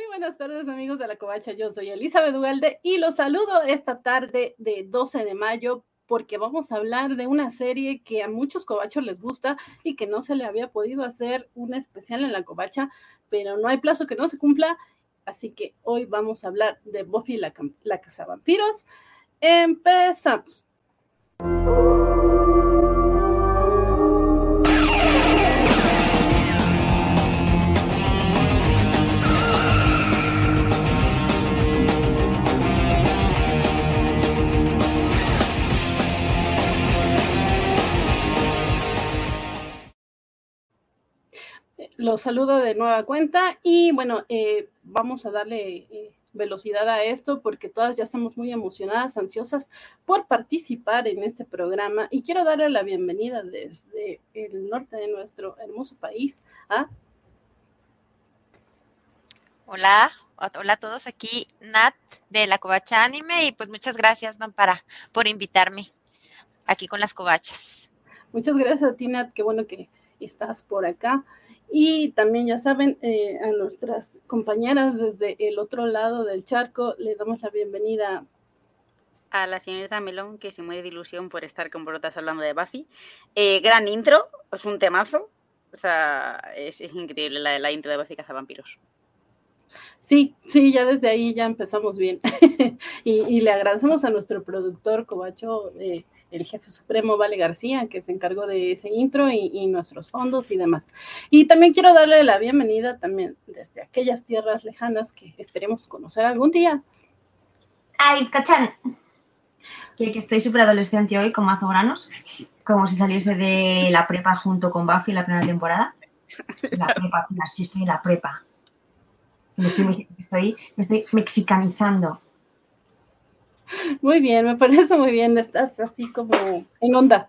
buenas tardes, amigos de la Covacha. Yo soy Elizabeth Ugalde y los saludo esta tarde de 12 de mayo porque vamos a hablar de una serie que a muchos covachos les gusta y que no se le había podido hacer una especial en la Covacha, pero no hay plazo que no se cumpla, así que hoy vamos a hablar de Buffy la Cazavampiros. Empezamos. Los saludo de nueva cuenta y bueno, vamos a darle velocidad a esto porque todas ya estamos muy emocionadas, ansiosas por participar en este programa y quiero darle la bienvenida desde el norte de nuestro hermoso país a... Hola a todos, aquí Nat de la Covacha Anime y pues muchas gracias, Mampara, por invitarme aquí con las covachas. Muchas gracias a ti, Nat, qué bueno que estás por acá. Y también, ya saben, a nuestras compañeras desde el otro lado del charco, le damos la bienvenida a la señorita Melón, que se muere de ilusión por estar con brotas hablando de Buffy. Gran intro, es un temazo. O sea, es increíble la intro de Buffy Cazavampiros. Sí, ya desde ahí ya empezamos bien. y le agradecemos a nuestro productor covacho, el jefe supremo Vale García, que se encargó de ese intro y nuestros fondos y demás. Y también quiero darle la bienvenida también desde aquellas tierras lejanas que esperemos conocer algún día. ¡Ay, cachan! Que estoy súper adolescente hoy con mazo granos, como si saliese de la prepa junto con Buffy la primera temporada. La prepa, tía, sí estoy en la prepa. Me estoy mexicanizando. Muy bien, me parece muy bien, estás así como en onda.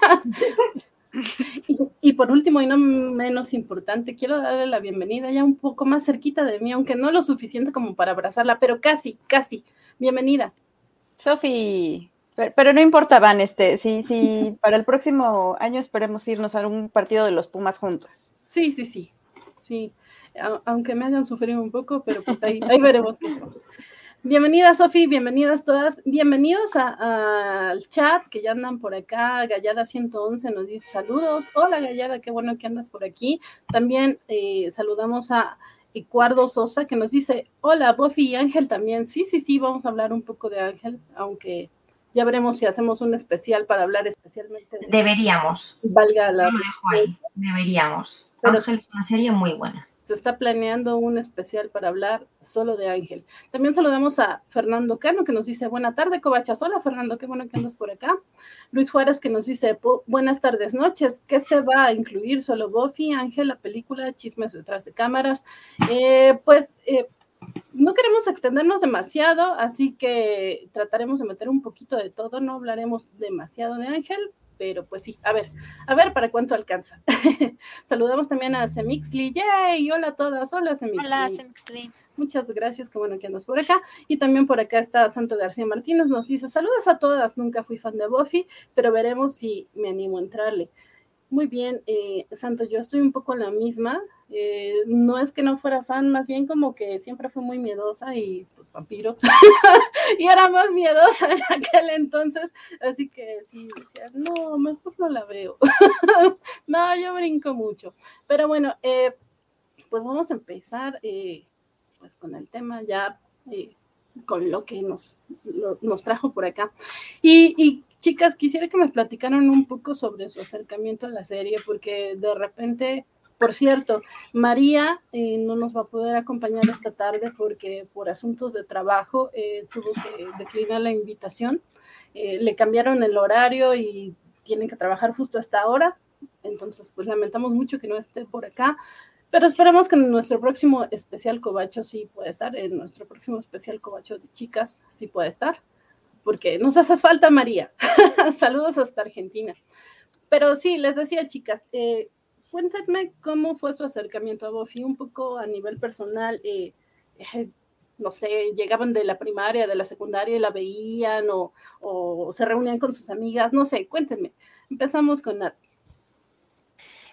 y por último y no menos importante, quiero darle la bienvenida ya un poco más cerquita de mí, aunque no lo suficiente como para abrazarla, pero casi. Bienvenida. Sofi, pero no importa, Van, sí, para el próximo año esperemos irnos a un partido de los Pumas juntos. Sí, aunque me hagan sufrir un poco, pero pues ahí veremos qué hacemos. Bienvenida, Sofi, bienvenidas todas, bienvenidos al chat que ya andan por acá. Gallada 111 nos dice saludos. Hola, Gallada, qué bueno que andas por aquí. También saludamos a Eduardo Sosa que nos dice hola, Buffy y Ángel también. Sí, vamos a hablar un poco de Ángel, aunque ya veremos si hacemos un especial para hablar especialmente de... Deberíamos. Valga la... Yo lo dejo ahí, deberíamos. Pero Ángel es una serie muy buena. Se está planeando un especial para hablar solo de Ángel. También saludamos a Fernando Cano, que nos dice, buena tarde, covachas. Hola, Fernando, qué bueno que andas por acá. Luis Juárez, que nos dice, buenas tardes, noches. ¿Qué se va a incluir? ¿Solo Buffy, Ángel, la película, chismes detrás de cámaras? No queremos extendernos demasiado, así que trataremos de meter un poquito de todo. No hablaremos demasiado de Ángel, pero pues sí, a ver para cuánto alcanza. Saludamos también a Semixly. ¡Yay! Hola a todas. Hola, Semixly. Hola, Semixly. Muchas gracias, qué bueno que andas por acá. Y también por acá está Santo García Martínez, nos dice, saludos a todas, nunca fui fan de Buffy, pero veremos si me animo a entrarle. Muy bien, Santo, yo estoy un poco en la misma. No es que no fuera fan, más bien como que siempre fui muy miedosa y pues vampiro. Y era más miedosa en aquel entonces, así que sí, decía, no, mejor no la veo. No, yo brinco mucho. Pero bueno, pues vamos a empezar pues con el tema ya, con lo que nos trajo por acá. Y chicas, quisiera que me platicaran un poco sobre su acercamiento a la serie, porque de repente, por cierto, María no nos va a poder acompañar esta tarde porque por asuntos de trabajo tuvo que declinar la invitación. Le cambiaron el horario y tienen que trabajar justo hasta ahora. Entonces, pues lamentamos mucho que no esté por acá. Pero esperamos que en nuestro próximo especial covacho sí pueda estar, en nuestro próximo especial covacho de chicas sí puede estar, porque nos hace falta María. Saludos hasta Argentina. Pero sí, les decía, chicas, cuéntenme cómo fue su acercamiento a Buffy, un poco a nivel personal, no sé, llegaban de la primaria, de la secundaria y la veían, o se reunían con sus amigas, no sé, cuéntenme. Empezamos con Nat.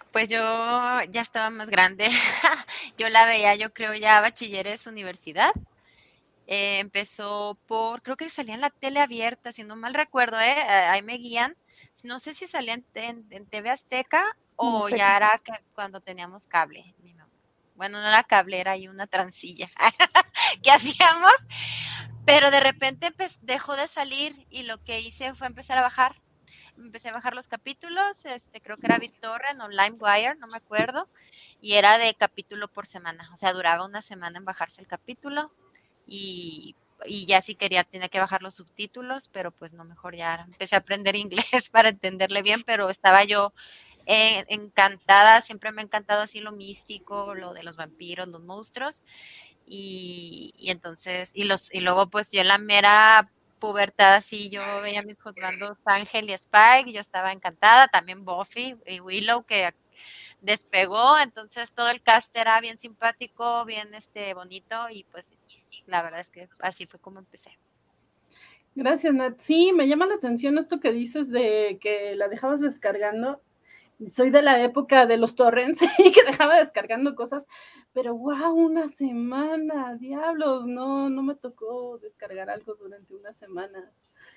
Pues yo ya estaba más grande. Yo la veía, yo creo, ya bachilleres, universidad. Empezó creo que salía en la tele abierta, si no mal recuerdo, ahí me guían. No sé si salía en TV Azteca o Azteca. ya era cuando teníamos cable. Bueno, no era cable, era ahí una transilla que hacíamos, pero de repente dejó de salir y lo que hice fue empezar a bajar. Empecé a bajar los capítulos, creo que era BitTorrent o LimeWire, no me acuerdo, y era de capítulo por semana, o sea, duraba una semana en bajarse el capítulo y ya si quería tenía que bajar los subtítulos, pero pues no, mejor ya empecé a aprender inglés para entenderle bien, pero estaba yo encantada, siempre me ha encantado así lo místico, lo de los vampiros, los monstruos, y entonces, y luego pues yo en la mera pubertad así, yo veía a mis juzgandos Ángel y Spike, y yo estaba encantada, también Buffy y Willow que despegó, entonces todo el cast era bien simpático, bien bonito, y pues la verdad es que así fue como empecé. Gracias, Nat. Sí, me llama la atención esto que dices de que la dejabas descargando. Soy de la época de los torrents y que dejaba descargando cosas, pero wow, una semana, diablos, no me tocó descargar algo durante una semana.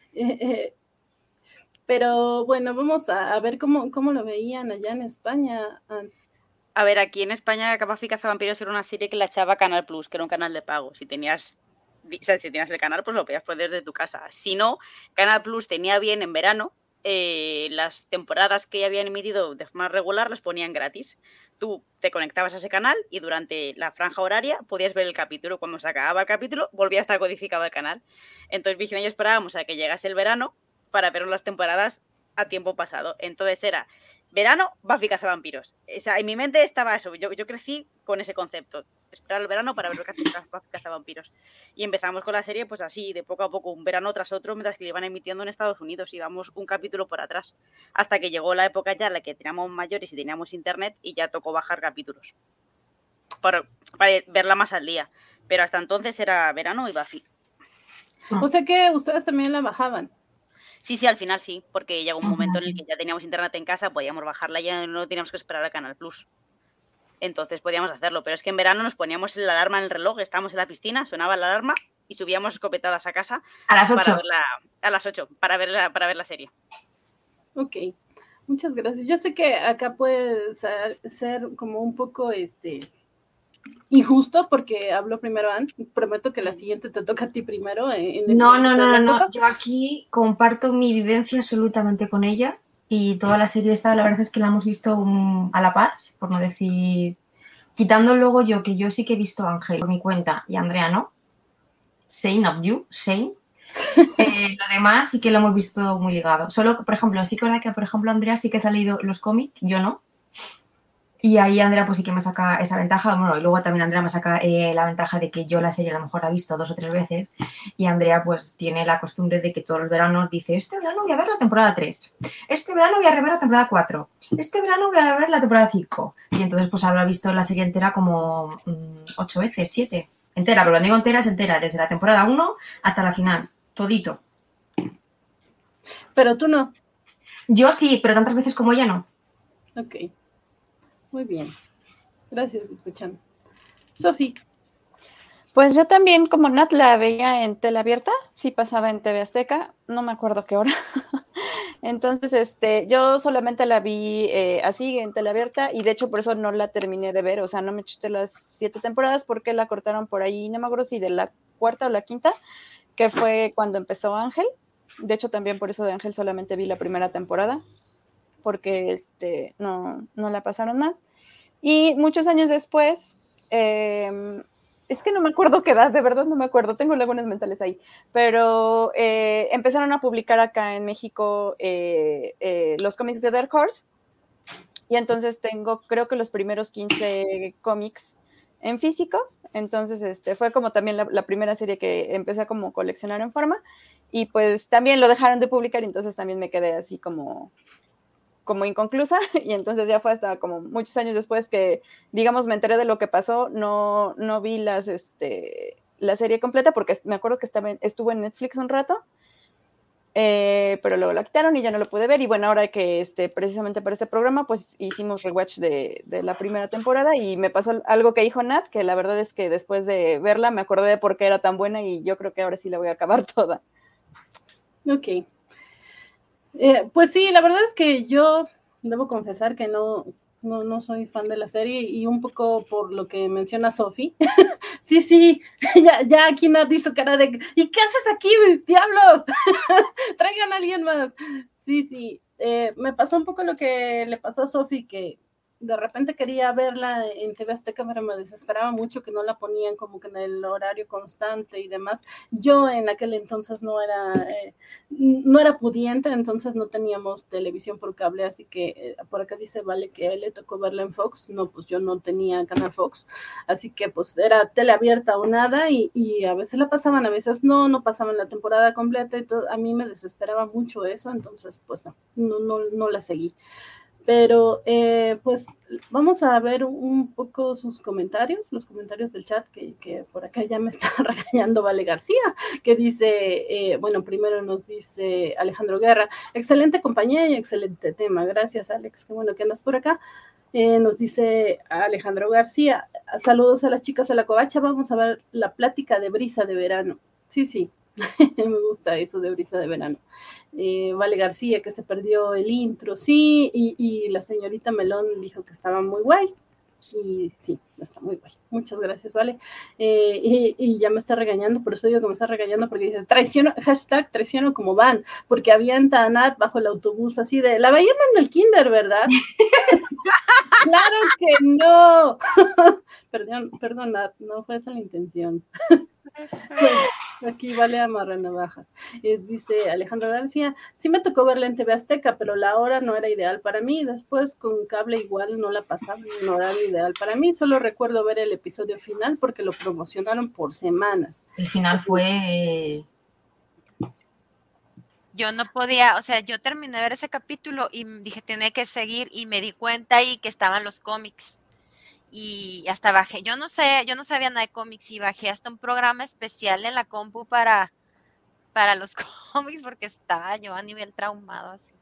Pero bueno, vamos a ver cómo lo veían allá en España. A ver, aquí en España Buffy Cazavampiros era una serie que la echaba Canal Plus, que era un canal de pago. Si tenías el canal, pues lo podías poner desde tu casa. Si no, Canal Plus tenía bien en verano, las temporadas que habían emitido de forma regular las ponían gratis. Tú te conectabas a ese canal y durante la franja horaria podías ver el capítulo. Cuando se acababa el capítulo, volvía a estar codificado el canal. Entonces, Virginia y yo esperábamos a que llegase el verano para ver las temporadas a tiempo pasado. Entonces era verano, Buffy Cazavampiros. O sea, en mi mente estaba eso. Yo crecí con ese concepto. Esperar el verano para ver Buffy Cazavampiros. Y empezamos con la serie, pues así, de poco a poco, un verano tras otro, mientras que le iban emitiendo en Estados Unidos. Íbamos un capítulo por atrás. Hasta que llegó la época ya en la que teníamos mayores y teníamos internet y ya tocó bajar capítulos. Para verla más al día. Pero hasta entonces era verano y Buffy. O sea que ustedes también la bajaban. Sí, al final sí, porque llegó un momento en el que ya teníamos internet en casa, podíamos bajarla y ya no teníamos que esperar a Canal Plus. Entonces podíamos hacerlo, pero es que en verano nos poníamos la alarma en el reloj, estábamos en la piscina, sonaba la alarma y subíamos escopetadas a casa a las 8. Para verla, a las 8 para ver la serie. Ok, muchas gracias. Yo sé que acá puede ser como un poco injusto porque habló primero Ann. Prometo que la siguiente te toca a ti primero. No. Yo aquí comparto mi vivencia absolutamente con ella y toda la serie esta, la verdad es que la hemos visto a la paz, por no decir... Quitando luego yo, que yo sí que he visto a Ángel por mi cuenta y Andrea no. Same of you, same. Lo demás sí que lo hemos visto todo muy ligado. Solo, por ejemplo, sí que es verdad que, por ejemplo, Andrea sí que ha leído los cómics, yo no. Y ahí Andrea pues sí que me saca esa ventaja, bueno, y luego también Andrea me saca la ventaja de que yo la serie a lo mejor la he visto 2 o 3 veces y Andrea pues tiene la costumbre de que todos los veranos dice, este verano voy a ver la temporada 3, este verano voy a rever la temporada 4, este verano voy a ver la temporada 5 y entonces pues habrá visto la serie entera como 8 veces, 7, entera, pero cuando digo entera es entera, desde la temporada 1 hasta la final, todito. Pero tú no. Yo sí, pero tantas veces como ella no. Ok. Muy bien. Gracias, escuchando. Sofi. Pues yo también, como Nat, la veía en tele abierta, sí pasaba en TV Azteca, no me acuerdo qué hora. Entonces, yo solamente la vi así en tele abierta y de hecho por eso no la terminé de ver, o sea, no me chuté las 7 temporadas porque la cortaron por ahí, no me acuerdo si de la 4ª o la 5ª, que fue cuando empezó Ángel. De hecho, también por eso de Ángel solamente vi la primera temporada, porque no la pasaron más. Y muchos años después, es que no me acuerdo qué edad, de verdad no me acuerdo, tengo lagunas mentales ahí, pero empezaron a publicar acá en México los cómics de Dark Horse, y entonces tengo, creo que los primeros 15 cómics en físico, entonces fue como también la primera serie que empecé a como coleccionar en forma, y pues también lo dejaron de publicar, y entonces también me quedé así como inconclusa, y entonces ya fue hasta como muchos años después que, digamos, me enteré de lo que pasó, no vi la serie completa porque me acuerdo que estuvo en Netflix un rato, pero luego la quitaron y ya no lo pude ver. Y bueno, ahora que precisamente para este programa, pues hicimos rewatch de la primera temporada y me pasó algo que dijo Nat, que la verdad es que después de verla me acordé de por qué era tan buena y yo creo que ahora sí la voy a acabar toda. Ok. Pues sí, la verdad es que yo debo confesar que no soy fan de la serie y un poco por lo que menciona Sophie. Sí, ya aquí Nat hizo cara de, ¿y qué haces aquí, diablos? Traigan a alguien más. Sí, me pasó un poco lo que le pasó a Sophie, que de repente quería verla en TV Azteca, pero me desesperaba mucho que no la ponían como que en el horario constante y demás. Yo en aquel entonces no era pudiente, entonces no teníamos televisión por cable, así que por acá dice Vale que a él le tocó verla en Fox. No, pues yo no tenía canal Fox, así que pues era tele abierta o nada, y a veces la pasaban, a veces no pasaban la temporada completa, y todo. A mí me desesperaba mucho eso, entonces pues no la seguí. Pero pues vamos a ver un poco sus comentarios, los comentarios del chat, que por acá ya me está regañando Vale García, que dice, bueno, primero nos dice Alejandro Guerra, excelente compañía y excelente tema, gracias Alex, qué bueno que andas por acá. Nos dice Alejandro García, saludos a las chicas de la covacha, vamos a ver la plática de brisa de verano. Sí, me gusta eso de brisa de verano. Vale García, que se perdió el intro, sí, y la señorita Melón dijo que estaba muy guay, y sí, está muy guay. Muchas gracias, Vale. Y ya me está regañando, por eso digo que me está regañando, porque dice, traiciono como van, porque avienta a Nat bajo el autobús, así de, la veían en el kinder, ¿verdad? Claro que no. Perdón, Nat, no fue esa la intención. Aquí Vale amarra navajas. Dice Alejandro García, sí me tocó verla en TV Azteca, pero la hora no era ideal para mí. Después con cable igual no la pasaba en un horario ideal para mí. Solo recuerdo ver el episodio final porque lo promocionaron por semanas. El final fue... Yo no podía, o sea, yo terminé de ver ese capítulo y dije, tiene que seguir, y me di cuenta ahí que estaban los cómics. Y hasta bajé, yo no sabía nada de cómics, y bajé hasta un programa especial en la compu para los cómics, porque estaba yo a nivel traumado así.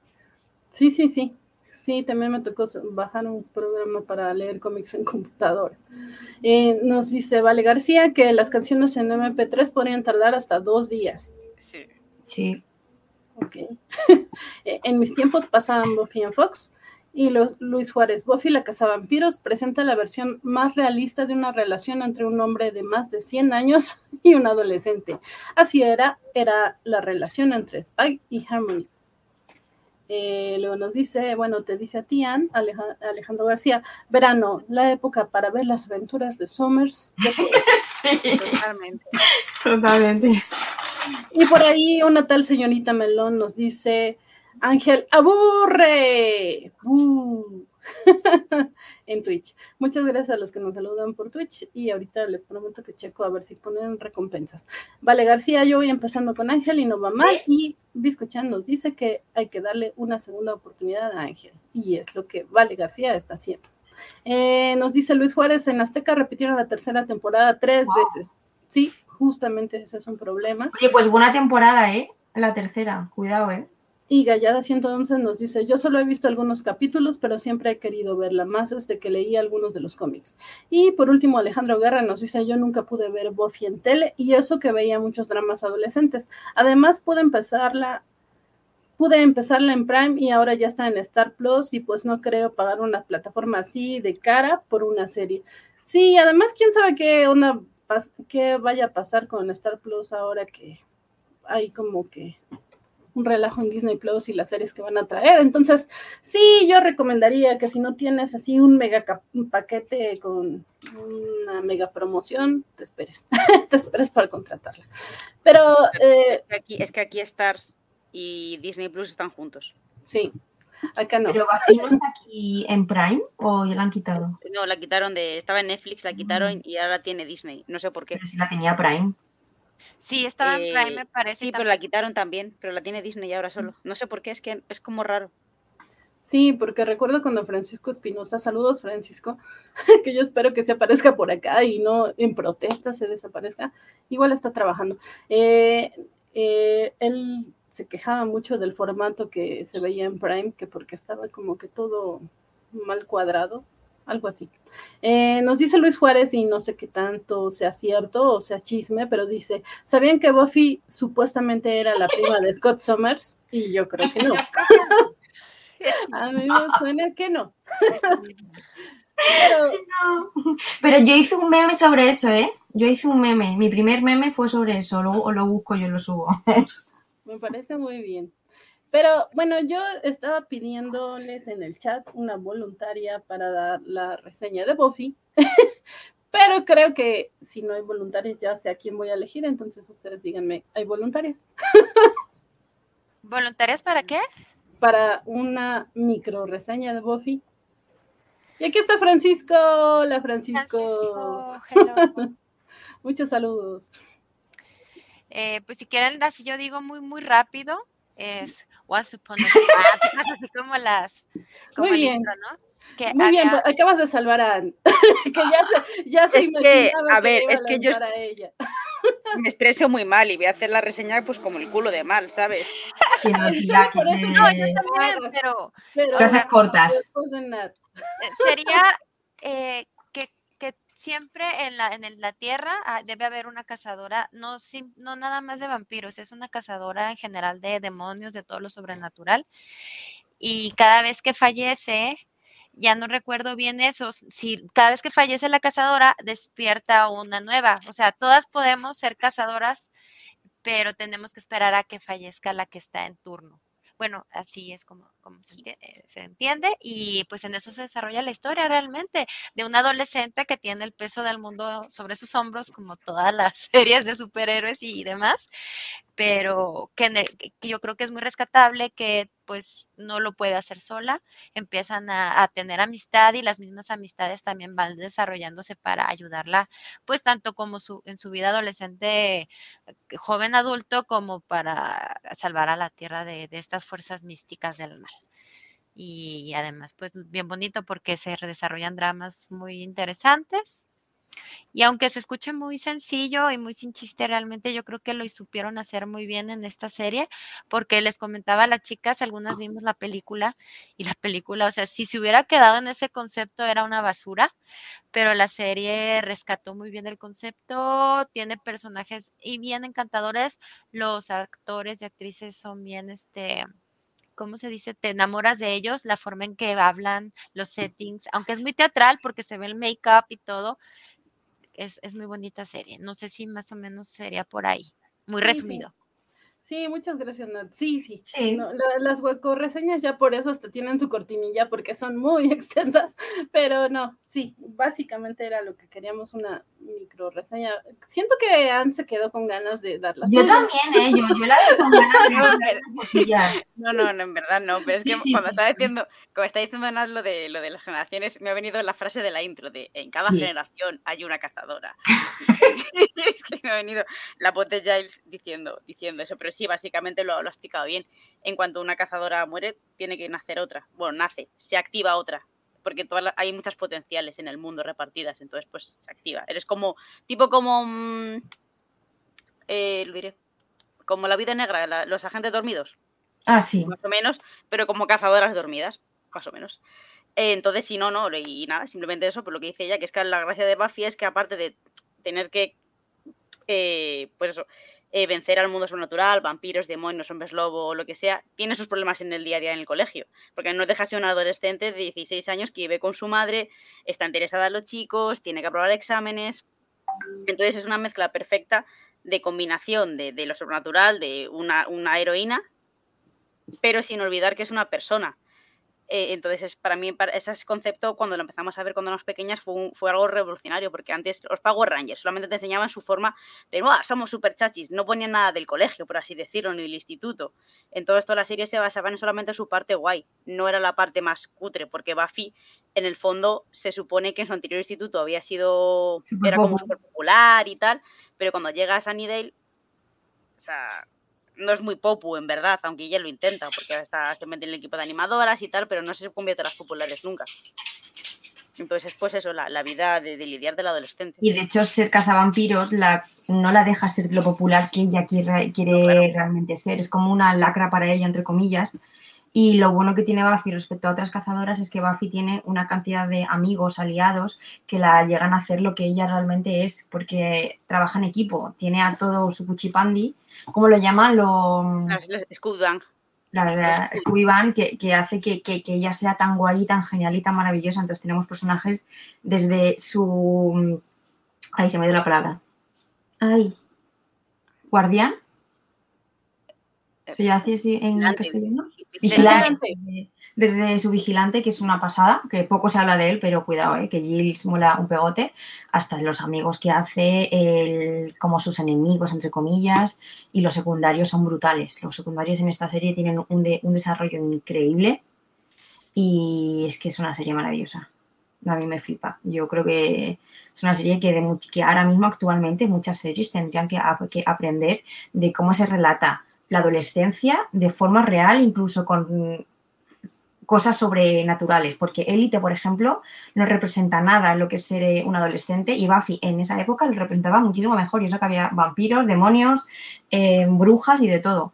Sí, también me tocó bajar un programa para leer cómics en computadora. Nos dice Vale García que las canciones en MP3 podrían tardar hasta 2 días. Sí. Ok. En mis tiempos pasaban Buffy en Fox. Y Luis Juárez, Buffy la cazavampiros presenta la versión más realista de una relación entre un hombre de más de 100 años y un adolescente. Así era la relación entre Spike y Harmony. Luego nos dice, bueno, te dice a ti, Ann, Alejandro García, verano, la época para ver las aventuras de Summers. Sí, totalmente. Y por ahí una tal señorita Melón nos dice, Ángel, aburre. En Twitch. Muchas gracias a los que nos saludan por Twitch, y ahorita les prometo que checo a ver si ponen recompensas. Vale García, yo voy empezando con Ángel y no va mal, y Biscochan nos dice que hay que darle una segunda oportunidad a Ángel, y es lo que Vale García está haciendo. Nos dice Luis Juárez, en Azteca repitieron la tercera temporada 3 veces. Sí, justamente ese es un problema. Oye, pues buena temporada, la tercera, cuidado, Y Gallada 111 nos dice, yo solo he visto algunos capítulos, pero siempre he querido verla más desde que leí algunos de los cómics. Y por último, Alejandro Guerra nos dice, yo nunca pude ver Buffy en tele, y eso que veía muchos dramas adolescentes. Además, pude empezarla en Prime, y ahora ya está en Star Plus, y pues no creo pagar una plataforma así de cara por una serie. Sí, además, quién sabe qué vaya a pasar con Star Plus ahora que hay como que un relajo en Disney Plus y las series que van a traer. Entonces, sí, yo recomendaría que si no tienes así un paquete con una mega promoción, te esperes para contratarla. Pero es que aquí Stars y Disney Plus están juntos. Sí, acá no. ¿Pero Buffy no está aquí en Prime o ya la han quitado? No, la quitaron estaba en Netflix, la quitaron y ahora tiene Disney. No sé por qué. Pero si la tenía Prime. Sí, estaba en Prime, me parece. Sí, pero la quitaron también, pero la tiene Disney ahora solo. No sé por qué, es que es como raro. Sí, porque recuerdo cuando Francisco Espinosa, saludos Francisco, que yo espero que se aparezca por acá y no en protesta se desaparezca, igual está trabajando. Él se quejaba mucho del formato que se veía en Prime, que porque estaba como que todo mal cuadrado, algo así. Nos dice Luis Juárez, y no sé qué tanto sea cierto o sea chisme, pero dice, ¿sabían que Buffy supuestamente era la prima de Scott Summers? Y yo creo que no. A mí me suena que no. Pero yo hice un meme sobre eso, ¿eh? Yo hice un meme. Mi primer meme fue sobre eso. Luego lo busco y lo subo. Me parece muy bien. Pero bueno, yo estaba pidiéndoles en el chat una voluntaria para dar la reseña de Buffy. Pero creo que si no hay voluntarios ya sé a quién voy a elegir, entonces ustedes díganme, ¿hay voluntarias? ¿Voluntarias para qué? Para una micro reseña de Buffy. Y aquí está Francisco. Hola, Francisco. Hello. Muchos saludos. Pues si quieren, así yo digo muy rápido, es Once Upon a Time. Así como muy bien. Intro, ¿no? Que muy bien, acabas de salvar a Anne. Que ya se imaginaba a ver, que iba es que yo a ella. me expreso muy mal y voy a hacer la reseña pues como el culo de mal, ¿sabes? Que no, tía, que no, yo también, pero frases cortas. Sería que siempre en la Tierra debe haber una cazadora, no nada más de vampiros, es una cazadora en general de demonios, de todo lo sobrenatural. Y cada vez que fallece, ya no recuerdo bien eso, si cada vez que fallece la cazadora, despierta una nueva. O sea, todas podemos ser cazadoras, pero tenemos que esperar a que fallezca la que está en turno. Bueno, así es como se entiende, y pues en eso se desarrolla la historia realmente, de una adolescente que tiene el peso del mundo sobre sus hombros, como todas las series de superhéroes y demás, pero que yo creo que es muy rescatable, que pues no lo puede hacer sola, empiezan a tener amistad, y las mismas amistades también van desarrollándose para ayudarla, pues tanto como en su vida adolescente, joven adulto, como para salvar a la Tierra de estas fuerzas místicas del mal. Y además, pues bien bonito, porque se desarrollan dramas muy interesantes. Y aunque se escuche muy sencillo y muy sin chiste, realmente yo creo que lo supieron hacer muy bien en esta serie, porque les comentaba a las chicas, algunas vimos la película, y la película, o sea, si se hubiera quedado en ese concepto era una basura, pero la serie rescató muy bien el concepto, tiene personajes y bien encantadores, los actores y actrices son bien, ¿cómo se dice? Te enamoras de ellos, la forma en que hablan, los settings, aunque es muy teatral porque se ve el make-up y todo, es muy bonita serie. No sé si más o menos sería por ahí, muy resumido. Sí, muchas gracias, Nat. Sí. No, las hueco reseñas ya por eso hasta tienen su cortinilla, porque son muy extensas, pero no, sí, básicamente era lo que queríamos, una micro reseña. Siento que Anne se quedó con ganas de darlas. Yo también, yo la vi con ganas de dar cosillas. No, en verdad no, pero es que cuando está diciendo Nat lo de las generaciones, me ha venido la frase de la intro de en cada generación hay una cazadora. Es que me ha venido la voz de Giles diciendo eso, pero sí, básicamente lo ha explicado bien. En cuanto una cazadora muere, tiene que nacer otra. Bueno, se activa otra, porque hay muchas potenciales en el mundo repartidas, entonces pues se activa. Eres como lo diré, como la vida negra, los agentes dormidos. Ah, sí. Más o menos, pero como cazadoras dormidas, más o menos. Entonces, sí, no, y nada, simplemente eso, por lo que dice ella, que es que la gracia de Buffy es que aparte de tener que, pues eso, vencer al mundo sobrenatural, vampiros, demonios, hombres lobo, lo que sea, tiene sus problemas en el día a día en el colegio, porque no deja de ser una adolescente de 16 años que vive con su madre, está interesada en los chicos, tiene que aprobar exámenes, entonces es una mezcla perfecta de combinación de lo sobrenatural, de una heroína, pero sin olvidar que es una persona. Entonces, para mí, ese concepto, cuando lo empezamos a ver cuando éramos pequeñas, fue algo revolucionario, porque antes los Power Rangers solamente te enseñaban su forma de, somos super chachis, no ponían nada del colegio, por así decirlo, ni del instituto. En todo esto la serie se basaba en solamente su parte guay, no era la parte más cutre, porque Buffy, en el fondo, se supone que en su anterior instituto era como súper popular y tal, pero cuando llega a Sunnydale, o sea, no es muy popu, en verdad, aunque ella lo intenta, porque se mete en el equipo de animadoras y tal, pero no se convierte en las populares nunca. Entonces es pues eso, la vida de lidiar del adolescente. Y de hecho ser cazavampiros no la deja ser lo popular que ella quiere claro. realmente ser. Es como una lacra para ella, entre comillas. Y lo bueno que tiene Buffy respecto a otras cazadoras es que Buffy tiene una cantidad de amigos, aliados, que la llegan a hacer lo que ella realmente es, porque trabaja en equipo. Tiene a todo su cuchipandi, ¿cómo lo llaman? Scooby-Gang. La Scooby-Gang, que hace que ella sea tan guay, tan genial y tan maravillosa. Entonces tenemos personajes desde su... Ay, se me dio la palabra. Ay. ¿Guardián? ¿Se hace así en castellano? Vigilante. Desde su vigilante, que es una pasada, que poco se habla de él, pero cuidado, que Giles mola un pegote, hasta los amigos que hace, como sus enemigos, entre comillas, y los secundarios son brutales. Los secundarios en esta serie tienen un desarrollo increíble y es que es una serie maravillosa. A mí me flipa. Yo creo que es una serie que ahora mismo actualmente muchas series tendrían que aprender de cómo se relata la adolescencia de forma real, incluso con cosas sobrenaturales, porque Élite, por ejemplo, no representa nada lo que es ser un adolescente, y Buffy en esa época lo representaba muchísimo mejor, y eso que había vampiros, demonios, brujas y de todo.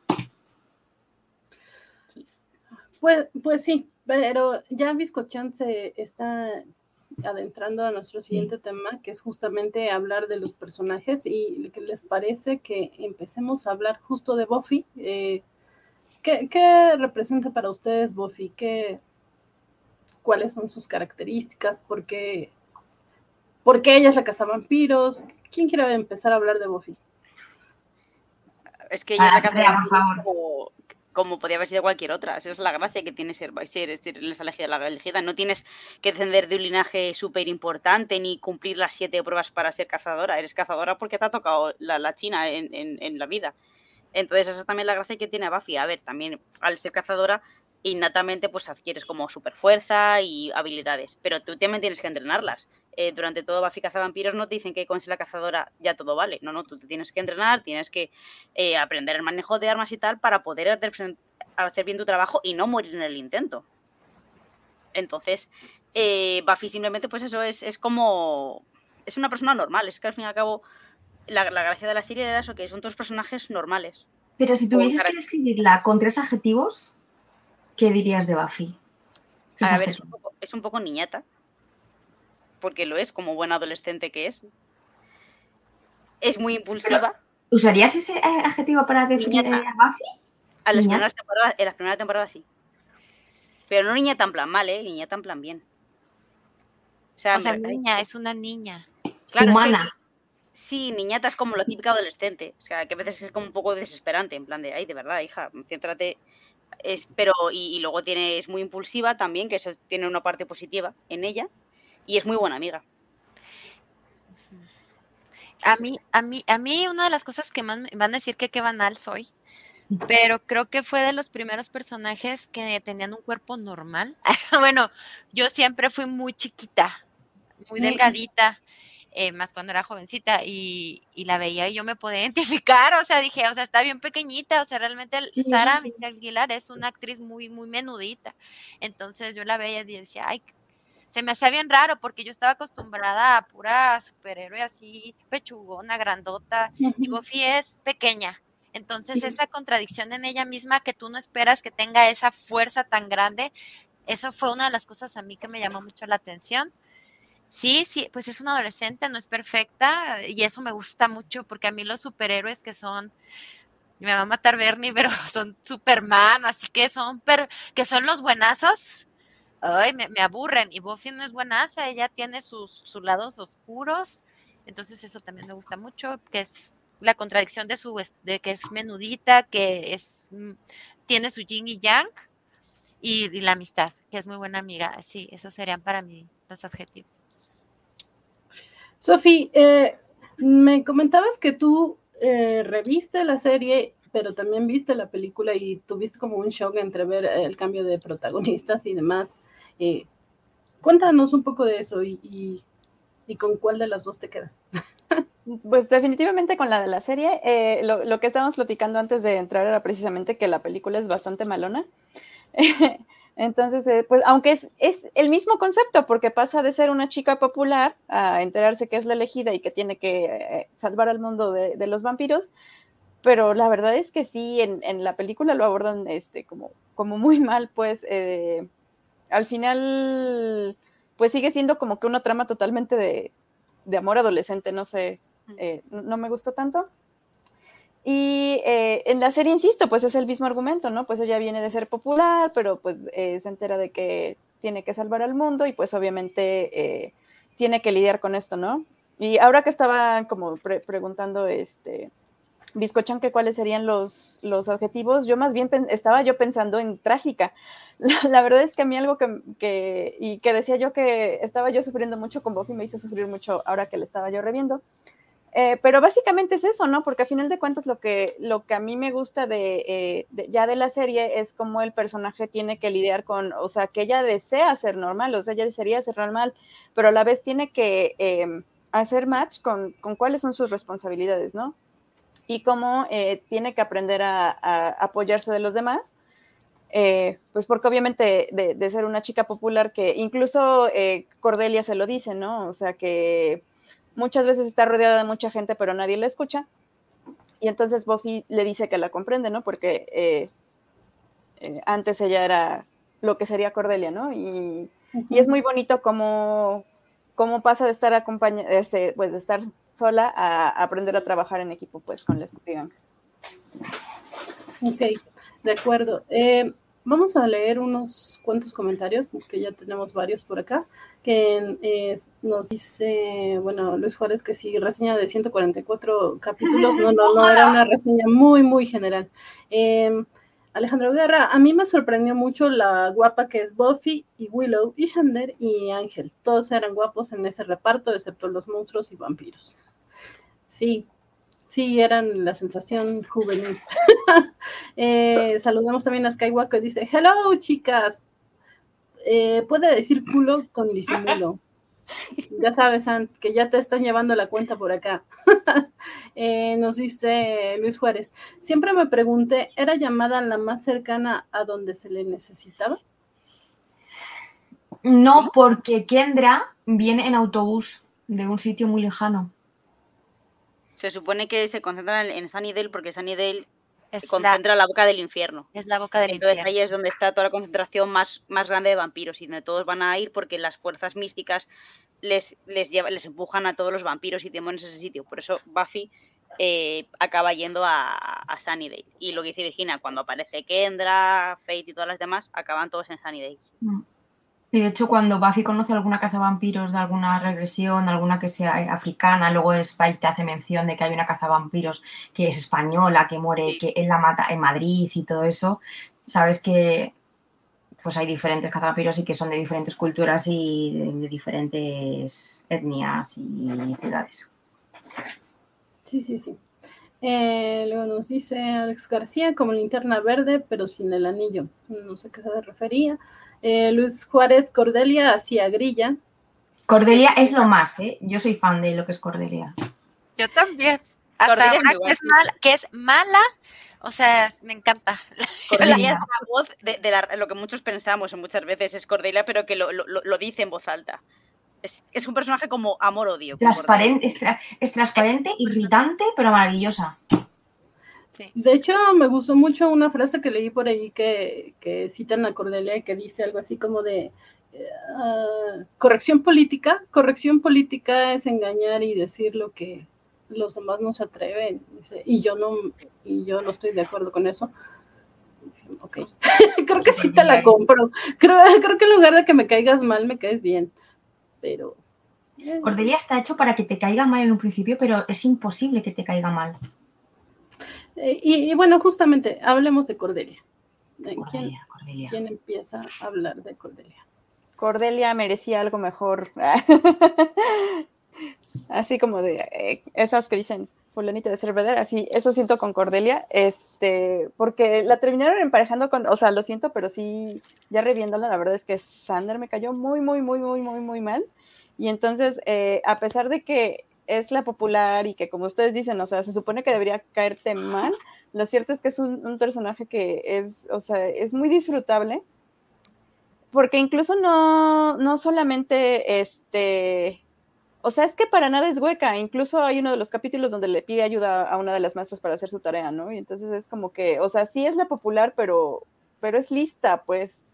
Pues sí, pero ya Bizcochán se está adentrando a nuestro siguiente tema, que es justamente hablar de los personajes, y que les parece que empecemos a hablar justo de Buffy. ¿Qué representa para ustedes Buffy? ¿Cuáles son sus características? ¿Por qué ella es la cazavampiros? ¿Quién quiere empezar a hablar de Buffy? Es que ella es la cazavampiros como podía haber sido cualquier otra. Esa es la gracia que tiene ser la elegida. No tienes que descender de un linaje súper importante ni cumplir las 7 pruebas para ser cazadora. Eres cazadora porque te ha tocado la china en la vida. Entonces esa es también la gracia que tiene Buffy. A ver, también al ser cazadora, innatamente pues adquieres como super fuerza y habilidades, pero tú también tienes que entrenarlas. Durante todo Buffy Cazavampiros no te dicen que con ser la cazadora ya todo vale. No, tú te tienes que entrenar, tienes que aprender el manejo de armas y tal para poder hacer bien tu trabajo y no morir en el intento. Entonces, Buffy simplemente pues eso es como... Es una persona normal, es que al fin y al cabo la gracia de la serie era eso, que son todos personajes normales. Pero si tuvieses que describirla con 3 adjetivos, ¿qué dirías de Buffy? A ver, es un poco niñata, porque lo es, como buena adolescente que es. Es muy impulsiva. ¿Usarías ese adjetivo para definir a Buffy? En las primeras temporadas sí. Pero no niñata en plan mal, niñata en plan bien. O sea niña, es una niña. Claro, humana. Sí, niñata es como la típica adolescente. O sea, que a veces es como un poco desesperante, en plan de, ay, de verdad, hija, céntrate. Pero y luego es muy impulsiva también, que eso tiene una parte positiva en ella, y es muy buena amiga. A mí una de las cosas que más me van a decir que qué banal soy, pero creo que fue de los primeros personajes que tenían un cuerpo normal. Bueno, yo siempre fui muy chiquita, muy delgadita, más cuando era jovencita, y la veía y yo me podía identificar, o sea, dije, o sea, está bien pequeñita, o sea, realmente Sarah Michelle Gellar es una actriz muy, muy menudita. Entonces yo la veía y decía, ay, se me hacía bien raro porque yo estaba acostumbrada a pura superhéroe así, pechugona, grandota, y Buffy es pequeña. Entonces esa contradicción en ella misma, que tú no esperas que tenga esa fuerza tan grande, eso fue una de las cosas a mí que me llamó mucho la atención. Sí, pues es una adolescente, no es perfecta, y eso me gusta mucho porque a mí los superhéroes que son, me va a matar Bernie, pero son Superman, así que son los buenazos, ay, me aburren, y Buffy no es buenaza, ella tiene sus lados oscuros, entonces eso también me gusta mucho, que es la contradicción de que es menudita, que tiene su yin y yang, y la amistad, que es muy buena amiga. Sí, esos serían para mí los adjetivos. Sofi, me comentabas que tú reviste la serie, pero también viste la película y tuviste como un shock entre ver el cambio de protagonistas y demás. Cuéntanos un poco de eso y con cuál de las dos te quedas. Pues definitivamente con la de la serie. Lo que estábamos platicando antes de entrar era precisamente que la película es bastante malona. Entonces, pues aunque es el mismo concepto, porque pasa de ser una chica popular a enterarse que es la elegida y que tiene que salvar al mundo de los vampiros, pero la verdad es que sí, en la película lo abordan como muy mal, pues al final pues sigue siendo como que una trama totalmente de amor adolescente, no sé, no me gustó tanto. Y en la serie, insisto, pues es el mismo argumento, ¿no? Pues ella viene de ser popular, pero pues se entera de que tiene que salvar al mundo y pues obviamente tiene que lidiar con esto, ¿no? Y ahora que estaba como preguntando Bizcochan que cuáles serían los adjetivos, yo más bien estaba yo pensando en trágica. La verdad es que a mí algo que decía yo que estaba yo sufriendo mucho con Buffy me hizo sufrir mucho ahora que le estaba yo reviendo. Pero básicamente es eso, ¿no? Porque a final de cuentas lo que a mí me gusta ya de la serie es cómo el personaje tiene que lidiar con, o sea, que ella desea ser normal, o sea, ella desearía ser normal, pero a la vez tiene que hacer match con cuáles son sus responsabilidades, ¿no? Y cómo tiene que aprender a apoyarse de los demás, pues porque obviamente de ser una chica popular que incluso Cordelia se lo dice, ¿no? O sea, que muchas veces está rodeada de mucha gente, pero nadie la escucha. Y entonces Buffy le dice que la comprende, ¿no? Porque antes ella era lo que sería Cordelia, ¿no? Y es muy bonito cómo pasa de estar acompañada, pues de estar sola a aprender a trabajar en equipo, pues con la Scooby Gang. Ok, de acuerdo. Vamos a leer unos cuantos comentarios, porque ya tenemos varios por acá, que nos dice, bueno, Luis Juárez, que sí, reseña de 144 capítulos, no, era una reseña muy, muy general. Alejandro Guerra, a mí me sorprendió mucho la guapa que es Buffy y Willow y Xander y Ángel. Todos eran guapos en ese reparto, excepto los monstruos y vampiros. Sí, eran la sensación juvenil. Saludamos también a Skywalker, dice, hello, chicas. Puede decir culo con disimulo. Ya sabes, Ant, que ya te están llevando la cuenta por acá. Nos dice Luis Juárez, siempre me pregunté, ¿era llamada la más cercana a donde se le necesitaba? No, porque Kendra viene en autobús de un sitio muy lejano. Se supone que se concentran en Sunnydale porque Sunnydale concentra la boca del infierno. Es la boca del Entonces infierno. ahí es donde está toda la concentración más grande de vampiros y donde todos van a ir porque las fuerzas místicas les empujan a todos los vampiros y demonios a ese sitio. Por eso Buffy acaba yendo a Sunnydale. Y lo que dice Virginia, cuando aparece Kendra, Fate y todas las demás, acaban todos en Sunnydale. Y de hecho, cuando Buffy conoce alguna cazavampiros de alguna regresión, alguna que sea africana, luego Spike hace mención de que hay una cazavampiros que es española, que muere, sí, que él la mata en Madrid y todo eso, sabes que pues hay diferentes cazavampiros y que son de diferentes culturas y de diferentes etnias y ciudades. Sí. Luego nos dice Alex García, como linterna verde, pero sin el anillo. No sé qué se refería. Luis Juárez, Cordelia hacía grilla. Cordelia es lo más, ¿eh? Yo soy fan de lo que es Cordelia. Yo también. Hasta una que es mala, o sea, me encanta. Cordelia es la voz de lo que muchos pensamos muchas veces es Cordelia, pero que lo dice en voz alta. Es un personaje como amor-odio. Es transparente, irritante, pero maravillosa. Sí. De hecho, me gustó mucho una frase que leí por ahí que citan a Cordelia y que dice algo así como de corrección política es engañar y decir lo que los demás no se atreven, dice, y yo no estoy de acuerdo con eso. Ok, creo que sí te la compro. Creo que en lugar de que me caigas mal, me caes bien, pero... Cordelia está hecho para que te caiga mal en un principio, pero es imposible que te caiga mal. Y bueno, justamente, hablemos de Cordelia. Cordelia. ¿Quién empieza a hablar de Cordelia? Cordelia merecía algo mejor. Así como de esas que dicen fulanita de Cerveder, así, eso siento con Cordelia, porque la terminaron emparejando con, o sea, lo siento, pero sí, ya reviéndola, la verdad es que Xander me cayó muy mal, y entonces, a pesar de que es la popular y que como ustedes dicen, o sea, se supone que debería caerte mal, lo cierto es que es un personaje que es, o sea, es muy disfrutable, porque incluso no solamente o sea, es que para nada es hueca. Incluso hay uno de los capítulos donde le pide ayuda a una de las maestras para hacer su tarea, ¿no? Y entonces es como que, o sea, sí es la popular, pero es lista, pues.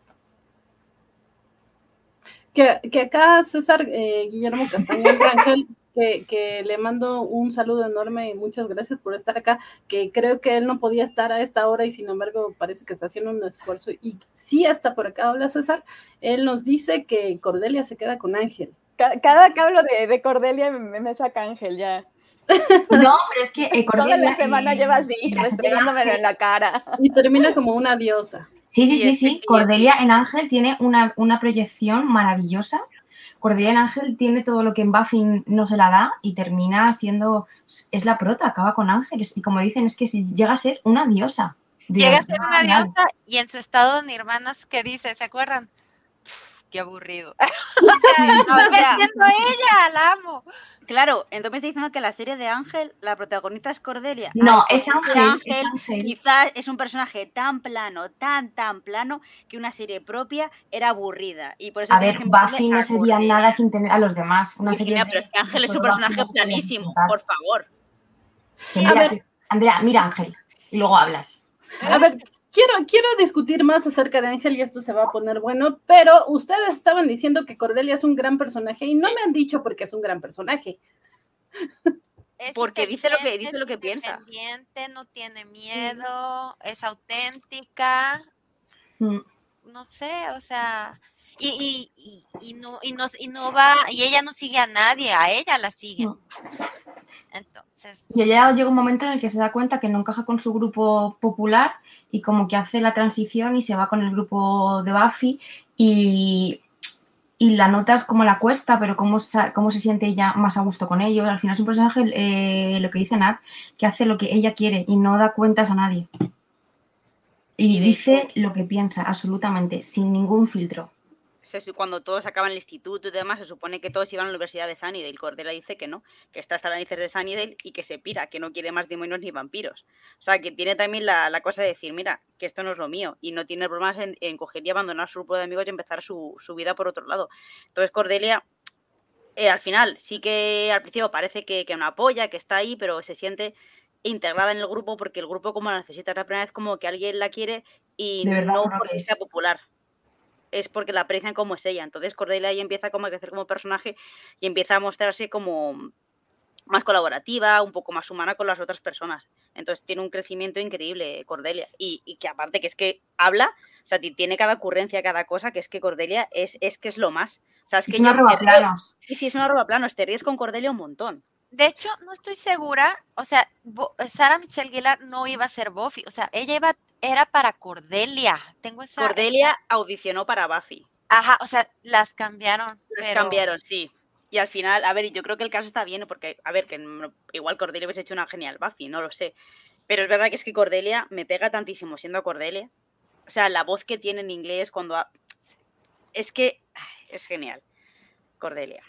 Que acá César Guillermo Castañón Rangel, que le mando un saludo enorme y muchas gracias por estar acá, que creo que él no podía estar a esta hora y sin embargo parece que está haciendo un esfuerzo y sí está por acá. Hola César, él nos dice que Cordelia se queda con Ángel. Cada que hablo de Cordelia me saca Ángel ya. No, pero es que Toda Cordelia... la semana lleva así, restregándomelo en la cara. Y termina como una diosa. Sí. Cordelia en Ángel tiene una proyección maravillosa. Cordelia en Ángel tiene todo lo que en Buffy no se la da y termina siendo... Es la prota, acaba con Ángel. Y como dicen, es que llega a ser una diosa. Llega a ser una diosa y en su estado de nirvanas, ¿qué dice? ¿Se acuerdan? Qué aburrido. O sea, siendo ella, la amo. Claro, entonces me está diciendo que la serie de Ángel, la protagonista es Cordelia. No, es Ángel. Quizás es un personaje tan plano, tan plano, que una serie propia era aburrida. Y por eso a ver, Buffy no sería nada sin tener a los demás. Una serie pero es que Ángel es un personaje planísimo, por favor. Andrea, mira Ángel y luego hablas. A ver, quiero discutir más acerca de Ángel y esto se va a poner bueno, pero ustedes estaban diciendo que Cordelia es un gran personaje y no me han dicho por qué es un gran personaje. Porque dice lo que piensa. Independiente, no tiene miedo, es auténtica. No sé, o sea, y no va, y ella no sigue a nadie, a ella la siguen. Entonces. Y ella llega un momento en el que se da cuenta que no encaja con su grupo popular y como que hace la transición y se va con el grupo de Buffy y la notas como la cuesta, pero cómo se siente ella más a gusto con ellos. Al final es un personaje, lo que dice Nat, que hace lo que ella quiere y no da cuentas a nadie. Y dice lo que piensa, absolutamente, sin ningún filtro. Cuando todos acaban el instituto y demás, se supone que todos iban a la Universidad de Sunnydale. Cordelia dice que no, que está hasta las narices de Sunnydale y que se pira, que no quiere más demonios ni vampiros. O sea, que tiene también la cosa de decir, mira, que esto no es lo mío, y no tiene problemas en coger y abandonar su grupo de amigos y empezar su vida por otro lado. Entonces Cordelia, al final, sí que al principio parece que no apoya, que está ahí, pero se siente integrada en el grupo porque el grupo como la necesita. Es la primera vez como que alguien la quiere y no porque sea popular. Es porque la aprecian como es ella. Entonces Cordelia ahí empieza como a crecer como personaje y empieza a mostrarse como más colaborativa, un poco más humana con las otras personas. Entonces tiene un crecimiento increíble Cordelia. Y que aparte que es que habla, o sea, tiene cada ocurrencia, cada cosa, que es que Cordelia es que es lo más. O sea, es que una robaplanos. Sí, es una robaplanos. Te ríes con Cordelia un montón. De hecho, no estoy segura, o sea, Sarah Michelle Gellar no iba a ser Buffy, o sea, ella era para Cordelia. Cordelia audicionó para Buffy. Ajá, o sea, las cambiaron. Cambiaron, sí. Y al final, a ver, yo creo que el caso está bien, porque, a ver, que igual Cordelia hubiese hecho una genial Buffy, no lo sé. Pero es verdad que es que Cordelia me pega tantísimo siendo Cordelia. O sea, la voz que tiene en inglés cuando... Es que es genial, Cordelia.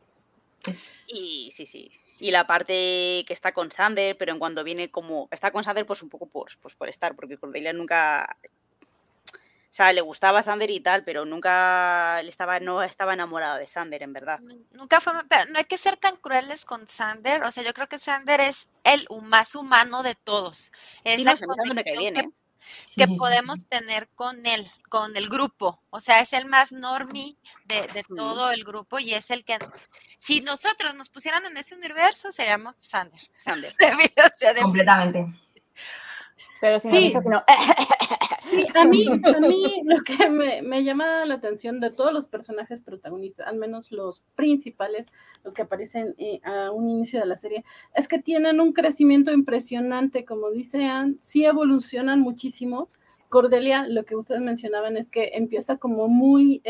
Y sí. Y la parte que está con Xander, pero en cuando viene como... Está con Xander pues un poco por estar, porque Cordelia nunca... O sea, le gustaba Xander y tal, pero nunca no estaba enamorada de Xander, en verdad. Nunca fue... Pero no hay que ser tan crueles con Xander. O sea, yo creo que Xander es el más humano de todos. Es la conexión que podemos tener con él, con el grupo. O sea, es el más normie de todo el grupo y es el que... Si nosotros nos pusieran en ese universo, seríamos Xander. O sea, completamente. Pero si no, no. Sí, a mí lo que me llama la atención de todos los personajes protagonistas, al menos los principales, los que aparecen a un inicio de la serie, es que tienen un crecimiento impresionante, como dice Anne, sí evolucionan muchísimo. Cordelia, lo que ustedes mencionaban es que empieza como muy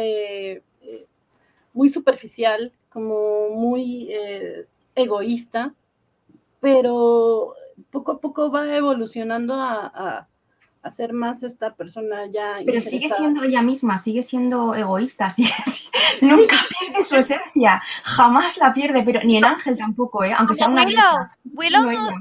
superficial, como muy egoísta, pero poco a poco va evolucionando a ser más esta persona ya pero interesada. Sigue siendo ella misma, sigue siendo egoísta, nunca pierde su esencia, jamás la pierde, pero ni en Ángel tampoco, aunque sea una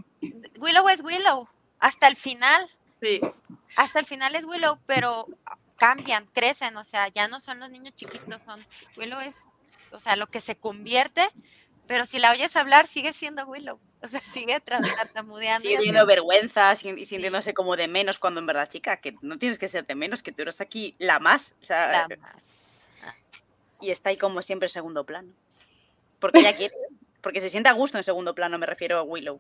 Willow es Willow, hasta el final. Sí. Hasta el final es Willow, pero cambian, crecen, o sea, ya no son los niños chiquitos, Willow es, o sea, lo que se convierte, pero si la oyes hablar, sigue siendo Willow, o sea, sigue tartamudeando. Sigue teniendo vergüenza y sintiéndose como de menos, cuando en verdad, chica, que no tienes que ser de menos, que tú eres aquí la más, o sea, La más. y está ahí como siempre en segundo plano. Porque ella quiere, porque se siente a gusto en segundo plano, me refiero a Willow.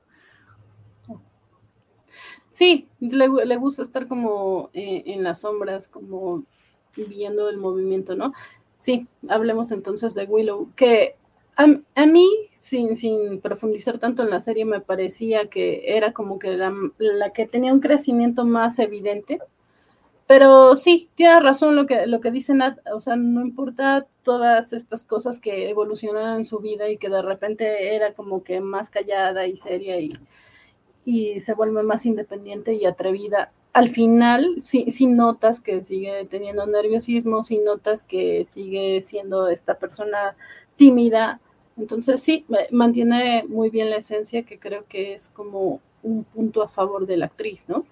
Sí, le gusta estar como en las sombras, como viendo el movimiento, ¿no? Sí, hablemos entonces de Willow, que a mí, sin profundizar tanto en la serie, me parecía que era como que la que tenía un crecimiento más evidente. Pero sí, tiene razón lo que dice Nat, o sea, no importa todas estas cosas que evolucionaron en su vida y que de repente era como que más callada y seria y se vuelve más independiente y atrevida. Al final, sí notas que sigue teniendo nerviosismo, sí notas que sigue siendo esta persona tímida. Entonces sí, mantiene muy bien la esencia, que creo que es como un punto a favor de la actriz, ¿no?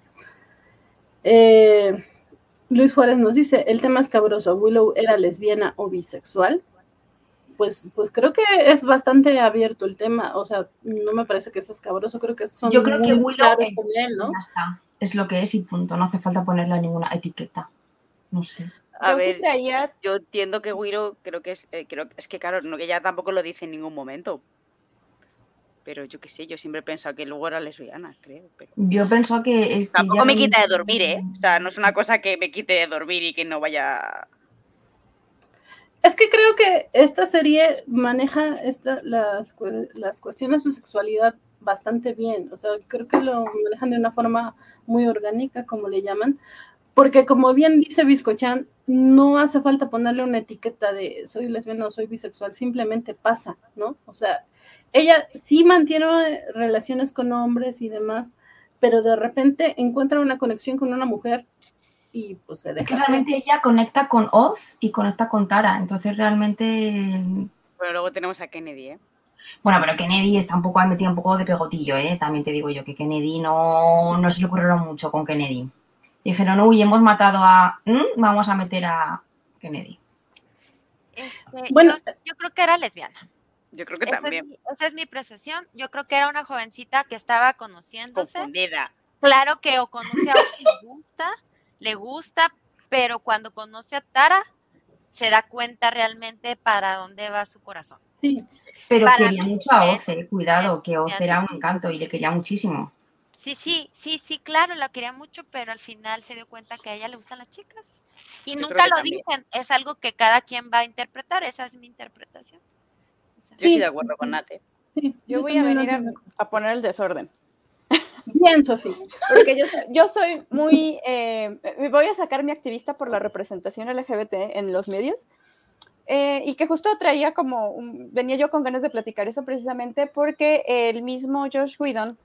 Luis Juárez nos dice, el tema es cabroso, ¿Willow era lesbiana o bisexual? Pues creo que es bastante abierto el tema, o sea, no me parece que eso es cabroso, creo que son Yo creo que Willow claros con él, ¿no? Ya está, es lo que es y punto, no hace falta ponerle ninguna etiqueta, no sé. A ver, yo entiendo que Willow, creo que es que claro, no, que ella tampoco lo dice en ningún momento. Pero yo qué sé, yo siempre he pensado que luego era lesbiana, creo. Pero... Yo pienso que... Tampoco me quita de dormir, ¿eh? O sea, no es una cosa que me quite de dormir y que no vaya... Es que creo que esta serie maneja las cuestiones de sexualidad bastante bien. O sea, creo que lo manejan de una forma muy orgánica, como le llaman. Porque como bien dice Biscochan, no hace falta ponerle una etiqueta de soy lesbiana o soy bisexual, simplemente pasa, ¿no? O sea, ella sí mantiene relaciones con hombres y demás, pero de repente encuentra una conexión con una mujer y pues se deja. Es que realmente ella conecta con Oz y conecta con Tara, entonces realmente... Bueno, luego tenemos a Kennedy, ¿eh? Bueno, pero Kennedy está metido un poco de pegotillo, ¿eh? También te digo yo que Kennedy no se le ocurrieron mucho con Kennedy. Dijeron, uy, hemos matado a... vamos a meter a Kennedy. Bueno, yo creo que era lesbiana. Yo creo que también. Esa es mi percepción. Yo creo que era una jovencita que estaba conociéndose. Confundida. Claro que o conoce a alguien, le gusta, pero cuando conoce a Tara, se da cuenta realmente para dónde va su corazón. Sí. Pero quería mucho a Oz, cuidado, que Oz era un encanto y le quería muchísimo. Sí, claro, la quería mucho, pero al final se dio cuenta que a ella le gustan las chicas. Y yo nunca lo dicen, es algo que cada quien va a interpretar, esa es mi interpretación. O sea, yo estoy de acuerdo con Nate. Sí, yo voy a venir a poner el desorden. Bien, Sofía. Porque yo soy muy... voy a sacar mi activista por la representación LGBT en los medios. Y que justo traía venía yo con ganas de platicar eso precisamente porque el mismo Joss Whedon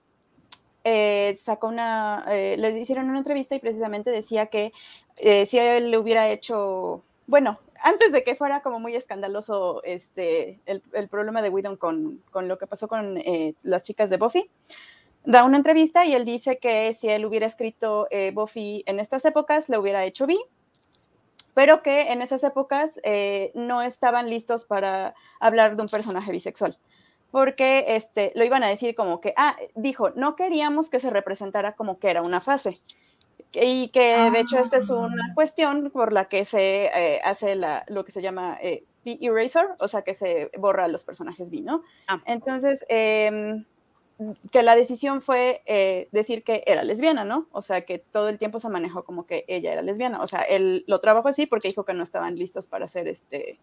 sacó le hicieron una entrevista y precisamente decía que si él le hubiera hecho, bueno, antes de que fuera como muy escandaloso el problema de Whedon con lo que pasó con las chicas de Buffy, da una entrevista y él dice que si él hubiera escrito Buffy en estas épocas, le hubiera hecho Vi, pero que en esas épocas no estaban listos para hablar de un personaje bisexual. Porque lo iban a decir como que, dijo, no queríamos que se representara como que era una fase. Y que de hecho esta es una cuestión por la que se hace lo que se llama P-Eraser, o sea que se borra a los personajes bi, ¿no? Entonces, que la decisión fue decir que era lesbiana, ¿no? O sea que todo el tiempo se manejó como que ella era lesbiana. O sea, él lo trabajó así porque dijo que no estaban listos para hacer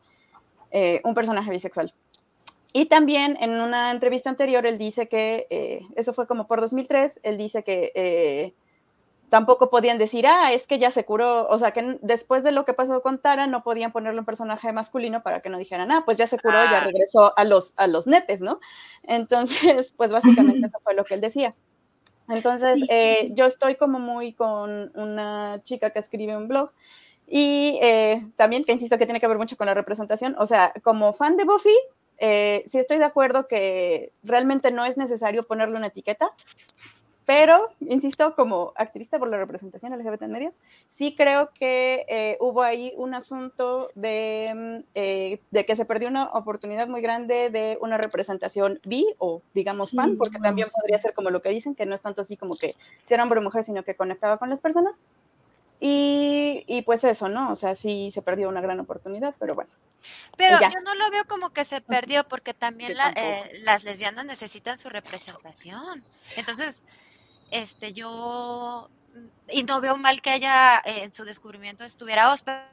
un personaje bisexual. Y también en una entrevista anterior él dice que, eso fue como por 2003, él dice que tampoco podían decir, es que ya se curó, o sea, que después de lo que pasó con Tara no podían ponerle un personaje masculino para que no dijeran, pues ya se curó, ya regresó a los nepes, ¿no? Entonces, pues básicamente eso fue lo que él decía. Entonces, sí. Yo estoy como muy con una chica que escribe un blog y también que insisto que tiene que ver mucho con la representación, o sea, como fan de Buffy, sí estoy de acuerdo que realmente no es necesario ponerle una etiqueta, Pero, insisto, como activista por la representación LGBT en medios, sí creo que hubo ahí un asunto de que se perdió una oportunidad muy grande de una representación bi o, digamos, pan, porque también podría ser como lo que dicen, que no es tanto así como que si era hombre o mujer, sino que conectaba con las personas. Y pues eso, ¿no? O sea, sí se perdió una gran oportunidad, pero bueno. Pero yo no lo veo como que se perdió, porque también tampoco. las lesbianas necesitan su representación. Entonces, yo, y no veo mal que ella en su descubrimiento estuviera Oz, pero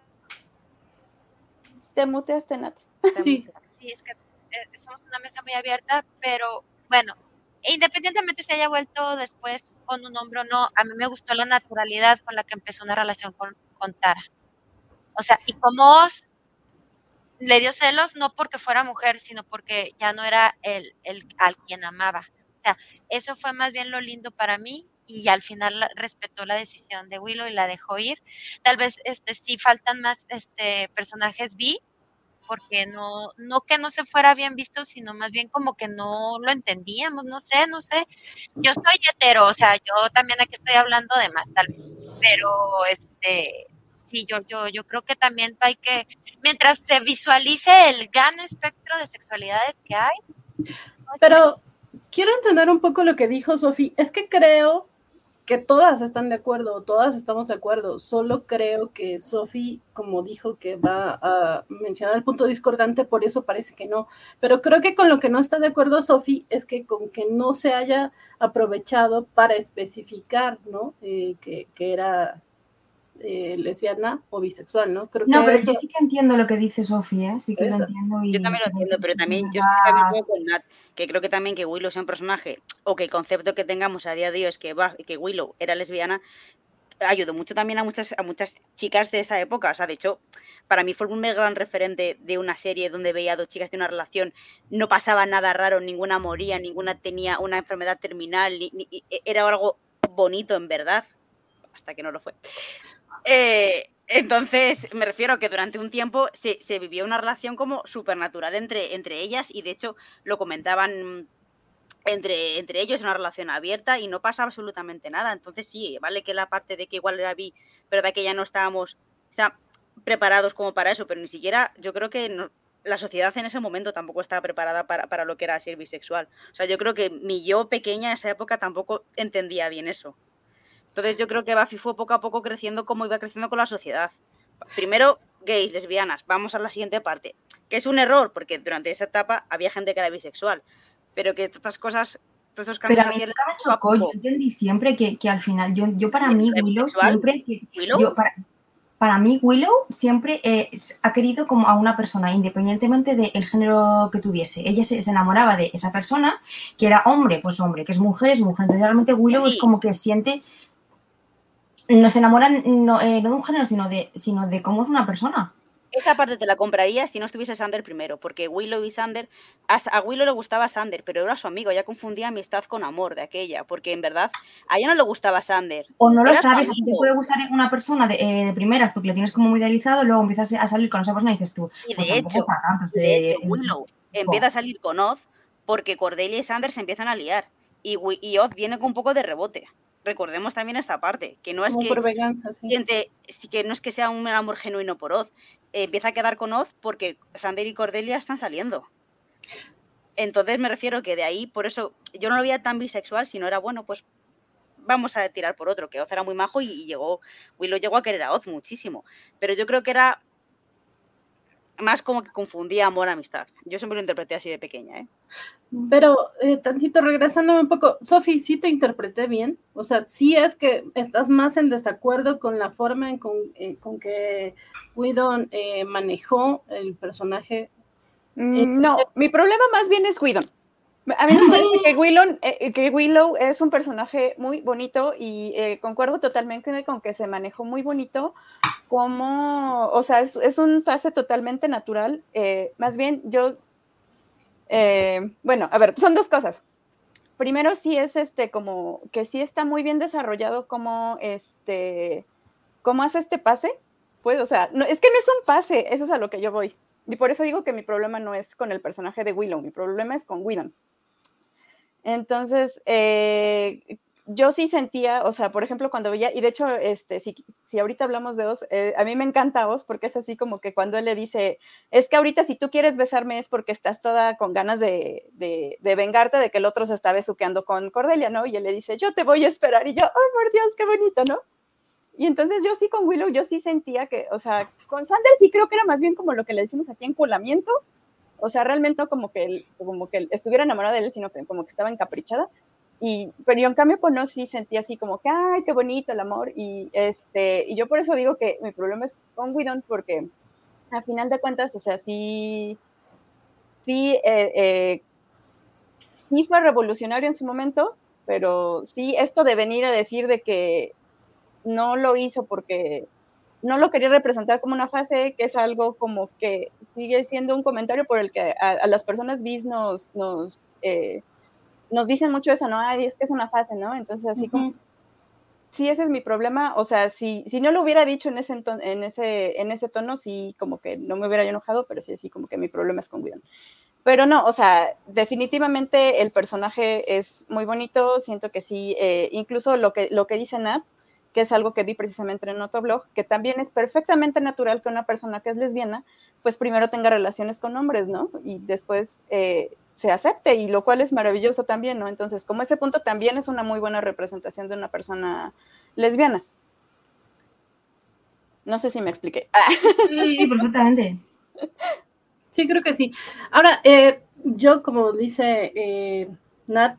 ¿Te muteaste, Nat? Sí. sí, es que somos una mesa muy abierta, pero bueno, independientemente si haya vuelto después con un hombre o no, a mí me gustó la naturalidad con la que empezó una relación con Tara. O sea, y como Oz le dio celos no porque fuera mujer, sino porque ya no era el al quien amaba. O sea, eso fue más bien lo lindo para mí, y al final respetó la decisión de Willow y la dejó ir. Tal vez sí faltan más personajes bi, porque no que no se fuera bien visto, sino más bien como que no lo entendíamos, no sé. Yo soy hetero, o sea, yo también aquí estoy hablando de más, tal vez, pero sí, yo creo que también hay que, mientras se visualice el gran espectro de sexualidades que hay. Pero quiero entender un poco lo que dijo Sofi. Es que creo que todas están de acuerdo, todas estamos de acuerdo. Solo creo que Sofi, como dijo que va a mencionar el punto discordante, por eso parece que no. Pero creo que con lo que no está de acuerdo Sofi es que con que no se haya aprovechado para especificar, ¿no? Que era lesbiana o bisexual, ¿no? Creo No, que pero eso... yo sí que entiendo lo que dice Sofía, sí que lo entiendo. Yo también lo entiendo, pero también yo estoy también un poco con Nat, que creo que también que Willow sea un personaje, o que el concepto que tengamos a día de hoy es que Willow era lesbiana, ayudó mucho también a muchas chicas de esa época. O sea, de hecho, para mí fue un gran referente de una serie donde veía a dos chicas de una relación, no pasaba nada raro, ninguna moría, ninguna tenía una enfermedad terminal, era algo bonito en verdad, hasta que no lo fue. Entonces, me refiero a que durante un tiempo se vivió una relación como supernatural entre ellas, y de hecho lo comentaban entre ellos, una relación abierta, y no pasaba absolutamente nada. Entonces sí, vale que la parte de que igual era bi, verdad que ya no estábamos, o sea, preparados como para eso, pero ni siquiera, yo creo que no, la sociedad en ese momento tampoco estaba preparada para lo que era ser bisexual. O sea, yo creo que mi yo pequeña en esa época tampoco entendía bien eso. Entonces yo creo que Buffy fue poco a poco creciendo como iba creciendo con la sociedad. Primero, gays, lesbianas. Vamos a la siguiente parte. Que es un error, porque durante esa etapa había gente que era bisexual. Pero que estas cosas, todos esos cambios Pero a mí sociales... nunca me chocó, yo entendí siempre que al final, yo para mí Willow siempre... Para mí Willow siempre ha querido como a una persona, independientemente del género que tuviese. Ella se enamoraba de esa persona, que era hombre, pues hombre, que es mujer, es mujer. Entonces realmente Willow es como que siente... Nos enamoran no de un género, sino de cómo es una persona. Esa parte te la compraría si no estuviese Xander primero, porque Willow y Xander, hasta a Willow le gustaba Xander, pero era su amigo, ella confundía amistad con amor de aquella, porque en verdad a ella no le gustaba Xander. O no lo sabes, a ti te puede gustar una persona de primeras porque lo tienes como muy idealizado, luego empiezas a salir con esa persona y dices tú, y pues de hecho, Willow empieza a salir con Oz porque Cordelia y Xander se empiezan a liar, y Oz viene con un poco de rebote. Recordemos también esta parte, que no es como que por venganza, sí. Que no es que sea un amor genuino por Oz, empieza a quedar con Oz porque Xander y Cordelia están saliendo. Entonces me refiero que de ahí, por eso yo no lo veía tan bisexual, sino era bueno, pues vamos a tirar por otro, que Oz era muy majo y Willow llegó a querer a Oz muchísimo, pero yo creo que era más como que confundía amor-amistad. Yo siempre lo interpreté así de pequeña, ¿eh? Pero tantito regresándome un poco, Sofi, ¿sí te interpreté bien? O sea, ¿sí es que estás más en desacuerdo con la forma con que Whedon manejó el personaje? No, mi problema más bien es Whedon. A mí me parece que Willow es un personaje muy bonito y concuerdo totalmente con que se manejó muy bonito, como, o sea, es un pase totalmente natural. Más bien, bueno, a ver, son dos cosas. Primero, sí es como que sí está muy bien desarrollado cómo hace este pase. Pues, o sea, no, es que no es un pase, eso es a lo que yo voy. Y por eso digo que mi problema no es con el personaje de Willow, mi problema es con Whedon. Entonces, yo sí sentía, o sea, por ejemplo, cuando veía, y de hecho, si ahorita hablamos de Oz, a mí me encanta Oz porque es así como que cuando él le dice, es que ahorita si tú quieres besarme es porque estás toda con ganas de vengarte de que el otro se está besuqueando con Cordelia, ¿no? Y él le dice, yo te voy a esperar, y yo, oh, por Dios, qué bonito, ¿no? Y entonces yo sí con Willow, yo sí sentía que, o sea, con Sander sí creo que era más bien como lo que le decimos aquí, enculamiento, o sea, realmente no como que él estuviera enamorada de él, sino que como que estaba encaprichada. Pero yo en cambio con Oz sí sentía así como que, ay, qué bonito el amor. Y yo por eso digo que mi problema es con Whedon, porque a final de cuentas, o sea, sí fue revolucionario en su momento, pero sí esto de venir a decir de que no lo hizo porque no lo quería representar como una fase, que es algo como que sigue siendo un comentario por el que a las personas bis nos dicen mucho eso, ¿no? Ay, es que es una fase, ¿no? Entonces, así como, sí, ese es mi problema. O sea, si no lo hubiera dicho en ese tono, sí, como que no me hubiera yo enojado, pero sí, así como que mi problema es con Whedon. Pero no, o sea, definitivamente el personaje es muy bonito. Siento que sí, incluso lo que dice Nat, que es algo que vi precisamente en otro blog, que también es perfectamente natural que una persona que es lesbiana, pues primero tenga relaciones con hombres, ¿no? Y después se acepte, y lo cual es maravilloso también, ¿no? Entonces, como ese punto también es una muy buena representación de una persona lesbiana. No sé si me expliqué. Sí, perfectamente. Sí, creo que sí. Ahora, yo, como dice Nat,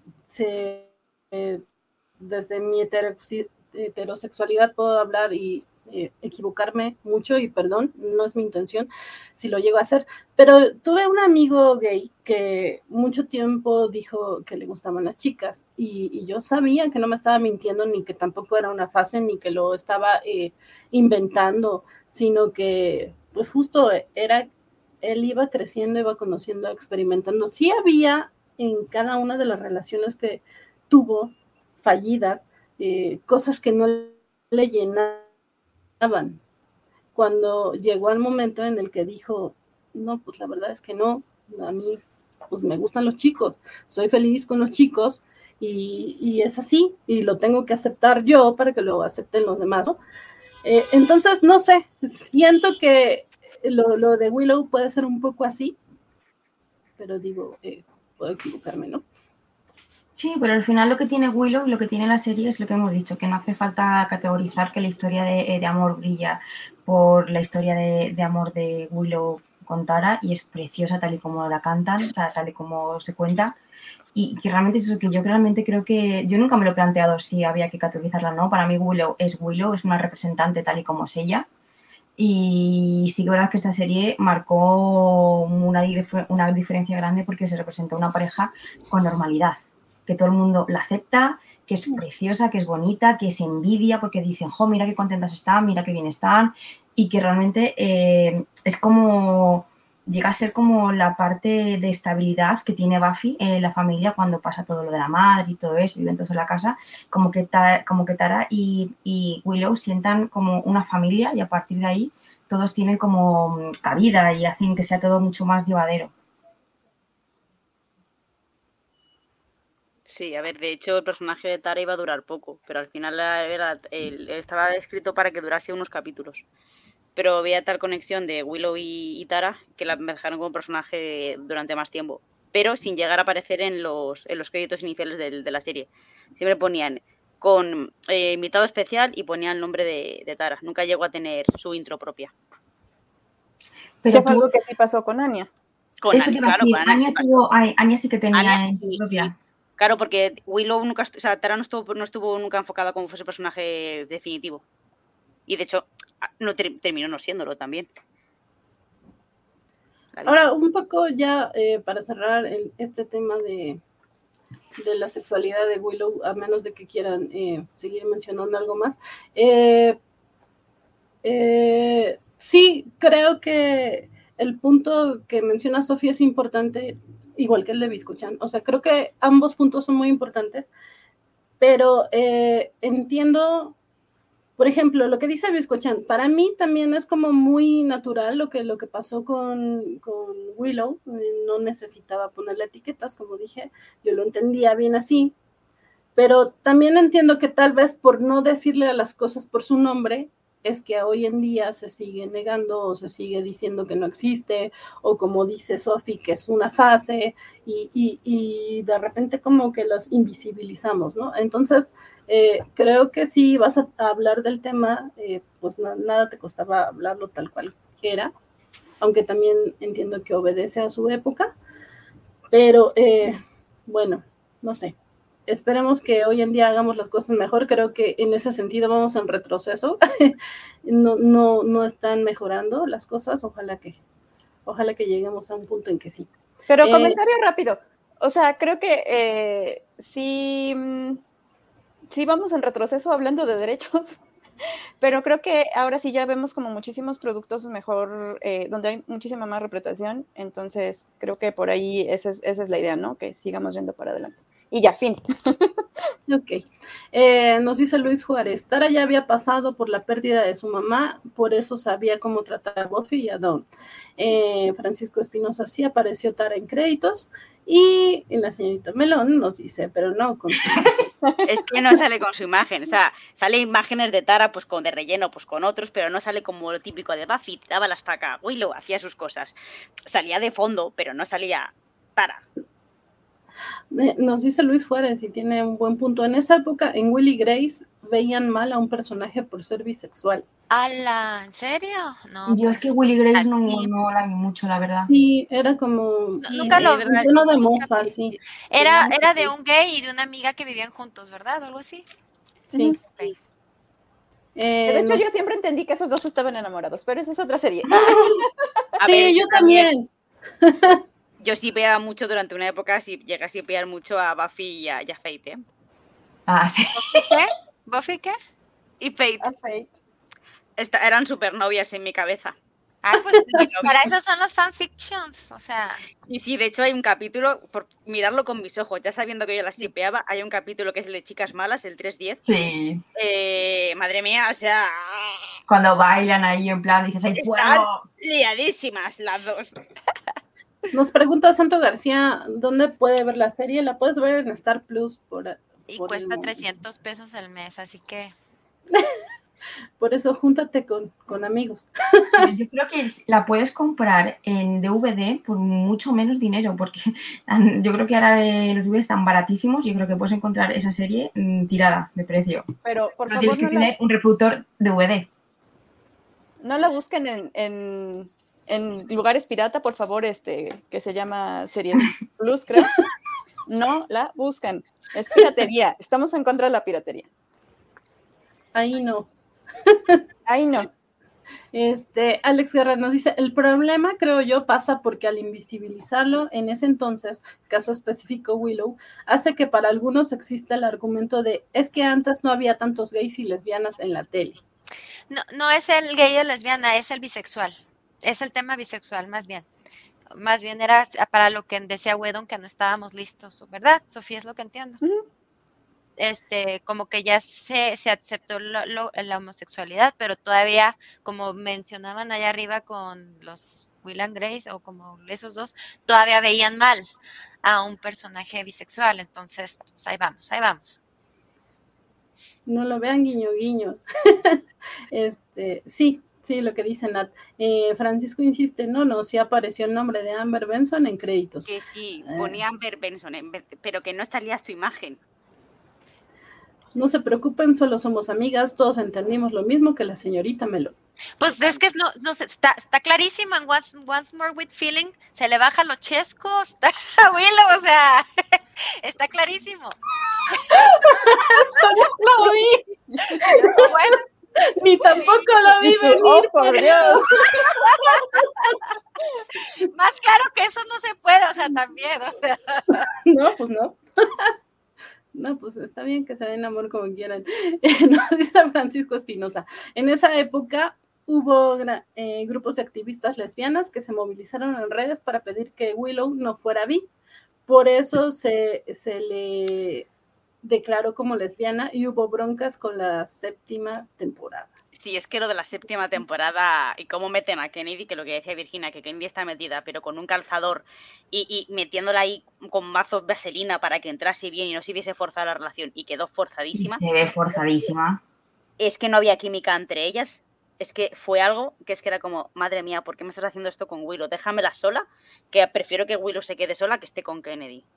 desde mi heterosexualidad puedo hablar y equivocarme mucho, y perdón, no es mi intención si lo llego a hacer, pero tuve un amigo gay que mucho tiempo dijo que le gustaban las chicas, y yo sabía que no me estaba mintiendo, ni que tampoco era una fase, ni que lo estaba inventando, sino que pues justo él iba creciendo, iba conociendo, experimentando. Sí había en cada una de las relaciones que tuvo fallidas, cosas que no le llenaban. Cuando llegó al momento en el que dijo, no, pues la verdad es que no, a mí pues me gustan los chicos, soy feliz con los chicos, y es así, y lo tengo que aceptar yo para que lo acepten los demás, ¿no? Entonces, no sé, siento que lo de Willow puede ser un poco así, pero digo, puedo equivocarme, ¿no? Sí, pero al final lo que tiene Willow y lo que tiene la serie es lo que hemos dicho, que no hace falta categorizar que la historia de amor brilla por la historia de amor de Willow con Tara, y es preciosa tal y como la cantan, o sea, tal y como se cuenta, y que realmente es eso, que yo realmente creo que, yo nunca me lo he planteado si había que categorizarla o no. Para mí Willow, es una representante tal y como es ella. Y sí que es verdad que esta serie marcó una diferencia grande porque se representó una pareja con normalidad, que todo el mundo la acepta, que es preciosa, que es bonita, que se envidia porque dicen, jo, mira qué contentas están, mira qué bien están, y que realmente es como, llega a ser como la parte de estabilidad que tiene Buffy en la familia cuando pasa todo lo de la madre y todo eso, viven todos en la casa, como que Tara y Willow sientan como una familia, y a partir de ahí todos tienen como cabida y hacen que sea todo mucho más llevadero. Sí, a ver, de hecho el personaje de Tara iba a durar poco, pero al final estaba escrito para que durase unos capítulos. Pero había tal conexión de Willow y Tara que la dejaron como personaje durante más tiempo, pero sin llegar a aparecer en los créditos iniciales de la serie. Siempre ponían con invitado especial y ponían el nombre de Tara. Nunca llegó a tener su intro propia. Pero fue algo que sí pasó con Anya. Eso te iba a decir, Anya sí que tenía en sí, propia. Sí. Claro, porque Willow nunca, o sea, Tara no estuvo nunca enfocada como fuese personaje definitivo. Y de hecho, no terminó no siéndolo también. Ahora, un poco ya para cerrar este tema de la sexualidad de Willow, a menos de que quieran seguir mencionando algo más. Sí, creo que el punto que menciona Sofía es importante, igual que el de Biscochan. O sea, creo que ambos puntos son muy importantes, pero entiendo, por ejemplo, lo que dice Biscochan. Para mí también es como muy natural lo que pasó con Willow. No necesitaba ponerle etiquetas, como dije, yo lo entendía bien así. Pero también entiendo que tal vez por no decirle a las cosas por su nombre, es que hoy en día se sigue negando o se sigue diciendo que no existe, o como dice Sophie, que es una fase, y de repente como que los invisibilizamos, ¿no? Entonces, creo que si vas a hablar del tema, pues nada te costaba hablarlo tal cual era, aunque también entiendo que obedece a su época, pero bueno, no sé. Esperemos que hoy en día hagamos las cosas mejor. Creo que en ese sentido vamos en retroceso. No están mejorando las cosas. Ojalá que lleguemos a un punto en que sí. Pero comentario rápido. O sea, creo que sí vamos en retroceso hablando de derechos, pero creo que ahora sí ya vemos como muchísimos productos mejor, donde hay muchísima más representación. Entonces creo que por ahí esa es la idea, ¿no? Que sigamos yendo para adelante. Y ya, fin. Ok. Nos dice Luis Juárez, Tara ya había pasado por la pérdida de su mamá, por eso sabía cómo tratar a Buffy y a Dawn. Francisco Espinosa, sí apareció Tara en créditos, y la señorita Melón nos dice, pero no con su Es que no sale con su imagen, o sea, sale imágenes de Tara pues con de relleno, pues con otros, pero no sale como lo típico de Buffy, tiraba la estaca, Willow hacía sus cosas. Salía de fondo, pero no salía Tara. Nos dice Luis Juárez, y tiene un buen punto. En esa época, en Will y Grace, veían mal a un personaje por ser bisexual. ¡Hala! ¿En serio? No, Yo es que Will y Grace no la vi mucho, la verdad. Sí, era como nunca lo lleno de mofa, sí. Era de un gay y de una amiga que vivían juntos, ¿verdad? O algo así. Sí. Okay. De hecho, yo siempre entendí que esos dos estaban enamorados, pero esa es otra serie. A sí, ver, yo también. Yo sí veía mucho durante una época, sí llegué a sipear mucho a Buffy y a Fate, ¿eh? Ah, sí. ¿Buffy qué? Y Fate. Fate. Eran super novias en mi cabeza. Ah, pues para eso son los fanfictions, o sea. Y sí, de hecho hay un capítulo, por mirarlo con mis ojos, ya sabiendo que yo las tipeaba, hay un capítulo que es el de Chicas Malas, el 310. Sí. Madre mía, o sea... Cuando bailan ahí en plan, dices, ¡ay, fuego! Liadísimas las dos. Nos pregunta Santo García, ¿dónde puede ver la serie? La puedes ver en Star Plus y cuesta 300 pesos al mes, así que... Por eso júntate con amigos. Yo creo que la puedes comprar en DVD por mucho menos dinero, porque yo creo que ahora los DVDs están baratísimos. Yo creo que puedes encontrar esa serie tirada de precio. Pero por favor, tienes que tener un reproductor DVD. No la busquen en lugares pirata, por favor, que se llama Series Plus, creo. No la buscan. Es piratería. Estamos en contra de la piratería. Ahí no. Ahí no. Alex Guerra nos dice, el problema, creo yo, pasa porque al invisibilizarlo en ese entonces, caso específico Willow, hace que para algunos exista el argumento de, es que antes no había tantos gays y lesbianas en la tele. No es el gay o lesbiana, es el bisexual. Es el tema bisexual, más bien. Más bien era para lo que decía Whedon, que no estábamos listos, ¿verdad? Sofía, es lo que entiendo. Uh-huh. Como que ya se aceptó la homosexualidad, pero todavía, como mencionaban allá arriba con los Will and Grace, o como esos dos, todavía veían mal a un personaje bisexual. Entonces, pues ahí vamos. No lo vean, guiño, guiño. Sí, lo que dice Nat. Francisco insiste, no, sí apareció el nombre de Amber Benson en créditos. Que sí, ponía Amber Benson, pero que no salía su imagen. No se preocupen, solo somos amigas, todos entendimos lo mismo que la señorita Melón. Pues es que no sé, está clarísimo en Once More with Feeling, se le baja lo chesco, está Willow, o sea, está clarísimo. Eso no lo vi. Bueno. Ni tampoco lo vi venir. ¡Oh, por Dios! Más claro que eso no se puede, o sea, también, o sea. No, pues no. No, pues está bien que se den amor como quieran. Nos dice Francisco Espinosa. En esa época hubo grupos de activistas lesbianas que se movilizaron en redes para pedir que Willow no fuera bi. Por eso se le declaró como lesbiana y hubo broncas con la 7ª temporada. Sí, es que lo de la 7ª temporada y cómo meten a Kennedy, que lo que decía Virginia, que Kennedy está metida, pero con un calzador y metiéndola ahí con mazos de vaselina para que entrase bien y no se viese forzada la relación y quedó forzadísima. Se ve forzadísima. Es que no había química entre ellas. Es que fue algo que es que era como, madre mía, ¿por qué me estás haciendo esto con Willow? Déjamela sola, que prefiero que Willow se quede sola que esté con Kennedy.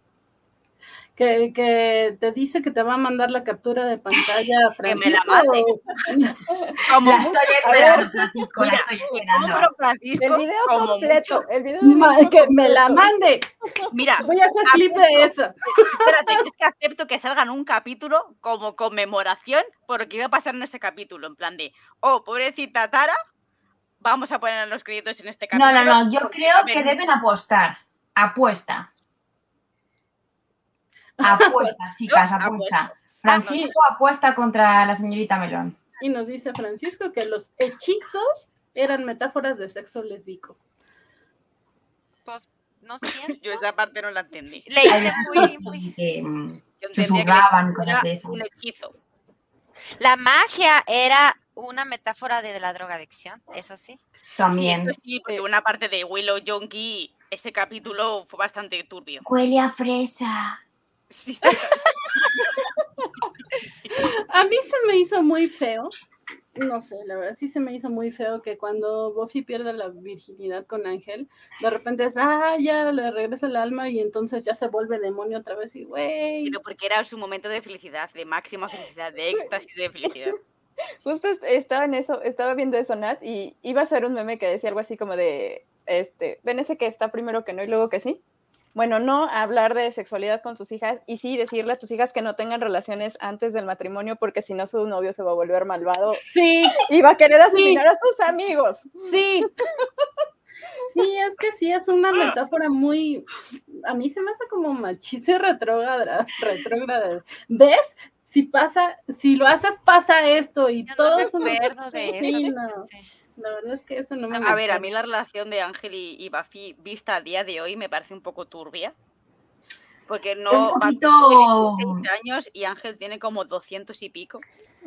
Que te dice que te va a mandar la captura de pantalla, Francisco. Que me la mande. La estoy esperando, Francisco, la estoy esperando. Francisco, El video completo. El video que me la mande. Mira, voy a hacer clip de eso. Espérate, es que acepto que salga en un capítulo como conmemoración por lo que iba a pasar en ese capítulo. En plan de, oh, pobrecita Tara, vamos a poner los créditos en este capítulo. No, yo creo que deben apostar. Apuesta, chicas, apuesta. Francisco apuesta contra la señorita Melón. Y nos dice Francisco que los hechizos eran metáforas de sexo lésbico. Pues no siento. Yo esa parte no la entendí. Leíste muy... Yo susurraban cosas de esas. Un hechizo. La magia era una metáfora de la drogadicción, eso sí. También. Sí, porque una parte de Willow Junkie, ese capítulo fue bastante turbio. Huele a fresa. Sí. A mí se me hizo muy feo, no sé, la verdad sí se me hizo muy feo que cuando Buffy pierde la virginidad con Ángel, de repente es, ya le regresa el alma y entonces ya se vuelve demonio otra vez y güey. Pero porque era su momento de felicidad, de máxima felicidad, de éxtasis de felicidad. Justo estaba viendo eso, Nat, y iba a ser un meme que decía algo así como de, ven ese que está primero que no y luego que sí. Bueno, no hablar de sexualidad con tus hijas y sí decirle a tus hijas que no tengan relaciones antes del matrimonio porque si no su novio se va a volver malvado. Sí. Y va a querer asesinar a sus amigos. Sí. Sí, es que sí, es una metáfora muy, a mí se me hace como machista y retrógrada. ¿Ves? Si lo haces, pasa esto y yo todo no eso. Me acuerdo de sí, eso. no. Sí. La verdad es que eso no me A ver, a mí la relación de Ángel y Buffy vista a día de hoy me parece un poco turbia. Porque no, un poquito... Buffy tiene 16 años y Ángel tiene como 200 y pico.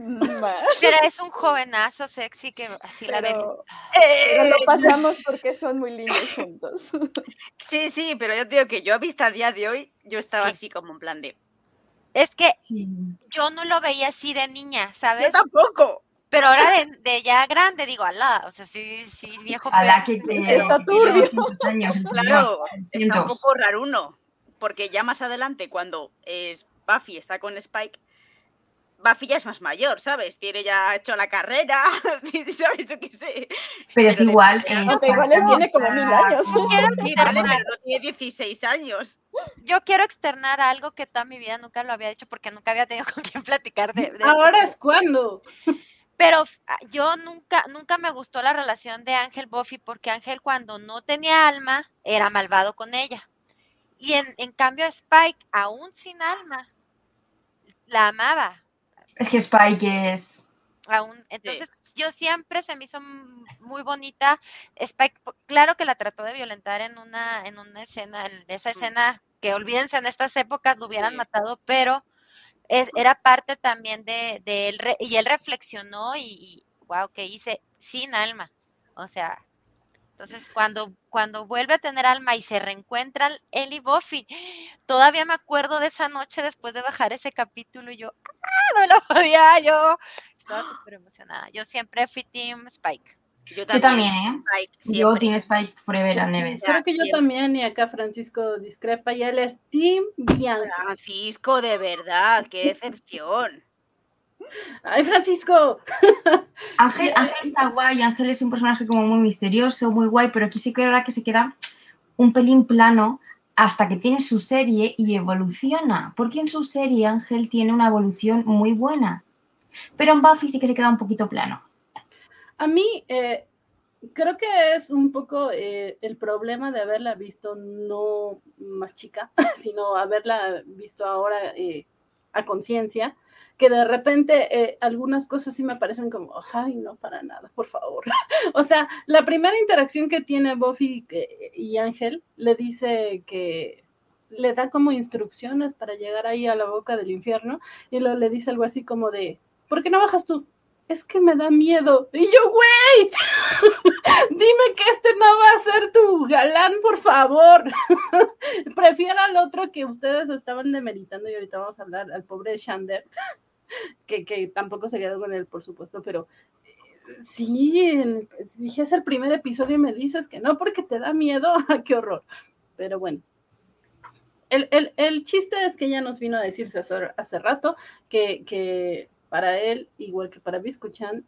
Pero es un jovenazo sexy que así la ven. Pero lo pasamos porque son muy lindos juntos. Sí, pero yo te digo que yo vista a día de hoy, yo estaba así como en plan de... Es que yo no lo veía así de niña, ¿sabes? Yo tampoco. Pero ahora de ya grande digo, alá, o sea, sí, viejo. Alá que está turbio. Años, claro, está un poco raruno. Porque ya más adelante, cuando Buffy está con Spike, Buffy ya es más mayor, ¿sabes? Tiene ya hecho la carrera, ¿sabes? Yo qué sé. Pero es igual. Igual él tiene como 1000 años. Sí, vale, pero no tiene 16 años. Yo quiero externar algo que toda mi vida nunca lo había hecho porque nunca había tenido con quién platicar de ahora es cuando. Pero yo nunca me gustó la relación de Ángel Buffy porque Ángel cuando no tenía alma era malvado con ella. Y en cambio Spike, aún sin alma, la amaba. Es que Spike es... Entonces yo siempre se me hizo muy bonita. Spike, claro que la trató de violentar en una escena, de esa escena que olvídense en estas épocas lo hubieran matado, pero era parte también de él, y él reflexionó y wow, que hice sin alma. O sea, entonces cuando vuelve a tener alma y se reencuentran él y Buffy, todavía me acuerdo de esa noche después de bajar ese capítulo y yo, no lo podía, yo estaba súper emocionada. Yo siempre fui Team Spike. Yo también, ¿eh? Spike, yo Team Spike forever and ever. Creo que yo también, y acá Francisco discrepa, y él es Team Bianca. Francisco, de verdad, qué decepción. ¡Ay, Francisco! Ángel está guay, Ángel es un personaje como muy misterioso, muy guay, pero aquí sí que es verdad que se queda un pelín plano hasta que tiene su serie y evoluciona, porque en su serie Ángel tiene una evolución muy buena, pero en Buffy sí que se queda un poquito plano. A mí creo que es un poco el problema de haberla visto no más chica, sino haberla visto ahora a conciencia, que de repente algunas cosas sí me parecen como, ay, no, para nada, por favor. O sea, la primera interacción que tiene Buffy y Ángel le dice que le da como instrucciones para llegar ahí a la boca del infierno, y luego le dice algo así como de, ¿por qué no bajas tú? Es que me da miedo. Y yo, güey, dime que este no va a ser tu galán, por favor. Prefiero al otro que ustedes estaban demeritando, y ahorita vamos a hablar al pobre Xander, que tampoco se quedó con él, por supuesto, pero sí, dije, es el primer episodio y me dices que no porque te da miedo. Qué horror. Pero bueno. El chiste es que ella nos vino a decirse hace rato que para él, igual que para Biscuchan,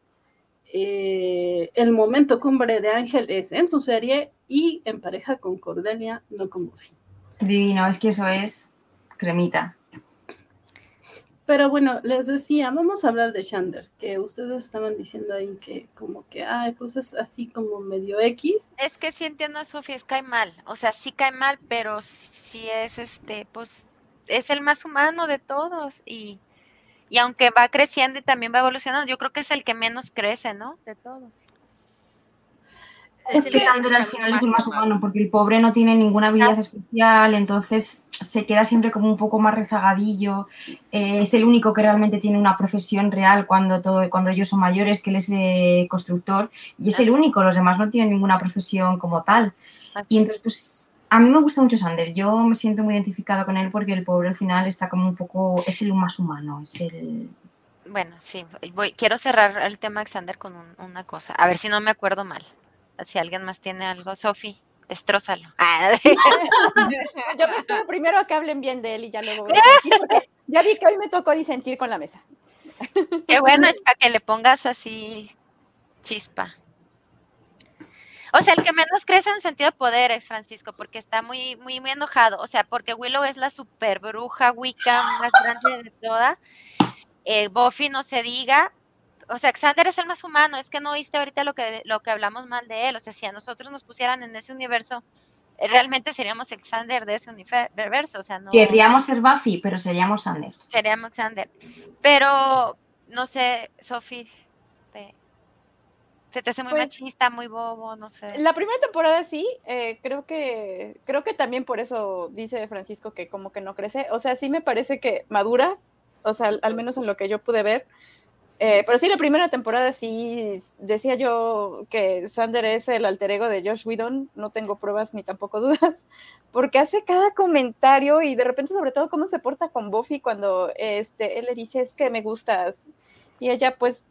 el momento cumbre de Ángel es en su serie y en pareja con Cordelia, no con Buffy. Divino, es que eso es cremita. Pero bueno, les decía, vamos a hablar de Xander, que ustedes estaban diciendo ahí que como que, ay, pues es así como medio X. Es que sí entiendo a Sofía, es cae mal, o sea, sí cae mal, pero sí es pues es el más humano de todos y aunque va creciendo y también va evolucionando, yo creo que es el que menos crece, ¿no? De todos. Es que Xander al final es el más humano, porque el pobre no tiene ninguna habilidad especial, entonces se queda siempre como un poco más rezagadillo. Es el único que realmente tiene una profesión real cuando ellos son mayores, que él es constructor, y es el único, los demás no tienen ninguna profesión como tal. Y entonces, pues, a mí me gusta mucho Xander, yo me siento muy identificada con él porque el pobre al final está como un poco, es el más humano, es el... Bueno, sí, quiero cerrar el tema de Xander con una cosa, a ver si no me acuerdo mal. Si alguien más tiene algo, Sofi, destrózalo. Yo me espero primero a que hablen bien de él y ya luego voy a disentir, porque ya vi que hoy me tocó disentir con la mesa. Qué bueno, para que le pongas así chispa. O sea, el que menos crece en sentido de poder es Francisco, porque está muy, muy, muy enojado. O sea, porque Willow es la super bruja Wicca más grande de toda. Buffy no se diga. O sea, Xander es el más humano, es que no oíste ahorita lo que hablamos mal de él, o sea, si a nosotros nos pusieran en ese universo, realmente seríamos el Xander de ese universo, o sea, no... Querríamos ser Buffy, pero seríamos Xander. Seríamos Xander, pero, no sé, Sofi, se te hace muy machista, muy bobo, no sé. La primera temporada sí, creo que también por eso dice Francisco que como que no crece, o sea, sí me parece que madura, o sea, al menos en lo que yo pude ver. Pero sí, la primera temporada sí decía yo que Xander es el alter ego de Joss Whedon, no tengo pruebas ni tampoco dudas, porque hace cada comentario y de repente sobre todo cómo se porta con Buffy cuando él le dice es que me gustas y ella pues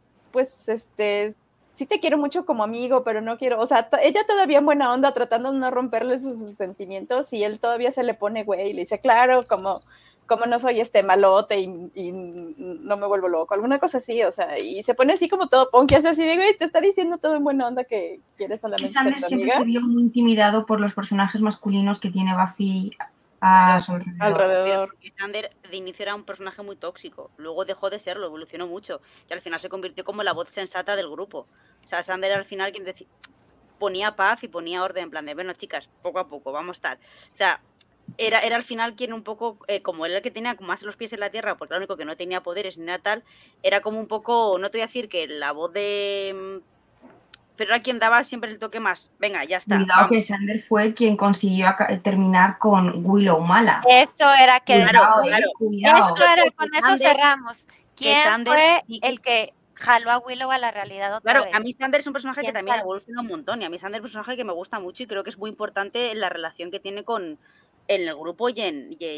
sí te quiero mucho como amigo, pero no quiero, o sea, ella todavía en buena onda tratando de no romperle sus sentimientos y él todavía se le pone güey y le dice claro, como no soy malote y no me vuelvo loco, alguna cosa así, o sea, y se pone así como todo punk, hace así de, güey, te está diciendo todo en buena onda que quieres solamente ser tu amiga. Xander siempre se vio muy intimidado por los personajes masculinos que tiene Buffy a su alrededor. Porque Xander de inicio era un personaje muy tóxico, luego dejó de serlo, evolucionó mucho, y al final se convirtió como la voz sensata del grupo. O sea, Xander al final quien ponía paz y ponía orden, en plan de, bueno, chicas, poco a poco, vamos tal. O sea, era al final quien un poco, como él el que tenía más los pies en la tierra, porque era el único que no tenía poderes ni nada tal, era como un poco, no te voy a decir que la voz de... Pero era quien daba siempre el toque más. Venga, ya está. Cuidado vamos. Que Xander fue quien consiguió terminar con Willow mala. Esto era que... Claro. Esto era, con eso cerramos. ¿Quién fue el que jaló a Willow a la realidad otra vez? A mí Xander es un personaje que también evoluciona un montón, y a mí Xander es un personaje que me gusta mucho y creo que es muy importante en la relación que tiene en el grupo y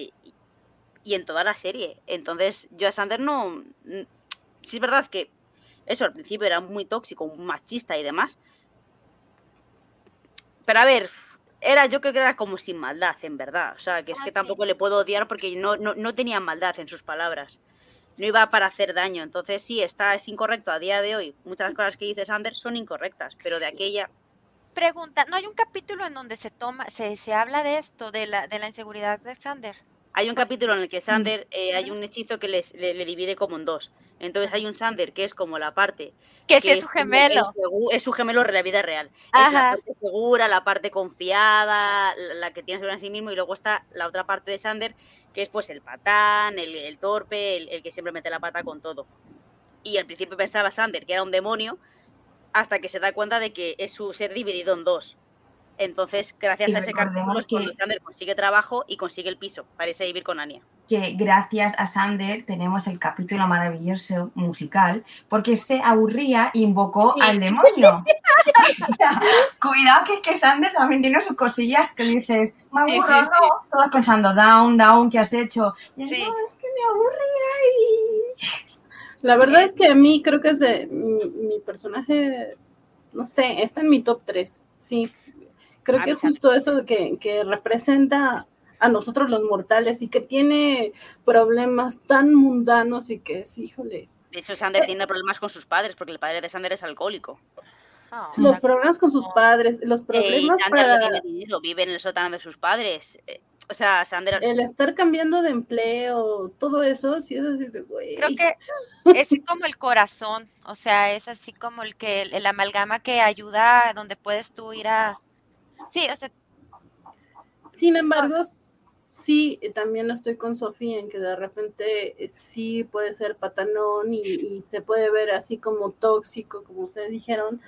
en toda la serie. Entonces, yo a Xander no... Sí es verdad que eso al principio era muy tóxico, un machista y demás. Pero a ver, yo creo que era como sin maldad, en verdad. O sea, que es que tampoco le puedo odiar porque no tenía maldad en sus palabras. No iba para hacer daño. Entonces sí, es incorrecto a día de hoy. Muchas cosas que dice Xander son incorrectas, pero de aquella... Pregunta, ¿no hay un capítulo en donde se habla de esto, de la inseguridad de Xander? Hay un capítulo en el que Xander, hay un hechizo que le divide como en dos. Entonces hay un Xander que es como la parte... Que sí es su gemelo. Es su gemelo en la vida real. Ajá. Es la parte segura, la parte confiada, la que tiene seguridad en sí mismo, y luego está la otra parte de Xander, que es pues el patán, el torpe, el que siempre mete la pata con todo. Y al principio pensaba Xander que era un demonio, hasta que se da cuenta de que es su ser dividido en dos. Entonces, gracias Y a ese capítulo, recordemos es cuando Xander consigue trabajo y consigue el piso para irse a vivir con Anya. Que gracias a Xander tenemos el capítulo maravilloso musical, porque se aburría e invocó Sí. al demonio. O sea, cuidado que Xander también tiene sus cosillas que dices, me aburro, Sí, sí, sí. ¿no? Todos pensando, down, ¿qué has hecho? Y él, Sí. no, es que me aburría La verdad es que a mí creo que es de mi personaje, no sé, está en mi top 3, sí. Creo A que mí también. justo eso de que representa a nosotros los mortales y que tiene problemas tan mundanos y que es, híjole, De hecho, Xander tiene problemas con sus padres porque el padre de Xander es alcohólico. Oh. los problemas con sus padres, los Y problemas Xander no para tiene dinero, vive en el sótano de sus padres. O sea, Xander... el estar cambiando de empleo, todo eso, sí es así de, güey. Creo que es como el corazón, o sea, es así como el amalgama que ayuda donde puedes tú ir a... Sí, o sea, Sin embargo, sí, también estoy con Sofía en que de repente sí puede ser patanón y se puede ver así como tóxico, como ustedes dijeron.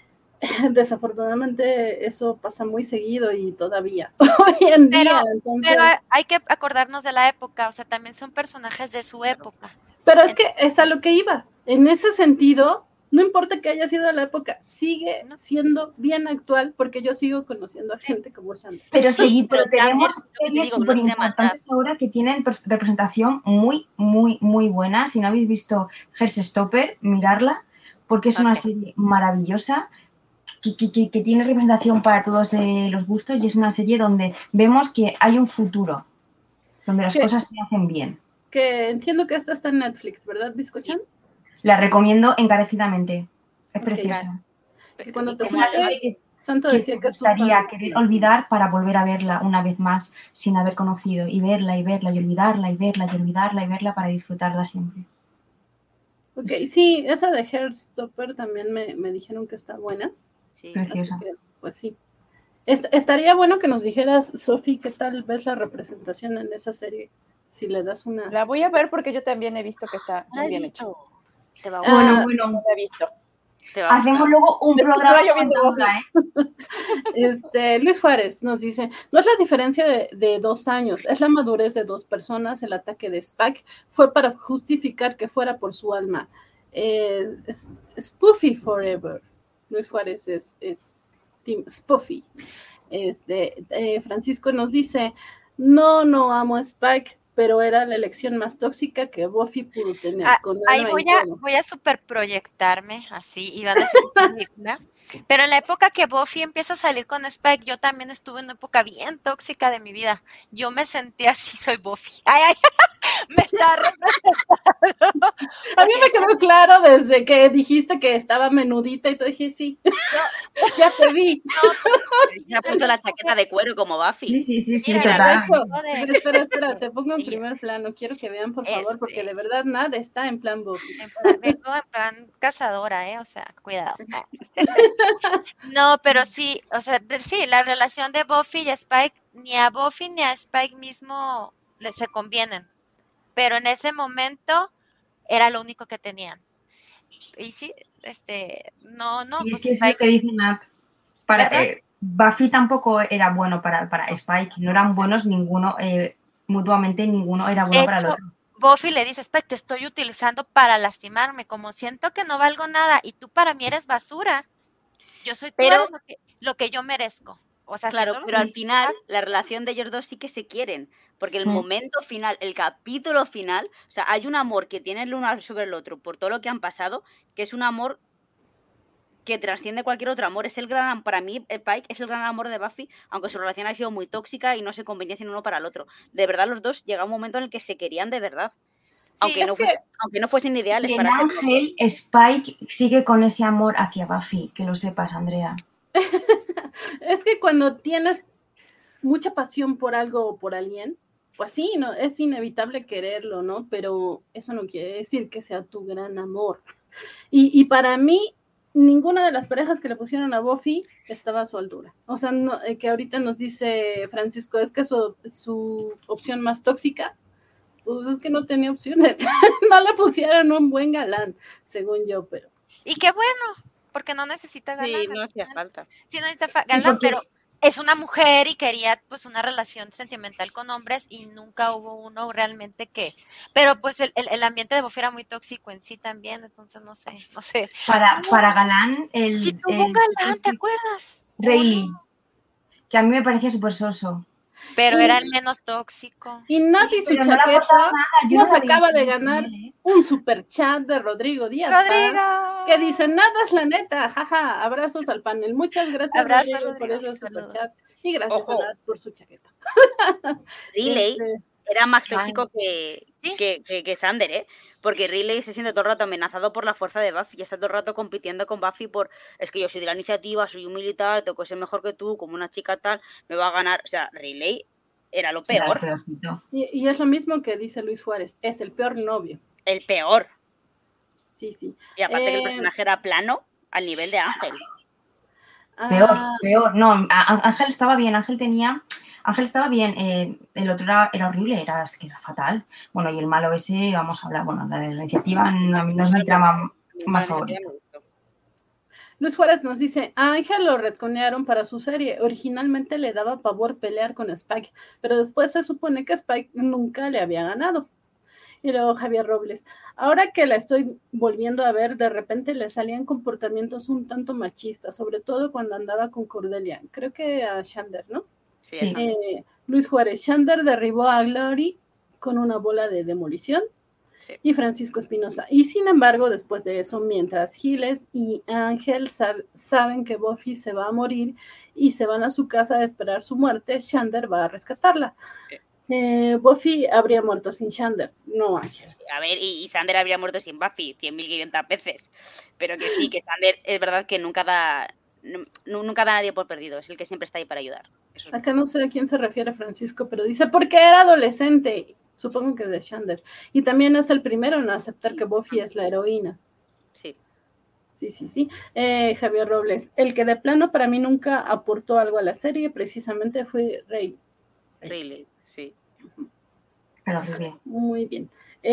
Desafortunadamente eso pasa muy seguido y todavía hoy en día. Entonces, pero hay que acordarnos de la época, o sea, también son personajes de su época. pero es que es a lo que iba. En ese sentido, no importa que haya sido la época, sigue siendo bien actual porque yo sigo conociendo a gente como Xander. Pero pero tenemos Xander, series digo, no súper tiene importantes ahora que tienen representación muy, muy, muy buena. Si no habéis visto Heartstopper, mirarla, porque es una Ok. serie maravillosa que tiene representación para todos los gustos y es una serie donde vemos que hay un futuro, donde las Sí. cosas se hacen bien. Que entiendo que esta está en Netflix, ¿verdad, Bizcochan? La recomiendo encarecidamente. Es Ok. preciosa. Que cuando te Es una fuiste, serie que Santo te decía que es tu gustaría fan. querer olvidar para volver a verla una vez más sin haber conocido y verla y verla y olvidarla y verla y olvidarla y verla para disfrutarla siempre. Ok, sí, esa de Heartstopper también me dijeron que está buena. Sí. Preciosa. Así que, pues sí. Estaría bueno que nos dijeras, Sofi, qué tal ves la representación en esa serie, si le das una... La voy a ver porque yo también he visto que está muy bien hecho. Te va a Ah, gustar. No la he visto. Te va a Hacemos gustar. luego un Es que programa estaba lloviendo contándola, Luis Juárez nos dice, no es la diferencia de 2 años, es la madurez de 2 personas. El ataque de Spike fue para justificar que fuera por su alma. Spoofy Forever. Luis Juárez es Team Spoofy. Francisco nos dice, no amo a Spike, pero era la elección más tóxica que Buffy pudo tener. Ahí voy a super proyectarme así y van a decir película. Pero en la época que Buffy empieza a salir con Spike, yo también estuve en una época bien tóxica de mi vida. Yo me sentí así, soy Buffy. Me está representando. A mí me quedó claro desde que dijiste que estaba menudita y te dije, sí, ya te vi. Se ha puesto la chaqueta de cuero como Buffy. Sí, Mira, total. Espera, te pongo en primer plano. Quiero que vean, por favor, porque de verdad nada está en plan Buffy. Vengo en plan cazadora, o sea, cuidado. No, pero sí, o sea, sí, la relación de Buffy y Spike, ni a Buffy ni a Spike mismo se convienen. Pero en ese momento era lo único que tenían. Y sí, no. Y es pues que es lo que dice Nat. Buffy tampoco era bueno para Spike, no eran buenos ninguno, mutuamente ninguno era bueno para el otro. Buffy le dice, Spike, te estoy utilizando para lastimarme, como siento que no valgo nada y tú para mí eres basura, tú eres lo que yo merezco. O sea, claro, pero al final la relación de ellos dos sí que se quieren, porque el momento final, el capítulo final, o sea, hay un amor que tiene el uno sobre el otro por todo lo que han pasado, que es un amor que trasciende cualquier otro amor. Es el gran, para mí, Spike es el gran amor de Buffy, aunque su relación ha sido muy tóxica y no se convenían uno para el otro. De verdad, los dos llega un momento en el que se querían de verdad. Sí, aunque no fuesen ideales. En Ángel, Spike sigue con ese amor hacia Buffy, que lo sepas, Andrea. Es que cuando tienes mucha pasión por algo o por alguien, pues sí, no, es inevitable quererlo, ¿no? Pero eso no quiere decir que sea tu gran amor. Y para mí, ninguna de las parejas que le pusieron a Buffy estaba a su altura. O sea, no, que ahorita nos dice Francisco, es que su opción más tóxica, pues es que no tenía opciones. No le pusieron un buen galán, según yo, pero... Y qué bueno, porque no necesita galán. Sí, no hacía falta. Sí, no necesita galán, pero es una mujer y quería pues una relación sentimental con hombres y nunca hubo uno realmente que, pero pues el ambiente de Buffy era muy tóxico en sí también, entonces no sé. Para galán, Si tuvo un galán, ¿te acuerdas? Rayleigh, que a mí me parecía súper soso. Pero era el menos tóxico. Y Nati su pero no le chaqueta aportaba nada, yo nos no la veía acaba de con ganar él, un super chat de Rodrigo Díaz Paz, ¡Rodrigo! que dice, nada es la neta, jaja, abrazos al panel. Muchas gracias, Abrazos, Rodrigo, por Rodrigo, ese super saludos. chat. Y gracias a Ojo. Nat por su chaqueta. Riley Este, era más Ay. tóxico que Xander, ¿eh? Porque Riley se siente todo el rato amenazado por la fuerza de Buffy y está todo el rato compitiendo con Buffy por, es que yo soy de la iniciativa, soy un militar, tengo que ser mejor que tú, como una chica tal, me va a ganar. O sea, Riley era lo Era el peor, peorcito. y es lo mismo que dice Luis Juárez, es el peor novio. el peor. Sí, sí. Y aparte que el personaje era plano al nivel de Ángel. Peor. No, Ángel estaba bien, Ángel estaba bien, el otro era horrible, es que era fatal. Bueno, y el malo ese, vamos a hablar, bueno, la de la iniciativa no es mi trama más favorita. Luis Juárez nos dice, a Ángel lo retconearon para su serie, originalmente le daba pavor pelear con Spike, pero después se supone que Spike nunca le había ganado. Y luego Javier Robles, ahora que la estoy volviendo a ver, de repente le salían comportamientos un tanto machistas, sobre todo cuando andaba con Cordelia, creo que a Xander, ¿no? Sí. Luis Juárez, Xander derribó a Glory con una bola de demolición. Sí. Y Francisco Espinosa. Y sin embargo, después de eso, mientras Giles y Ángel saben que Buffy se va a morir y se van a su casa a esperar su muerte, Xander va a rescatarla. Sí. Buffy habría muerto sin Xander, no Ángel. A ver, y Xander habría muerto sin Buffy 100.500 veces. Pero que sí, que Xander es verdad que nunca da a nadie por perdido, es el que siempre está ahí para ayudar. Eso es Acá no sé a quién se refiere Francisco, pero dice, porque era adolescente, supongo que de Xander. Y también es el primero en aceptar que Buffy es la heroína. Sí. Sí. Javier Robles, el que de plano para mí nunca aportó algo a la serie, precisamente fue Riley, sí. Pero horrible. Muy bien.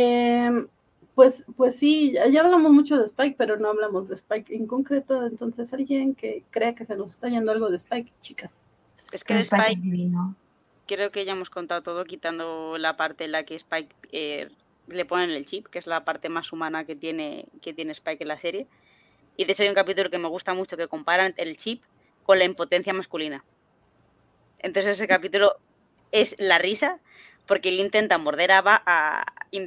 Pues sí, ya hablamos mucho de Spike, pero no hablamos de Spike en concreto, entonces alguien que crea que se nos está yendo algo de Spike, chicas. Es que Spike es divino. Creo que ya hemos contado todo, quitando la parte en la que Spike le ponen el chip, que es la parte más humana que tiene Spike en la serie. Y de hecho hay un capítulo que me gusta mucho que comparan el chip con la impotencia masculina. Entonces ese capítulo es la risa, porque él intenta morder a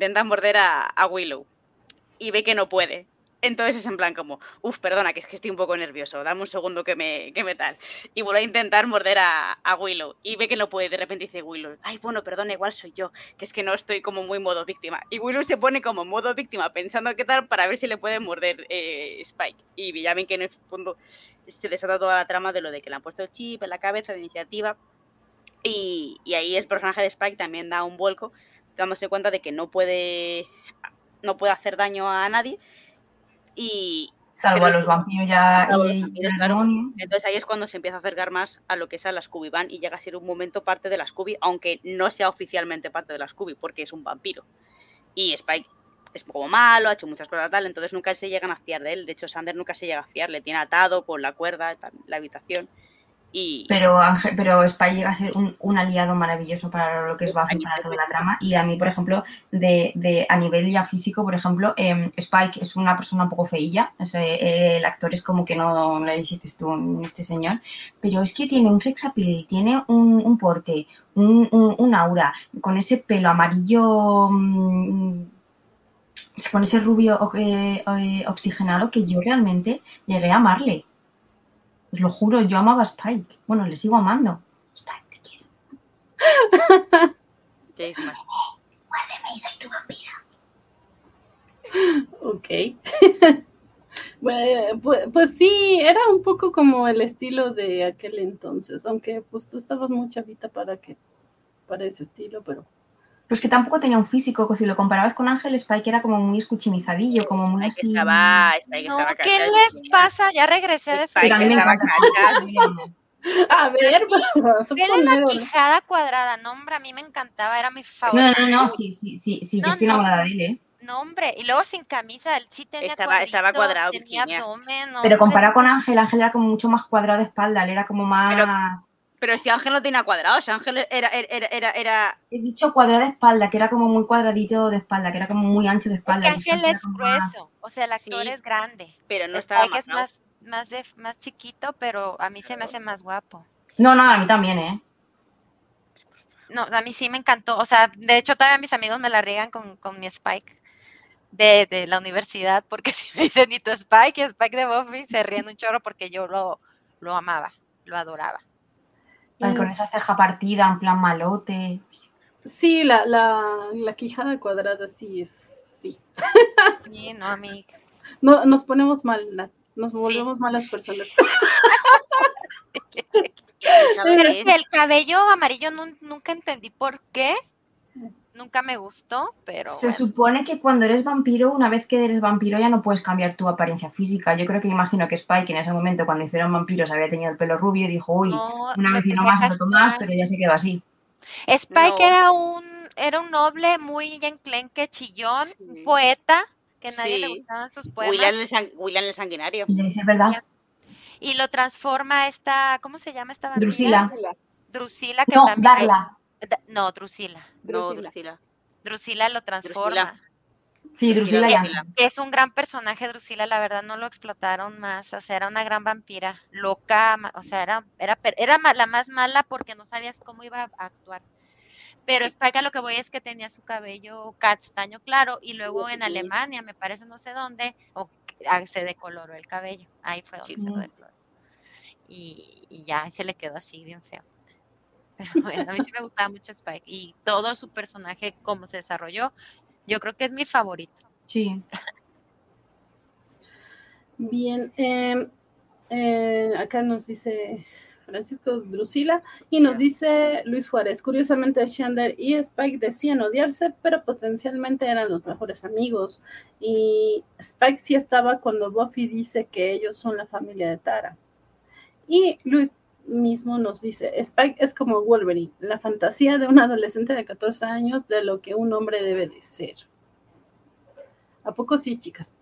Willow y ve que no puede. Entonces es en plan como, perdona, que es que estoy un poco nervioso, dame un segundo que me tal. Y vuelve a intentar morder a Willow y ve que no puede. De repente dice Willow, ay, bueno, perdona, igual soy yo, que es que no estoy como muy modo víctima. Y Willow se pone como modo víctima pensando qué tal para ver si le puede morder Spike. Y ya ven que en el fondo se desata toda la trama de lo de que le han puesto el chip en la cabeza de iniciativa. Y ahí el personaje de Spike también da un vuelco, dándose cuenta de que no puede hacer daño a nadie. Y salvo a los vampiros ya y el demonio. Entonces ahí es cuando se empieza a acercar más a lo que es a la Scooby Van y llega a ser un momento parte de la Scooby, aunque no sea oficialmente parte de la Scooby, porque es un vampiro. Y Spike es como malo, ha hecho muchas cosas tal, entonces nunca se llegan a fiar de él. De hecho, Xander nunca se llega a fiar, le tiene atado con la cuerda en la habitación. Pero Spike llega a ser un aliado maravilloso para lo que es Buffy, para toda la trama. Y a mí, por ejemplo, a nivel ya físico, por ejemplo, Spike es una persona un poco feilla. El actor es como que no le dices tú este señor. Pero es que tiene un sex appeal, tiene un porte, un aura, con ese pelo amarillo, con ese rubio oxigenado, que yo realmente llegué a amarle. Os lo juro, yo amaba a Spike. Bueno, le sigo amando. Spike, te quiero. Guárdeme, soy tu vampira. Ok. pues sí, era un poco como el estilo de aquel entonces, aunque pues tú estabas muy chavita para ese estilo, pero... Pues que tampoco tenía un físico, que si lo comparabas con Ángel, Spike era como muy escuchinizadillo, como muy así... ¿Qué les pasa? Ya regresé de Spike. A mí me encanta. A ver, vas a poner la quijada cuadrada, no, hombre, a mí me encantaba, era mi favorito. No, sí, yo estoy enamorada de él, ¿eh? No, hombre, y luego sin camisa, él sí tenía estaba cuadrado, tenía abdomen. Pero comparado con Ángel era como mucho más cuadrado de espalda, él era como más... Pero si Ángel no tenía cuadrado, si Ángel era... He dicho cuadrado de espalda, que era como muy cuadradito de espalda, que era como muy ancho de Es espalda. que y Ángel Spike era es como más- grueso, o sea, el actor Sí, es grande. pero no estaba Spike es marcado. más chiquito, pero a mí se me hace más guapo. No, a mí también, ¿eh? No, a mí sí me encantó. O sea, de hecho, todavía mis amigos me la riegan con mi Spike de la universidad, porque si me dicen ni tu Spike y Spike de Buffy, se ríen un chorro porque yo lo amaba, lo adoraba. Con esa ceja partida, en plan malote. Sí, la quijada cuadrada, sí es. Sí. Sí, no, a mí. No, nos ponemos mal, Nat. Nos Sí. volvemos malas personas. Pero sí, el cabello amarillo nunca entendí por qué. Nunca me gustó, pero Se bueno. supone que cuando eres vampiro, una vez que eres vampiro ya no puedes cambiar tu apariencia física. Yo creo que imagino que Spike en ese momento, cuando hicieron vampiros, había tenido el pelo rubio y dijo, uy, No, una lo vez y no tenía más, otro más, castaño. pero ya se quedó así. Spike No. era un noble muy enclenque, chillón, un Sí. poeta, que a nadie le Sí. gustaban sus poemas. William el Sanguinario. Y es verdad. Y lo transforma esta, ¿cómo se llama esta vampira? Drusila. Drusila, que No, también. Darla. No, Drusila. No, Drusila. Drusila lo transforma. Sí, Drusila y Drusila. Ángel. Es un gran personaje, Drusila, la verdad no lo explotaron más. O sea, era una gran vampira, loca, o sea, era la más mala porque no sabías cómo iba a actuar. Pero Spike, a lo que voy es que tenía su cabello castaño claro y luego en Alemania, me parece no sé dónde, se decoloró el cabello. Ahí fue donde se lo decoloró. Y ya se le quedó así bien feo. Pero bueno, a mí sí me gustaba mucho Spike y todo su personaje, cómo se desarrolló, yo creo que es mi favorito. Sí. Bien, acá nos dice Francisco Drusila y nos dice Luis Juárez, curiosamente Xander y Spike decían odiarse, pero potencialmente eran los mejores amigos, y Spike sí estaba cuando Buffy dice que ellos son la familia de Tara. Y Luis mismo nos dice, Spike es como Wolverine, la fantasía de un adolescente de 14 años de lo que un hombre debe de ser. ¿A poco sí, chicas?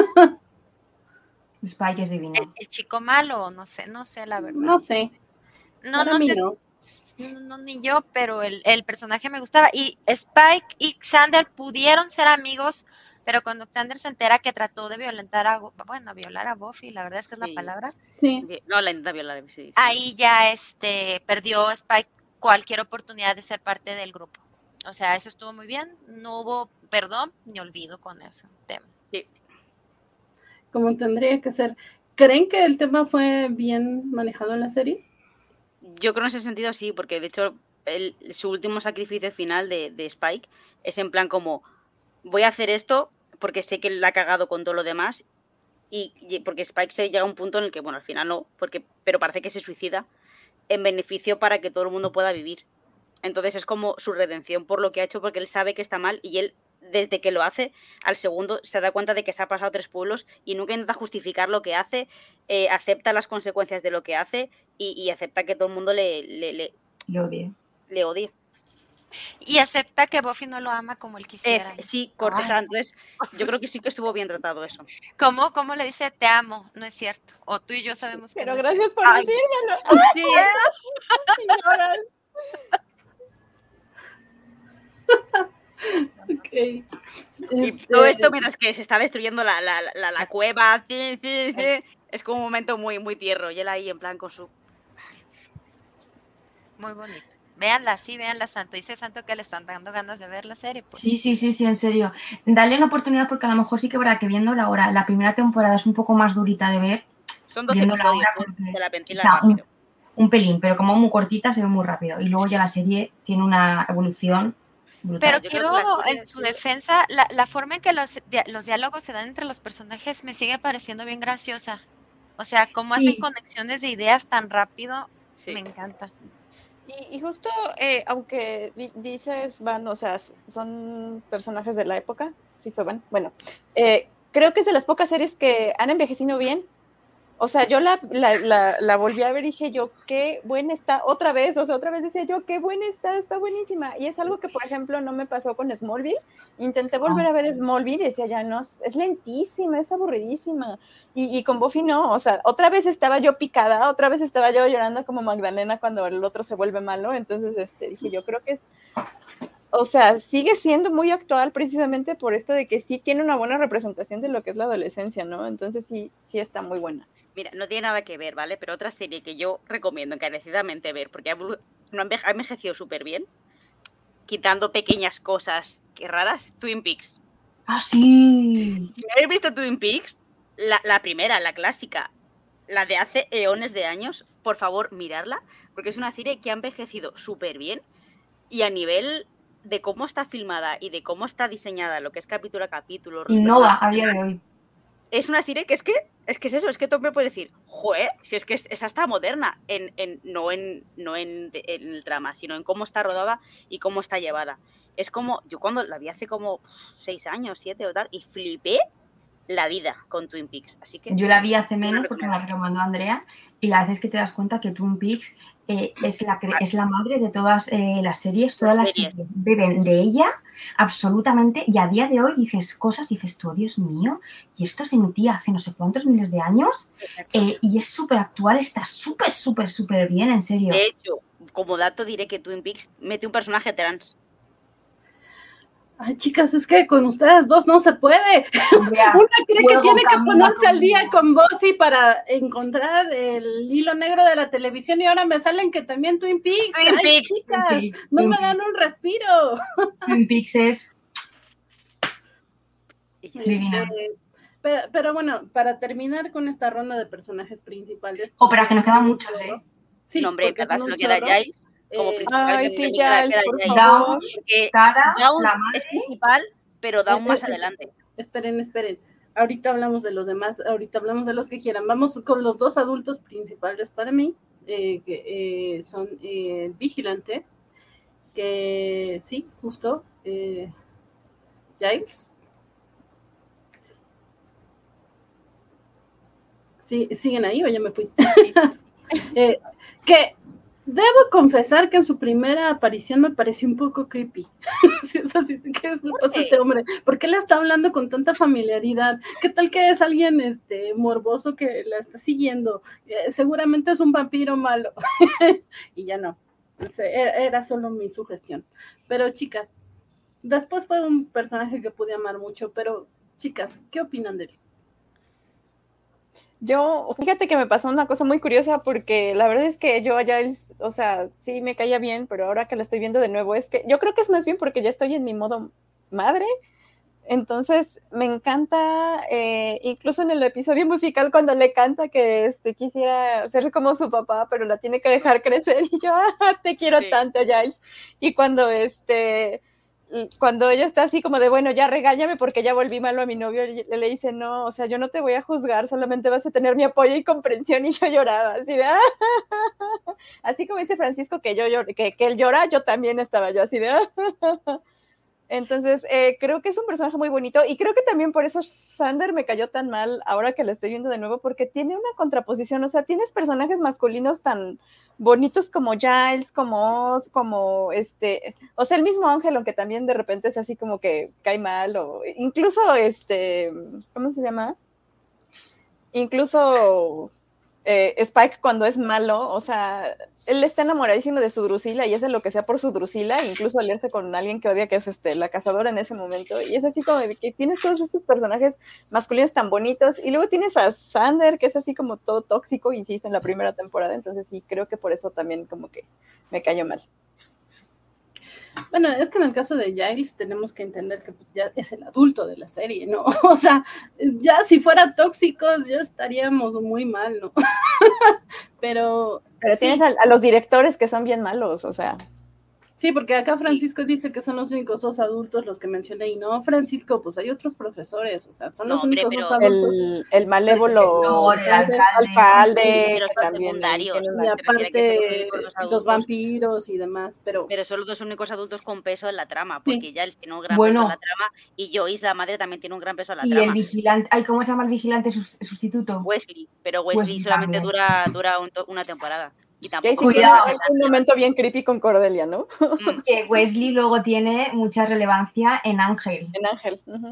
Spike es divino. El chico malo, no sé la verdad. No sé. No sé. No, ni yo, pero el personaje me gustaba. Y Spike y Xander pudieron ser amigos, pero cuando Xander se entera que trató de violar a Buffy, la verdad es que es la palabra. Sí. No, la intenta violar, sí. Ahí ya perdió Spike cualquier oportunidad de ser parte del grupo. O sea, eso estuvo muy bien. No hubo perdón ni olvido con ese tema. Sí. Como tendría que ser. ¿Creen que el tema fue bien manejado en la serie? Yo creo en ese sentido sí, porque de hecho su último sacrificio final de Spike es en plan como, voy a hacer esto porque sé que la ha cagado con todo lo demás y porque Spike se llega a un punto en el que, bueno, al final no, pero parece que se suicida en beneficio para que todo el mundo pueda vivir. Entonces es como su redención por lo que ha hecho, porque él sabe que está mal y él, desde que lo hace, al segundo se da cuenta de que se ha pasado 3 pueblos y nunca intenta justificar lo que hace, acepta las consecuencias de lo que hace y acepta que todo el mundo le odie. Y acepta que Buffy no lo ama como él quisiera. Sí, cortesa. Entonces yo creo que sí que estuvo bien tratado eso. ¿Cómo le dice te amo? No es cierto. O tú y yo sabemos que pero no gracias por decírmelo. Sí. Okay. Y todo esto mientras que se está destruyendo la cueva, sí. Es como un momento muy, muy tierno. Y él ahí en plan con su... Muy bonito. Véanla, Santo. Dice Santo que le están dando ganas de ver la serie. Pues. Sí, en serio. Dale una oportunidad porque a lo mejor sí que verdad que viéndola ahora, la primera temporada es un poco más durita de ver. Son 12 episodios, se la ventila rápido. Un pelín, pero como muy cortita se ve muy rápido. Y luego ya la serie tiene una evolución brutal. Pero quiero, en su defensa, la forma en que los diálogos se dan entre los personajes me sigue pareciendo bien graciosa. O sea, cómo hacen conexiones de ideas tan rápido, me encanta. Y justo, aunque dices, o sea, son personajes de la época, sí fue bueno, creo que es de las pocas series que han envejecido bien, O sea, yo la volví a ver y dije yo, qué buena está, otra vez decía yo, qué buena está buenísima. Y es algo que, por ejemplo, no me pasó con Smallville. Intenté volver a ver Smallville y decía, ya no, es lentísima, es aburridísima. Y con Buffy no, o sea, otra vez estaba yo picada, otra vez estaba yo llorando como Magdalena cuando el otro se vuelve malo. Entonces, dije, yo creo que es... O sea, sigue siendo muy actual precisamente por esto de que sí tiene una buena representación de lo que es la adolescencia, ¿no? Entonces sí está muy buena. Mira, no tiene nada que ver, ¿vale? Pero otra serie que yo recomiendo encarecidamente ver, porque ha envejecido súper bien, quitando pequeñas cosas que raras, Twin Peaks. ¡Ah, sí! Si no habéis visto Twin Peaks, la primera, la clásica, la de hace eones de años, por favor, mirarla, porque es una serie que ha envejecido súper bien y a nivel de cómo está filmada y de cómo está diseñada, lo que es capítulo a capítulo. Innova a día de hoy. Es una serie que es eso, es que tú me puedes decir, joder, si es que esa está moderna, no en el drama, sino en cómo está rodada y cómo está llevada. Es como, yo cuando la vi hace como 6 años, 7 o tal, y flipé la vida con Twin Peaks. Así que yo la vi hace menos porque me la recomendó Andrea, y la vez es que te das cuenta que Twin Peaks es la madre de todas las series, todas las series beben de ella absolutamente, y a día de hoy dices cosas, dices tú, oh, Dios mío, y esto se emitía hace no sé cuántos miles de años, y es súper actual, está súper bien, en serio. De hecho, como dato diré que Twin Peaks mete un personaje trans. Ay, chicas, es que con ustedes dos no se puede. Una cree que tiene que ponerse al día con Buffy para encontrar el hilo negro de la televisión y ahora me salen que también Twin Peaks. Ay, chicas, no me dan un respiro. Twin Peaks es divina. Pero bueno, para terminar con esta ronda de personajes principales. Para que nos quedan muchos, ¿eh? Sí, no, hombre, cada uno queda Giles. Como ay, sí, Giles, por favor. Tara, Dawn la madre, es principal, pero Dawn más adelante. Esperen. Ahorita hablamos de los demás, ahorita hablamos de los que quieran. Vamos con los dos adultos principales para mí, que son Vigilante, que sí, justo, Giles. Sí, ¿siguen ahí o ya me fui? Que debo confesar que en su primera aparición me pareció un poco creepy. Sí, es así, ¿qué le pasa a este hombre? ¿Por qué le está hablando con tanta familiaridad? ¿Qué tal que es alguien morboso que la está siguiendo? Seguramente es un vampiro malo. Y ya no. Era solo mi sugestión. Pero chicas, después fue un personaje que pude amar mucho, pero chicas, ¿qué opinan de él? Yo, fíjate que me pasó una cosa muy curiosa porque la verdad es que yo allá, o sea, sí me caía bien, pero ahora que la estoy viendo de nuevo es que yo creo que es más bien porque ya estoy en mi modo madre, entonces me encanta, incluso en el episodio musical cuando le canta que quisiera ser como su papá, pero la tiene que dejar crecer y yo, te quiero tanto, Giles, y cuando ella está así como de, bueno, ya regáñame porque ya volví malo a mi novio, le dice, no, o sea, yo no te voy a juzgar, solamente vas a tener mi apoyo y comprensión, y yo lloraba, así de, así como dice Francisco que él llora, yo también estaba yo así de, Entonces, creo que es un personaje muy bonito y creo que también por eso Xander me cayó tan mal ahora que la estoy viendo de nuevo, porque tiene una contraposición, o sea, tienes personajes masculinos tan bonitos como Giles, como Oz, como o sea, el mismo Ángel, aunque también de repente es así como que cae mal, o incluso ¿cómo se llama? Incluso Spike cuando es malo, o sea, él está enamoradísimo de su Drusilla y hace lo que sea por su Drusilla, incluso aliarse con alguien que odia, que es la cazadora en ese momento, y es así como de que tienes todos estos personajes masculinos tan bonitos, y luego tienes a Xander, que es así como todo tóxico, insisto, en la primera temporada, entonces sí, creo que por eso también como que me cayó mal. Bueno, es que en el caso de Giles tenemos que entender que pues, ya es el adulto de la serie, ¿no? O sea, ya si fuera tóxicos ya estaríamos muy mal, ¿no? Pero sí. Tienes a los directores que son bien malos, o sea. Sí, porque acá Francisco dice que son los únicos 2 adultos los que mencioné, y no, Francisco, pues hay otros profesores, o sea, son los únicos 2 adultos. El malévolo el alcalde. alcalde, pero que son también secundarios. tiene Y una... aparte los vampiros y demás, pero son los 2 únicos adultos con peso en la trama, Sí. porque Giles tiene un gran peso en la trama y Joyce, la madre, también tiene un gran peso en la Y trama. el vigilante, ay, ¿cómo se llama el vigilante sustituto? Wesley, pero Wesley solamente también. dura una temporada. Y Jaycee tampoco tiene Cuidado. un momento bien creepy con Cordelia, ¿no? Que Wesley luego tiene mucha relevancia en Ángel. En Ángel. Ujú.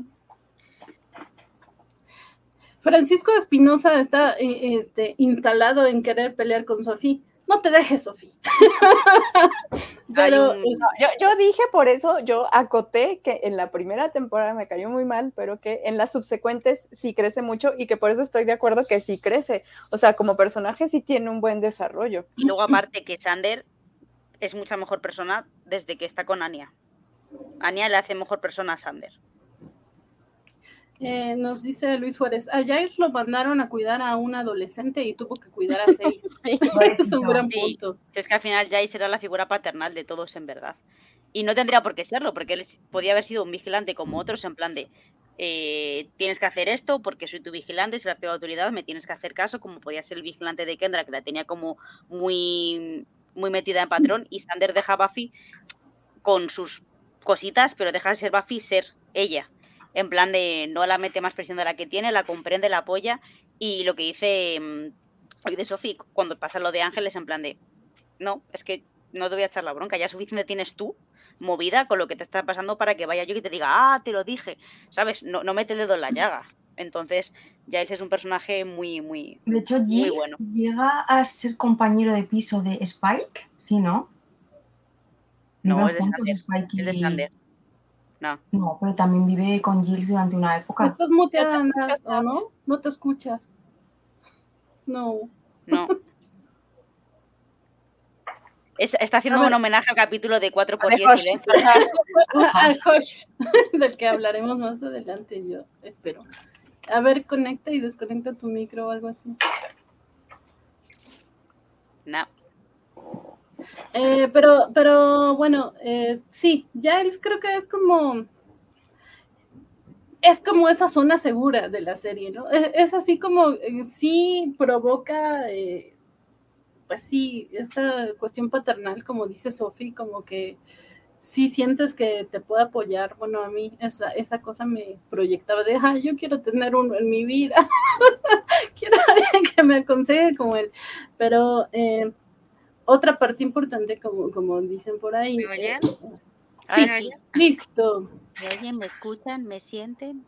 Francisco Espinosa está instalado en querer pelear con Sophie. No te dejes, Sophie. Pero yo dije, por eso yo acoté que en la primera temporada me cayó muy mal, pero que en las subsecuentes sí crece mucho y que por eso estoy de acuerdo que sí crece. O sea, como personaje sí tiene un buen desarrollo. Y luego aparte que Xander es mucha mejor persona desde que está con Anya. Anya le hace mejor persona a Xander. Nos dice Luis Juárez, a Jair lo mandaron a cuidar a un adolescente y tuvo que cuidar a 6. Sí, es un gran punto. Es que al final Jair será la figura paternal de todos en verdad. Y no tendría por qué serlo, porque él podía haber sido un vigilante como otros, en plan de tienes que hacer esto porque soy tu vigilante, soy la peor autoridad, me tienes que hacer caso, como podía ser el vigilante de Kendra, que la tenía como muy, muy metida en patrón, y Xander deja a Buffy con sus cositas, pero deja de ser Buffy ser ella. En plan de no la mete más presión de la que tiene, la comprende, la apoya, y lo que dice hoy de Sophie cuando pasa lo de Ángeles, en plan de no, es que no te voy a echar la bronca, ya suficiente tienes tú movida con lo que te está pasando para que vaya yo y te diga, te lo dije, ¿sabes? No mete el dedo en la llaga. Entonces, Giles es un personaje muy, muy, de hecho, muy bueno. ¿Llega a ser compañero de piso de Spike? Sí, ¿no? No, es de Xander. Es de Xander. No, pero también vive con Giles durante una época. ¿Estás muteada, o no? ¿No te escuchas? No. Está haciendo un homenaje al capítulo de 4x10 silencio. Al Hush, del que hablaremos más adelante, yo espero. A ver, conecta y desconecta tu micro o algo así. No. Pero bueno, sí, Giles creo que es como esa zona segura de la serie, ¿no? Es así como sí provoca, pues sí, esta cuestión paternal, como dice Sophie, como que sí sientes que te puede apoyar. Bueno, a mí esa cosa me proyectaba de, yo quiero tener uno en mi vida, quiero alguien que me aconseje como él, pero otra parte importante, como dicen por ahí. ¿Me oyen? Sí, listo. ¿Me oyen? ¿Me escuchan? ¿Me sienten?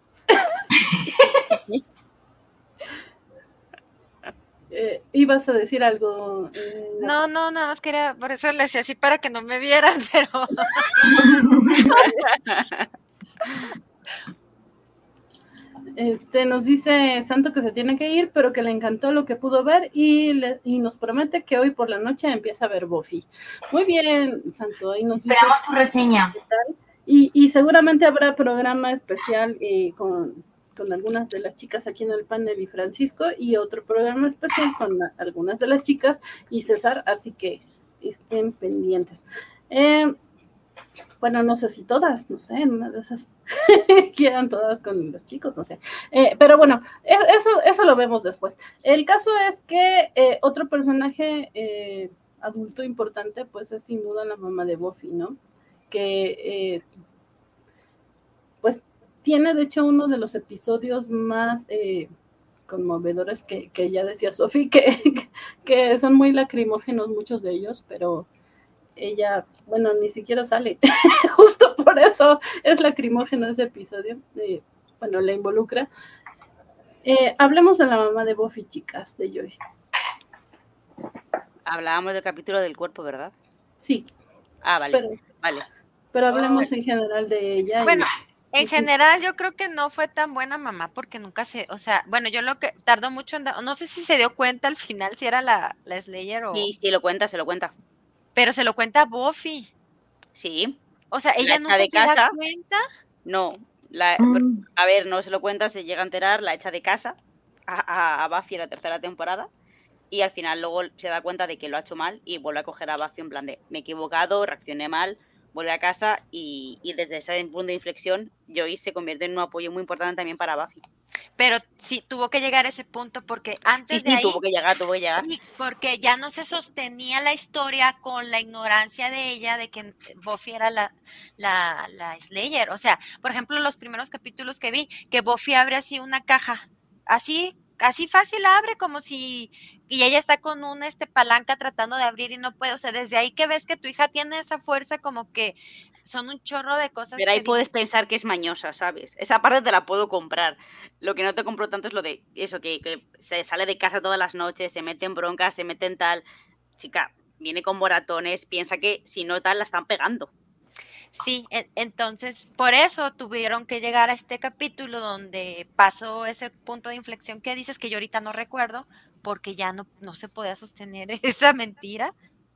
¿Ibas a decir algo? No, nada más quería, por eso le hacía así para que no me vieran, pero... Nos dice Santo que se tiene que ir, pero que le encantó lo que pudo ver y nos promete que hoy por la noche empieza a ver Buffy. Muy bien, Santo. Ahí nos esperamos tu reseña. Y seguramente habrá programa especial con algunas de las chicas aquí en el panel y Francisco, y otro programa especial con algunas de las chicas y César, así que estén pendientes. Bueno, no sé si todas, no sé, en una de esas quedan todas con los chicos, no sé. Pero bueno, eso lo vemos después. El caso es que otro personaje adulto importante, pues es sin duda la mamá de Buffy, ¿no? Que pues tiene de hecho uno de los episodios más conmovedores que ya decía Sophie, que son muy lacrimógenos muchos de ellos, pero ella, bueno, ni siquiera sale. Justo por eso es lacrimógeno ese episodio. Bueno, la involucra. Hablemos de la mamá de Buffy, chicas, de Joyce. Hablábamos del capítulo del cuerpo, ¿verdad? Sí. Vale. Pero hablemos en general de ella. Bueno, en general yo creo que no fue tan buena mamá porque nunca o sea, bueno, yo lo que tardó mucho no sé si se dio cuenta al final si era la Slayer o... Sí, se lo cuenta. Pero se lo cuenta a Buffy. Sí. O sea, ella nunca se da cuenta. No, a ver, no se lo cuenta, se llega a enterar, la echa de casa a Buffy en la tercera temporada. y al final luego se da cuenta de que lo ha hecho mal y vuelve a coger a Buffy en plan de me he equivocado, reaccioné mal, vuelve a casa y desde ese punto de inflexión Joyce se convierte en un apoyo muy importante también para Buffy. Pero sí, tuvo que llegar a ese punto porque antes de ahí... tuvo que llegar. Sí, porque ya no se sostenía la historia con la ignorancia de ella de que Buffy era la Slayer. O sea, por ejemplo, los primeros capítulos que vi, que Buffy abre así una caja, así fácil abre, como si... Y ella está con una palanca tratando de abrir y no puede. O sea, desde ahí que ves que tu hija tiene esa fuerza, como que son un chorro de cosas. Pero ahí puedes pensar que es mañosa, ¿sabes? Esa parte te la puedo comprar. Lo que no te compro tanto es lo de eso, que se sale de casa todas las noches, se mete en broncas, se mete en tal... Chica, viene con moratones, piensa que si no tal la están pegando. Sí, entonces por eso tuvieron que llegar a este capítulo donde pasó ese punto de inflexión que dices, que yo ahorita no recuerdo, porque ya no se podía sostener esa mentira.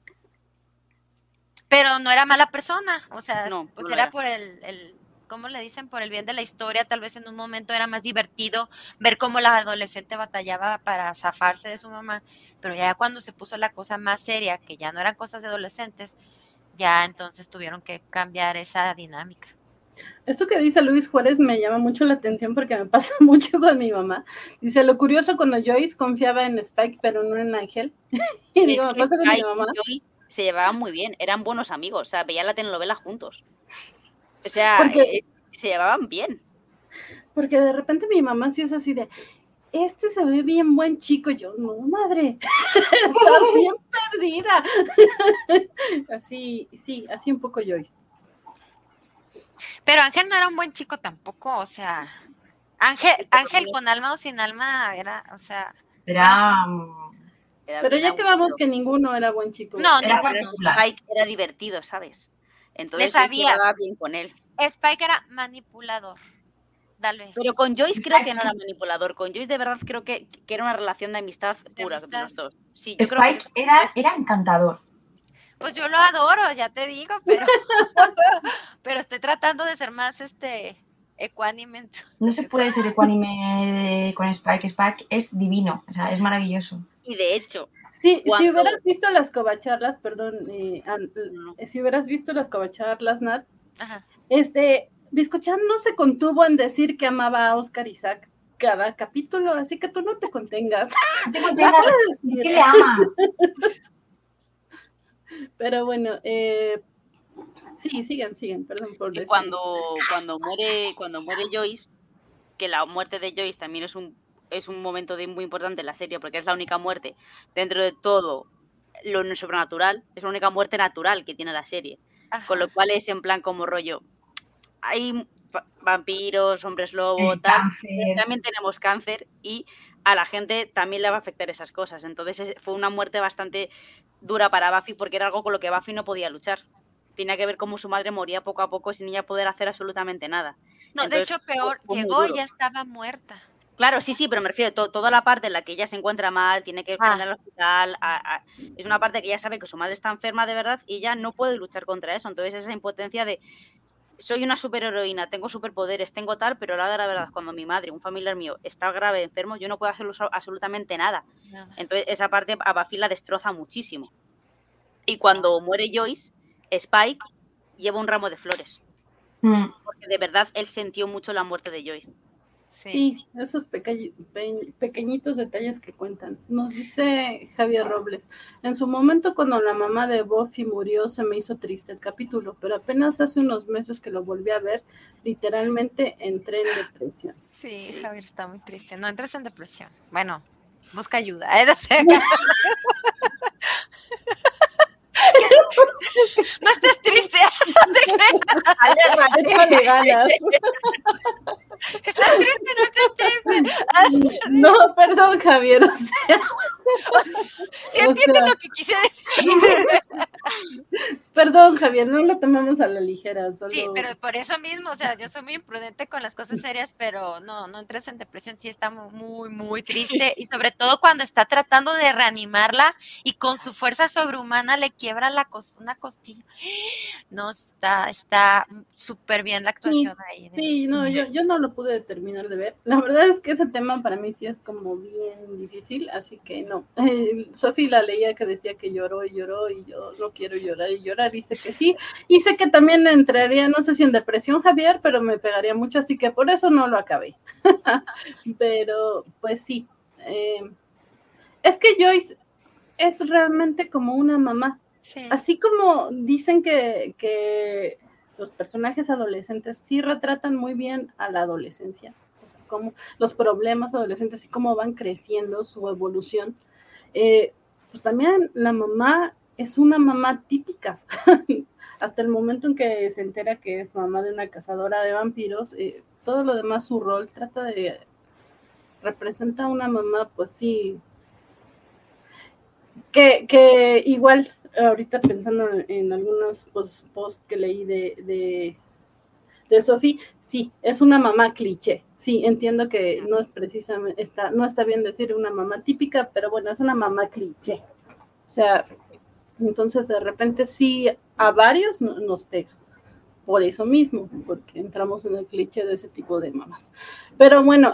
Pero no era mala persona, o sea, No, pues no era era. por el, ¿cómo le dicen? Por el bien de la historia. Tal vez en un momento era más divertido ver cómo la adolescente batallaba para zafarse de su mamá, pero ya cuando se puso la cosa más seria, que ya no eran cosas de adolescentes, ya entonces tuvieron que cambiar esa dinámica. Esto que dice Luis Juárez me llama mucho la atención porque me pasa mucho con mi mamá. Dice, lo curioso cuando Joyce confiaba en Spike, pero no en Ángel. Y digo, me pasa con mi mamá. Y Joyce se llevaban muy bien, eran buenos amigos, o sea, veían la telenovela juntos. O sea, se llevaban bien. Porque de repente mi mamá sí es así de, se ve bien buen chico. Yo, no, madre, estás bien perdida. Así, sí, así un poco Joyce. Pero Ángel no era un buen chico tampoco, o sea, Ángel con alma o sin alma era, o sea... Pero ya quedamos que ninguno era buen chico. No, Spike era divertido, ¿sabes? Entonces se llevaba bien con él. Spike era manipulador. Dale. Pero con Joyce creo que no era manipulador. Con Joyce de verdad creo que era una relación de amistad pura de los dos. Sí, yo Spike creo que era encantador. Pues yo lo adoro, ya te digo, pero estoy tratando de ser más ecuánime. No se puede ser ecuánime con Spike. Spike es divino, o sea, es maravilloso. Y de hecho, sí, si hubieras visto las covacharlas, perdón, si hubieras visto las covacharlas, Nat, ajá. Biscochan no se contuvo en decir que amaba a Oscar Isaac cada capítulo, así que tú no te contengas. No te contengas, ¿qué le amas? Pero bueno, sí, sigan, perdón por decir. Cuando muere Joyce, que la muerte de Joyce también es un momento muy importante en la serie, porque es la única muerte dentro de todo lo sobrenatural, es la única muerte natural que tiene la serie. Ajá. Con lo cual es en plan como rollo, hay vampiros, hombres lobo, tal, pero también tenemos cáncer y a la gente también le va a afectar esas cosas. Entonces fue una muerte bastante dura para Buffy porque era algo con lo que Buffy no podía luchar. Tenía que ver cómo su madre moría poco a poco sin ella poder hacer absolutamente nada. No, entonces, de hecho peor, llegó y ya estaba muerta. Claro, sí, pero me refiero a toda la parte en la que ella se encuentra mal, tiene que ir al hospital, es una parte que ella sabe que su madre está enferma de verdad y ella no puede luchar contra eso. Entonces esa impotencia de soy una superheroína, tengo superpoderes, tengo tal, pero ahora de la verdad, cuando mi madre, un familiar mío, está grave, enfermo, yo no puedo hacer absolutamente nada. Entonces esa parte a Buffy la destroza muchísimo. Y cuando muere Joyce, Spike lleva un ramo de flores. Porque de verdad él sintió mucho la muerte de Joyce. Sí, esos pequeñitos detalles que cuentan. Nos dice Javier Robles, en su momento cuando la mamá de Buffy murió se me hizo triste el capítulo, pero apenas hace unos meses que lo volví a ver, literalmente entré en depresión. Sí, Javier está muy triste. No entres en depresión. Bueno, busca ayuda. No estés triste. Échale ganas. ¿Estás triste? No estés triste. No, perdón, Javier, o sea. Sí entiendo lo que quise decir. Perdón, Javier, no lo tomamos a la ligera. Solo... Sí, pero por eso mismo, o sea, yo soy muy imprudente con las cosas serias, pero no entres en depresión, sí está muy, muy triste, y sobre todo cuando está tratando de reanimarla y con su fuerza sobrehumana le quiebra una costilla. No, está súper bien la actuación ahí. Sí, no, yo no lo pude terminar de ver. La verdad es que ese tema para mí sí es como bien difícil, así que no. Sofi la leía que decía que lloró y lloró, y yo no quiero llorar y llorar, y sé que sí. Y sé que también entraría, no sé si en depresión, Javier, pero me pegaría mucho, así que por eso no lo acabé. Pero, pues sí. Es que Joyce es realmente como una mamá. Sí. Así como dicen que los personajes adolescentes sí retratan muy bien a la adolescencia, o sea, como los problemas adolescentes y cómo van creciendo, su evolución, pues también la mamá es una mamá típica. Hasta el momento en que se entera que es mamá de una cazadora de vampiros, todo lo demás, su rol trata de representa a una mamá, pues sí, que igual ahorita pensando en algunos posts que leí de Sofi, sí, es una mamá cliché. Sí, entiendo que no es precisamente, no está bien decir una mamá típica, pero bueno, es una mamá cliché. O sea, entonces de repente sí, a varios nos pega. Por eso mismo, porque entramos en el cliché de ese tipo de mamás. Pero bueno,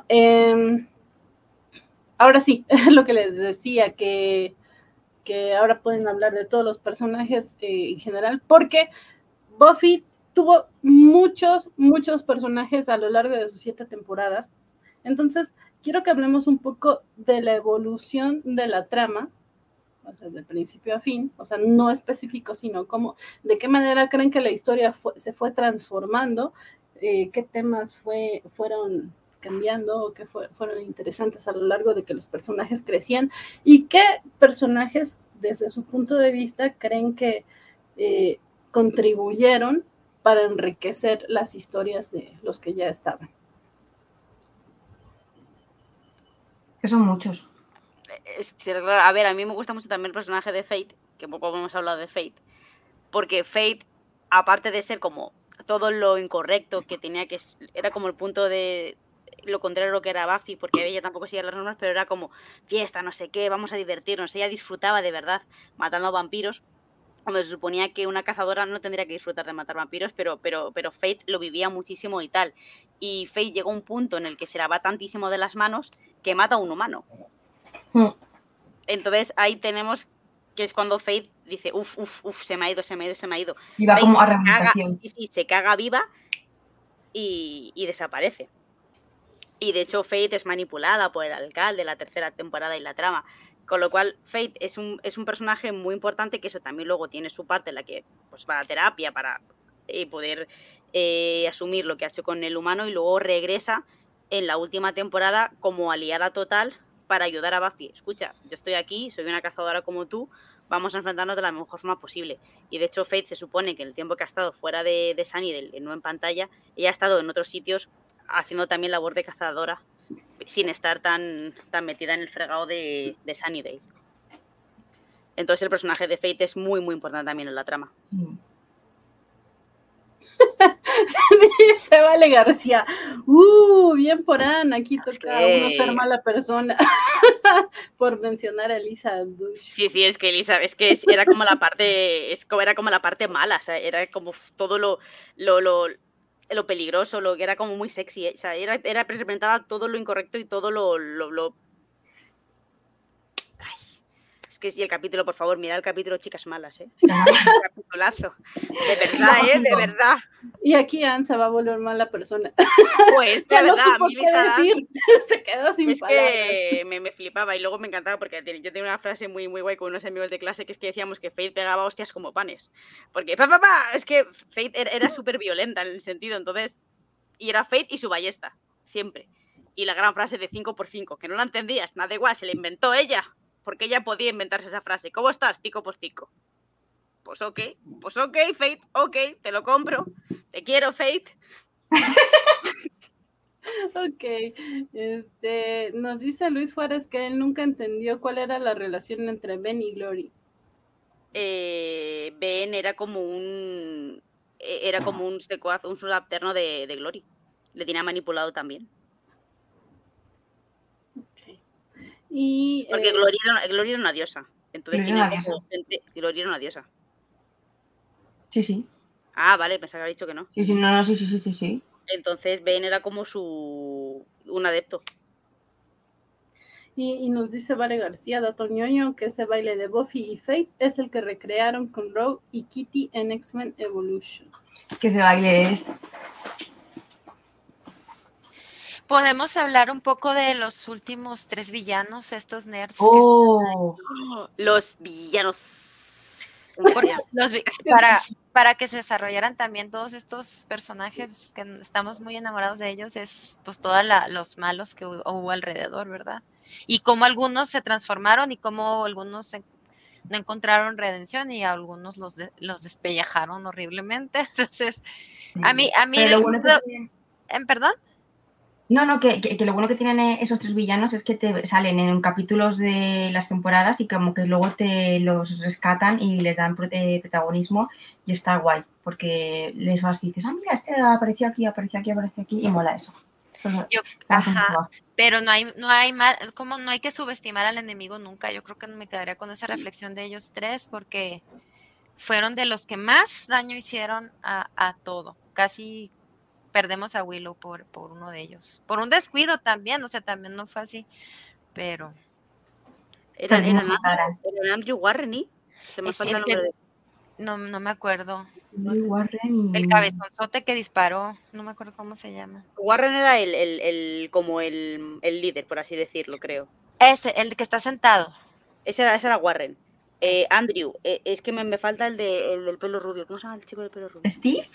ahora sí, lo que les decía, que ahora pueden hablar de todos los personajes en general, porque Buffy tuvo muchos personajes a lo largo de sus 7 temporadas. Entonces, quiero que hablemos un poco de la evolución de la trama, o sea, de principio a fin, o sea, no específico, sino cómo, de qué manera creen que la historia se fue transformando, qué temas fueron cambiando o que fueron interesantes a lo largo de que los personajes crecían, y qué personajes, desde su punto de vista, creen que contribuyeron para enriquecer las historias de los que ya estaban. Que son muchos. A ver, a mí me gusta mucho también el personaje de Fate, que poco hemos hablado de Fate, porque Fate, aparte de ser como todo lo incorrecto que tenía que, era como el punto de lo contrario a lo que era Buffy, porque ella tampoco seguía las normas, pero era como fiesta, no sé qué, vamos a divertirnos. Ella disfrutaba de verdad matando vampiros. Hombre, se suponía que una cazadora no tendría que disfrutar de matar vampiros, pero Fate lo vivía muchísimo y tal. Y Fate llegó a un punto en el que se la va tantísimo de las manos que mata a un humano. Entonces ahí tenemos que es cuando Fate dice, se me ha ido. Y va Fate como a rehabilitación. Sí, se caga viva y desaparece. Y de hecho Fate es manipulada por el alcalde la tercera temporada y la trama. Con lo cual Fate es un personaje muy importante, que eso también luego tiene su parte en la que pues va a terapia para poder asumir lo que ha hecho con el humano, y luego regresa en la última temporada como aliada total para ayudar a Buffy. Escucha, yo estoy aquí, soy una cazadora como tú, vamos a enfrentarnos de la mejor forma posible. Y de hecho Fate se supone que en el tiempo que ha estado fuera de Sunnydale, no en pantalla, ella ha estado en otros sitios haciendo también labor de cazadora sin estar tan metida en el fregado de Sunnydale. Entonces el personaje de Fate es muy importante también en la trama. Sí. Dice Vale García, bien por Ana, aquí toca a uno ser mala persona por mencionar a Elisa Dush. Sí, es que Elisa, era como la parte, era como la parte mala, o sea, era como todo lo peligroso, lo que era como muy sexy, o sea, era representaba todo lo incorrecto y todo lo... Ay, es que sí, el capítulo, por favor, mirad el capítulo Chicas Malas, ¿eh? Un capitulazo. De verdad, de verdad. Y aquí Anne se va a volver mala persona. Pues, de verdad, no supo qué decir. Se quedó sin palabras. Que me flipaba, y luego me encantaba porque yo tenía una frase muy guay con unos amigos de clase, que es que decíamos que Fate pegaba hostias como panes. Porque, es que Fate era súper violenta en el sentido, entonces, y era Fate y su ballesta, siempre. Y la gran frase de 5x5, que no la entendías, nada igual, se la inventó ella, porque ella podía inventarse esa frase. ¿Cómo estás? 5x5. Pues ok, Fate, ok, te lo compro, te quiero, Fate. Ok, nos dice Luis Juárez que él nunca entendió cuál era la relación entre Ben y Glory. Ben era como un secuaz, un subalterno de Glory. Le tenía manipulado también. Ok. Y Porque Glory era una diosa. Entonces Glory era una diosa. Glory era una diosa. Sí. Ah, vale, pensaba que había dicho que no. Sí, no, sí. Entonces Ben era como un adepto. Y nos dice Vale García, dato ñoño, que ese baile de Buffy y Faith es el que recrearon con Rogue y Kitty en X-Men Evolution. Que ese baile es... Podemos hablar un poco de los últimos 3 villanos, estos nerds. Los villanos. Para que se desarrollaran también todos estos personajes que estamos muy enamorados de ellos, es pues todos los malos que hubo alrededor, ¿verdad? Y cómo algunos se transformaron y cómo algunos no encontraron redención y a algunos los despellejaron horriblemente. Entonces, a mí Pero lo bueno ¿perdón? No, que lo bueno que tienen esos 3 villanos es que te salen en capítulos de las temporadas y como que luego te los rescatan y les dan protagonismo y está guay, porque les vas y dices, mira, este apareció aquí y mola eso. Pero no hay que subestimar al enemigo nunca. Yo creo que me quedaría con esa reflexión de ellos 3 porque fueron de los que más daño hicieron a todo. Casi perdemos a Willow por uno de ellos. Por un descuido también, o sea, también no fue así, pero... Era Andrew Warren y... Se me falta el nombre de... No me acuerdo. Andrew Warren y... El cabezonzote que disparó, no me acuerdo cómo se llama. Warren era como el líder, por así decirlo, creo. Ese, el que está sentado. Ese era Warren. Andrew, es que me falta el del pelo rubio. ¿Cómo se llama el chico del pelo rubio? ¿Steve?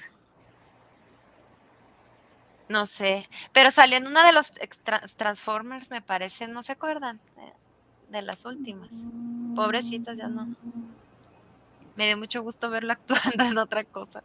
No sé, pero salió en una de los Transformers, me parece, ¿no se acuerdan? De las últimas. Pobrecitas, ya no. Me dio mucho gusto verlo actuando en otra cosa.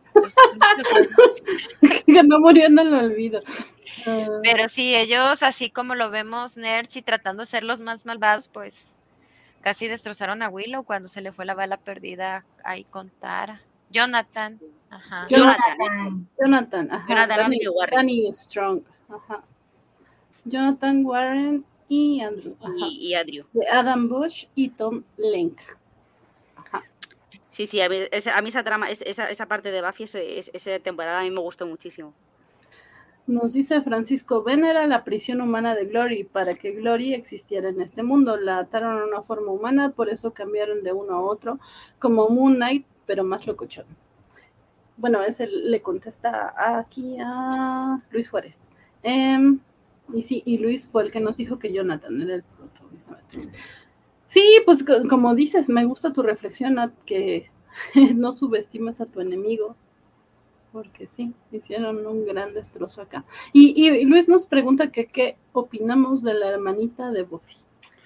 No murió en el olvido. Pero sí, ellos, así como lo vemos nerds y tratando de ser los más malvados, pues casi destrozaron a Willow cuando se le fue la bala perdida ahí con Tara. Jonathan. Ajá. Jonathan, ajá. Danny Strong. Ajá. Jonathan Warren y Andrew. Ajá. Y Andrew. De Adam Bush y Tom Lenk. Ajá. Sí, a mí esa trama, esa parte de Buffy, esa temporada a mí me gustó muchísimo. Nos dice Francisco, Ben era la prisión humana de Glory. Para que Glory existiera en este mundo, la ataron a una forma humana, por eso cambiaron de uno a otro, como Moon Knight, pero más locochón. Bueno, ese le contesta aquí a Luis Juárez. Y sí, y Luis fue el que nos dijo que Jonathan era el protagonista. Sí, pues como dices, me gusta tu reflexión, Nat, que no subestimes a tu enemigo. Porque sí, hicieron un gran destrozo acá. Y Luis nos pregunta que qué opinamos de la hermanita de Buffy.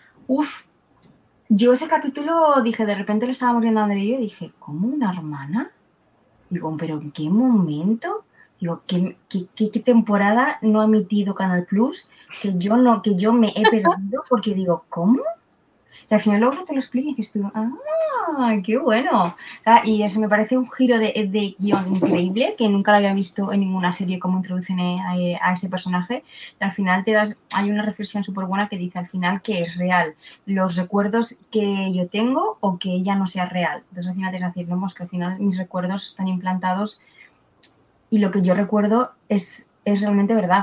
Yo ese capítulo dije, de repente lo estábamos viendo en el vídeo y dije, ¿cómo una hermana? Digo, ¿pero en qué momento? Digo, ¿qué temporada no ha emitido Canal Plus? Que yo me he perdido porque digo, ¿cómo? Y al final luego que te lo explico y dices tú, qué bueno. Y eso me parece un giro de guión increíble, que nunca lo había visto en ninguna serie cómo introducen a ese personaje. Y al final hay una reflexión súper buena que dice al final que es real los recuerdos que yo tengo o que ella no sea real. Entonces al final te vas a decir, no, que al final mis recuerdos están implantados y lo que yo recuerdo es realmente verdad.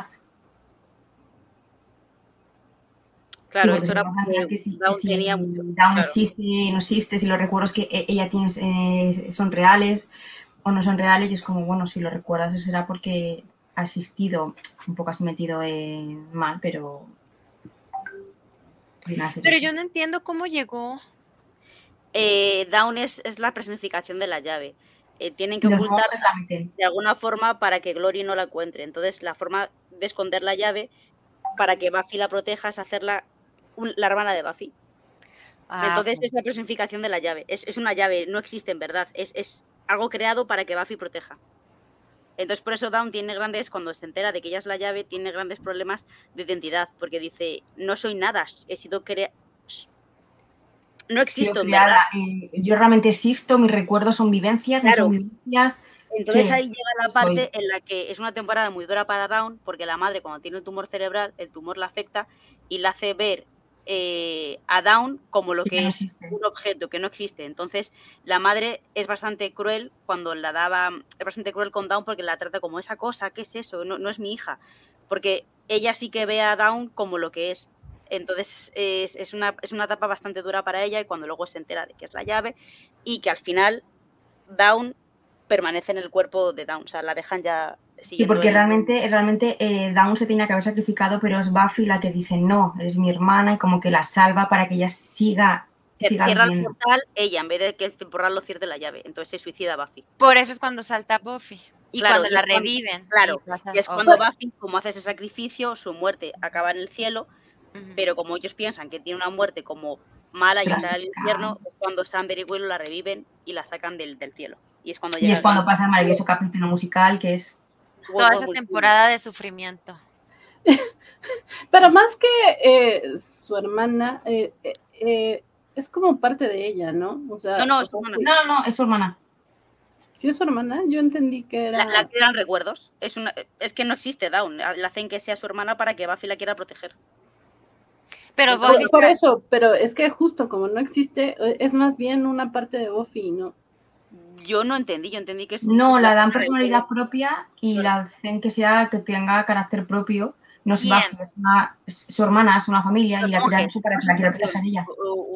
Claro, sí, esto era porque Dawn tenía mucho. Dawn existe, no existe, si los recuerdos que ella tiene son reales o no son reales, y es como, bueno, si lo recuerdas, eso será porque ha existido, un poco así metido mal, pero... Pero yo no entiendo cómo llegó. Dawn es la personificación de la llave. Tienen que ocultarla de alguna forma para que Glory no la encuentre. Entonces, la forma de esconder la llave para que Buffy la proteja es hacerla la hermana de Buffy. Entonces es la personificación de la llave. Es una llave, no existe en verdad. Es algo creado para que Buffy proteja. Entonces por eso Dawn cuando se entera de que ella es la llave, tiene grandes problemas de identidad. Porque dice, no soy nada, he sido no existo, en criada verdad. yo realmente existo, mis recuerdos son vivencias, Claro. no son vivencias. Entonces ¿Qué ahí es? llega la Soy. parte en la que es una temporada muy dura para Dawn, porque la madre cuando tiene un tumor cerebral, el tumor la afecta y la hace ver a Dawn como lo Que que no es existe. un objeto que no existe. Entonces la madre es bastante cruel cuando la daba, es bastante cruel con Dawn porque la trata como esa cosa, ¿qué es eso? No es mi hija. Porque ella sí que ve a Dawn como lo que es. Entonces es una etapa bastante dura para ella y cuando luego se entera de que es la llave y que al final Dawn permanece en el cuerpo de Dawn, o sea, la dejan ya Sí, siguiendo porque el... realmente Dawn se tenía que haber sacrificado, pero es Buffy la que dice, no, eres mi hermana, y como que la salva para que ella siga Cierra el viviendo. portal ella, en vez de que el portal lo cierte la llave, entonces se suicida Buffy. Por eso es cuando salta Buffy. Y Claro, cuando y la es cuando- reviven. Claro, y es cuando Buffy, como hace ese sacrificio, su muerte acaba en el cielo, Ujú. pero como ellos piensan que tiene una muerte como mala y está en el Trágica. infierno, es cuando Xander y Willow la reviven y la sacan del cielo. Y es cuando Y llega es cuando pasa el maravilloso capítulo musical que es... Toda esa temporada de sufrimiento. Pero más que su hermana, es como parte de ella, ¿no? O sea, No, o es sea, su sí, No, es su hermana. sí es su hermana, yo entendí que era... La crean recuerdos. Es que no existe Dawn. La hacen que sea su hermana para que Buffy la quiera proteger. Pero Buffy por eso, pero es que justo como no existe, es más bien una parte de Buffy, ¿no? Yo entendí que es... No, la dan personalidad propia y la hacen que tenga carácter propio. No es Buffy, es su hermana, es una familia y la crean para que la quiera proteger ella.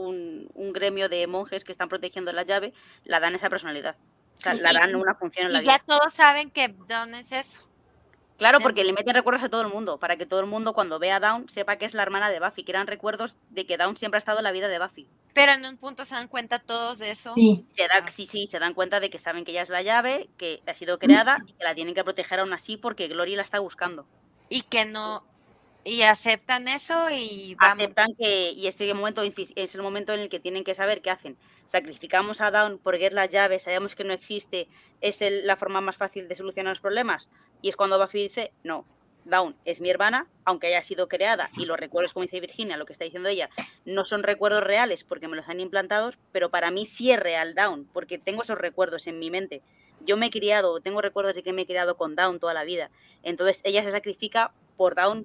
Un gremio de monjes que están protegiendo la llave, la dan esa personalidad. O sea, la dan una función en la vida. Y ya todos saben que Dawn es eso. Claro, porque le meten recuerdos a todo el mundo, para que todo el mundo cuando vea a Dawn sepa que es la hermana de Buffy, que eran recuerdos de que Dawn siempre ha estado en la vida de Buffy. Pero en un punto se dan cuenta todos de eso. Sí. Se dan cuenta de que saben que ella es la llave, que ha sido creada y que la tienen que proteger aún así porque Glory la está buscando. Y que no... Y aceptan eso y vamos. Aceptan que, y este momento es el momento en el que tienen que saber qué hacen. Sacrificamos a Dawn porque es la llave, sabemos que no existe, es la forma más fácil de solucionar los problemas. Y es cuando Buffy dice, no, Dawn es mi hermana, aunque haya sido creada, y los recuerdos, como dice Virginia, lo que está diciendo ella, no son recuerdos reales porque me los han implantado, pero para mí sí es real Dawn, porque tengo esos recuerdos en mi mente. Yo me he criado, tengo recuerdos de que me he criado con Dawn toda la vida. Entonces ella se sacrifica por Dawn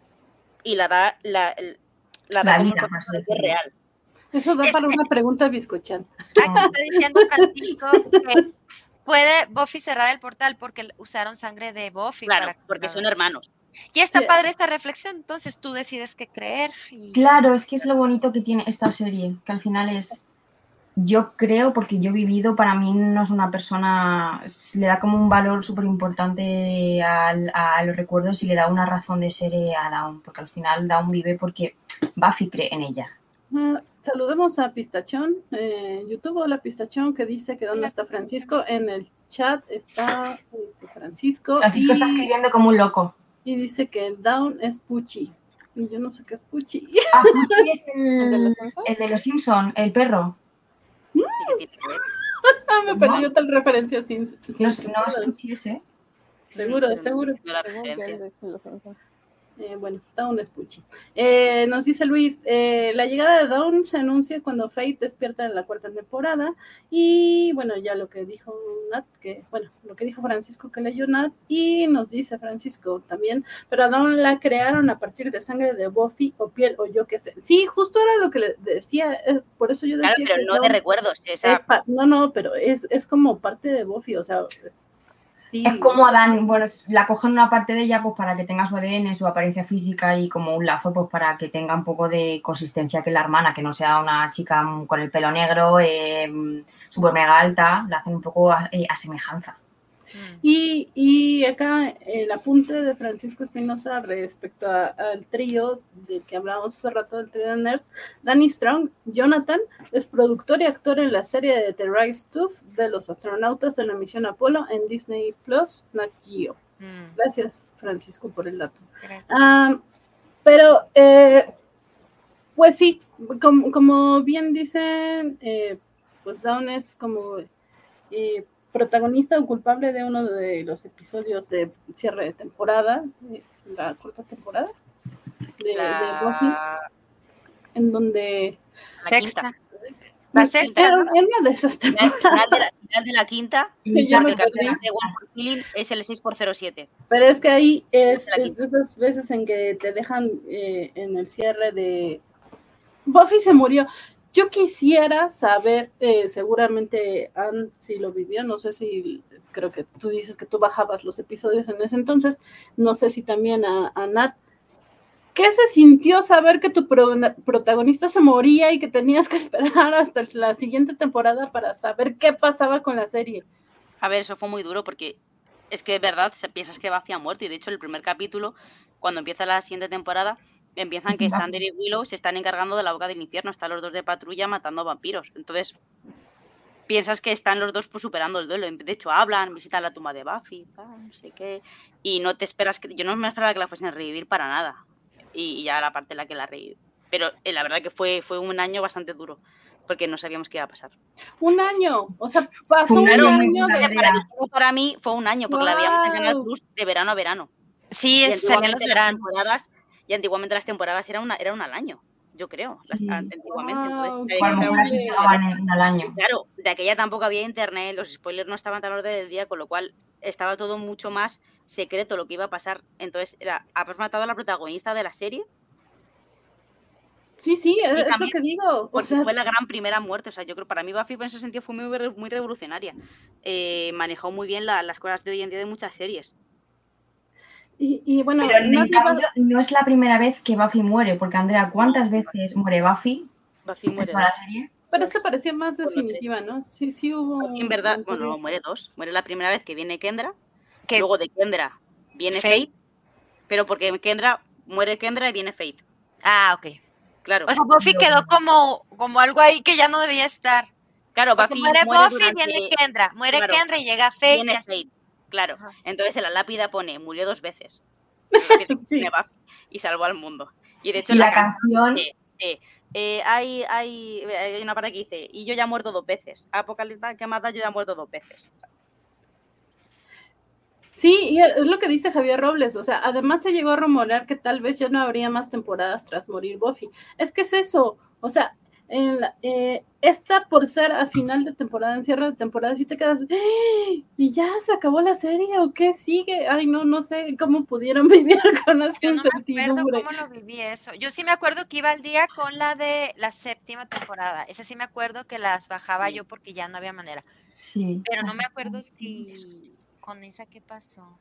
y la da la vida, como es real. Eso da para una pregunta bizcochán. Aquí está diciendo Francisco que puede Buffy cerrar el portal porque usaron sangre de Buffy. Claro, porque son hermanos. Y está padre esta reflexión, entonces tú decides qué creer. Claro, es que es lo bonito que tiene esta serie, que al final es... Yo creo, porque yo he vivido, para mí no es una persona, le da como un valor súper importante a los recuerdos y le da una razón de ser a Dawn, porque al final Dawn vive porque Buffy cree en ella. Saludemos a Pistachón, YouTube, hola Pistachón, que dice que dónde está Francisco. En el chat está Francisco. Francisco está escribiendo como un loco. Y dice que Dawn es Pucci. Y yo no sé qué es Pucci. Ah, Pucci es el de los Simpson, el perro. Me perdió tal referencia sin no es Pucci ese. Seguro. Bueno, Dawn es Pucci. Nos dice Luis, la llegada de Dawn se anuncia cuando Faith despierta en la 4ª temporada. Y bueno, ya lo que dijo Nat, lo que dijo Francisco que leyó Nat, y nos dice Francisco también, pero a Dawn la crearon a partir de sangre de Buffy o piel o yo qué sé. Sí, justo era lo que le decía, por eso yo decía. Claro, pero que no Dawn de recuerdos. Pero es como parte de Buffy, o sea... Sí. Es como Adán, bueno, la cogen una parte de ella pues para que tenga su ADN, su apariencia física y como un lazo pues para que tenga un poco de consistencia que la hermana, que no sea una chica con el pelo negro, súper mega alta, la hacen un poco a semejanza. Y acá el apunte de Francisco Espinosa respecto al trío del que hablábamos hace rato, del trío de nerds. Danny Strong, Jonathan, es productor y actor en la serie de The Right Stuff de los astronautas de la misión Apolo en Disney Plus, Nat Geo. Gracias, Francisco, por el dato. Pero, pues sí, como bien dicen, pues Dawn es como... protagonista o culpable de uno de los episodios de cierre de temporada, la 4ª temporada de Buffy, en donde Va a ser Pero en una de esas temporadas. Final de la quinta, Que yo me el campeón perdí. de One for Killing es el 6x07. Pero es que ahí es Aquí. de esas veces en que te dejan en el cierre de Buffy se murió. Yo quisiera saber, seguramente Ann si lo vivió, no sé si, creo que tú dices que tú bajabas los episodios en ese entonces, no sé si también a Nat, ¿qué se sintió saber que tu protagonista se moría y que tenías que esperar hasta la siguiente temporada para saber qué pasaba con la serie? A ver, eso fue muy duro porque es que de verdad piensas que Buffy ha muerto y de hecho el primer capítulo, cuando empieza la siguiente temporada, empiezan que Xander y Willow se están encargando de la boca del infierno, están los dos de patrulla matando vampiros. Entonces, piensas que están los dos pues, superando el duelo. De hecho, hablan, visitan la tumba de Buffy, no sé qué. Y no te esperas que... Yo no me esperaba que la fuesen a revivir para nada. Y ya la parte en la que la reviví. Pero la verdad que fue un año bastante duro. Porque no sabíamos qué iba a pasar. Un año, o sea, pasó un Claro, año para mí fue un año, porque la veíamos en Canal Plus de verano a verano. Sí, salían los veranos. Y antiguamente las temporadas eran una al año, yo creo. Sí. Antiguamente. Entonces, A lo mejor aquí llegaban al año. Claro, de aquella tampoco había internet, los spoilers no estaban tan a la orden del día, con lo cual estaba todo mucho más secreto lo que iba a pasar. Entonces, ¿has matado a la protagonista de la serie? Sí, es lo que digo. Porque fue la gran primera muerte. O sea, yo creo para mí Buffy en ese sentido fue muy revolucionaria. Manejó muy bien las cosas de hoy en día de muchas series. Y bueno, pero en cambio, no es la primera vez que Buffy muere, porque Andrea, ¿cuántas veces muere Buffy? Buffy muere en toda la serie. Pero es que parecía más definitiva, ¿no? Sí hubo. En verdad, bueno, muere dos. Muere la primera vez que viene Kendra, luego de Kendra viene Faith, pero porque muere Kendra y viene Faith. Ah, ok. Claro. O sea, Buffy quedó como algo ahí que ya no debía estar. Claro, porque muere Buffy, viene Kendra. Muere Kendra y llega Faith. Viene Faith, claro. Ajá. Entonces en la lápida pone, murió 2 veces. Sí. Y salvó al mundo. Y de hecho la canción... hay una parte que dice, y yo ya he muerto 2 veces. Apocalipsis que mata, yo ya he muerto 2 veces. Sí, y es lo que dice Javier Robles, o sea, además se llegó a rumorear que tal vez ya no habría más temporadas tras morir Buffy. Es que es eso, o sea, esta por ser a final de temporada, en cierre de temporada, si te quedas, ¿y ya se acabó la serie o qué sigue? Ay, no sé cómo pudieron vivir con esa incertidumbre. Yo no me acuerdo cómo lo viví eso. Yo sí me acuerdo que iba al día con la de la 7ª temporada. Esa sí me acuerdo que las bajaba yo porque ya no había manera. Sí. Pero no me acuerdo si con esa qué pasó.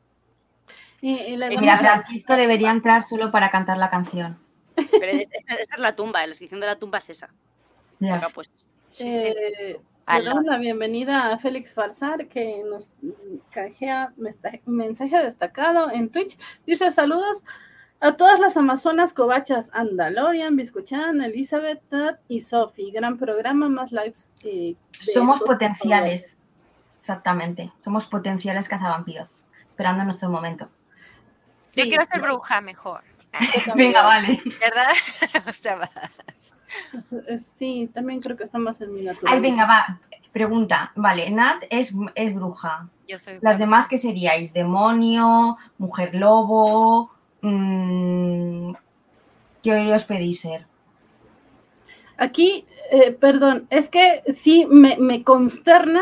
Mira, Francisco debería entrar solo para cantar la canción. Pero esa es la tumba, la descripción de la tumba es esa. Ya. Acá, pues. Le damos la bienvenida a Félix Farsar, que nos canjea mensaje destacado en Twitch. Dice, saludos a todas las amazonas covachas, Andalorian, Biscuchan, Elizabeth, Nat y Sophie. Gran programa, más lives. Somos potenciales. Exactamente. Somos potenciales cazavampiros. Esperando nuestro momento. Yo quiero ser bruja mejor. Venga, vale. ¿Verdad? O sea, sí, también creo que está más en mi naturaleza. Ay, venga, va. Pregunta. Vale, Nat es bruja. Yo soy Las demás, ¿qué seríais? ¿Demonio? ¿Mujer lobo? ¿Qué os pedís ser? Aquí, perdón, es que sí me consterna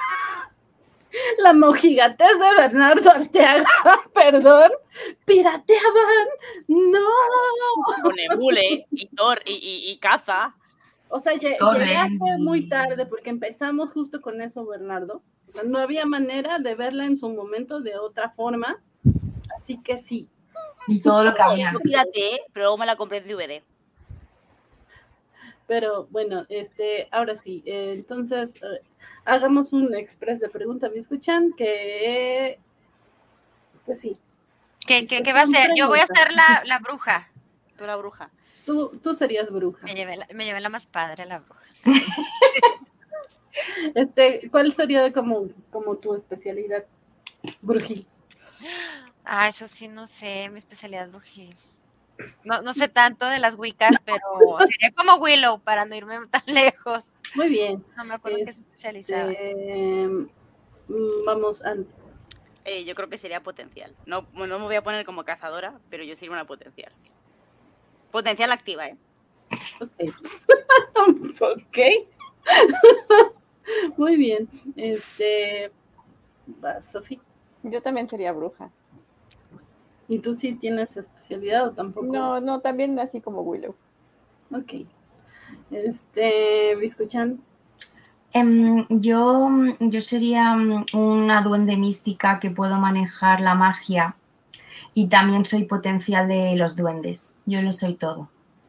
la mojigatez de Bernardo Arteaga, perdón, pirateaban, no. Con Embule y Thor y Caza. O sea, llegaste muy tarde porque empezamos justo con eso, Bernardo. O sea, no había manera de verla en su momento de otra forma, así que sí. Y todo lo que había. Yo pirateé, pero luego me la compré en DVD. Pero bueno, ahora sí, entonces hagamos un express de pregunta, ¿me escuchan? Que sí. ¿Qué va a ser? Yo voy a ser la bruja. Tú la bruja. Tú serías bruja. Me llevé la más padre, la bruja. ¿Cuál sería como tu especialidad brujil? Ah, eso sí, no sé, mi especialidad brujil. No sé tanto de las Wiccas, pero sería como Willow para no irme tan lejos. Muy bien. No me acuerdo qué especializaba. Vamos a... yo creo que sería potencial. No me voy a poner como cazadora, pero yo sería una potencial. Potencial activa, Ok. Muy bien. Sofía. Yo también sería bruja. ¿Y tú sí tienes especialidad o tampoco? No, también así como Willow. Ok. Biscuchan. Yo sería una duende mística que puedo manejar la magia y también soy potencial de los duendes. Yo lo soy todo.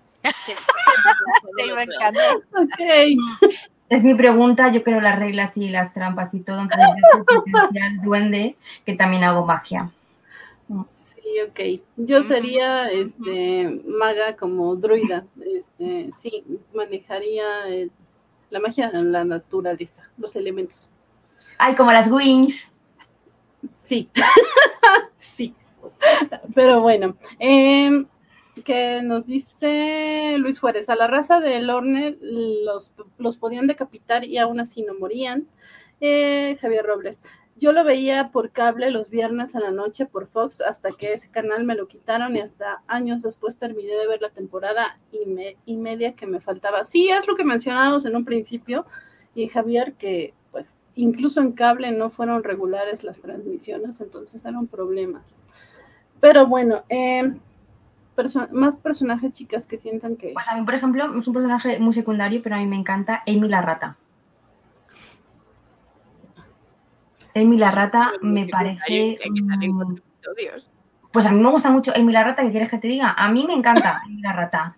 Sí, me encanta. Ok. Es mi pregunta, yo creo las reglas y las trampas y todo, entonces yo soy potencial duende que también hago magia. Sí, ok. Yo sería maga como druida. Sí, manejaría la magia en la naturaleza, los elementos. Ay, como las wings. Sí. Sí. Pero bueno. Que nos dice Luis Juárez, a la raza de Lorne los podían decapitar y aún así no morían. Javier Robles, yo lo veía por cable los viernes a la noche por Fox hasta que ese canal me lo quitaron y hasta años después terminé de ver la temporada y media que me faltaba. Sí, es lo que mencionábamos en un principio, y Javier, que pues incluso en cable no fueron regulares las transmisiones, entonces era un problema. Pero bueno, más personajes, chicas, que sientan que... Pues a mí, por ejemplo, es un personaje muy secundario, pero a mí me encanta Amy la rata. Amy la rata me parece... Pues a mí me gusta mucho Amy la rata, ¿qué quieres que te diga? A mí me encanta Amy la rata.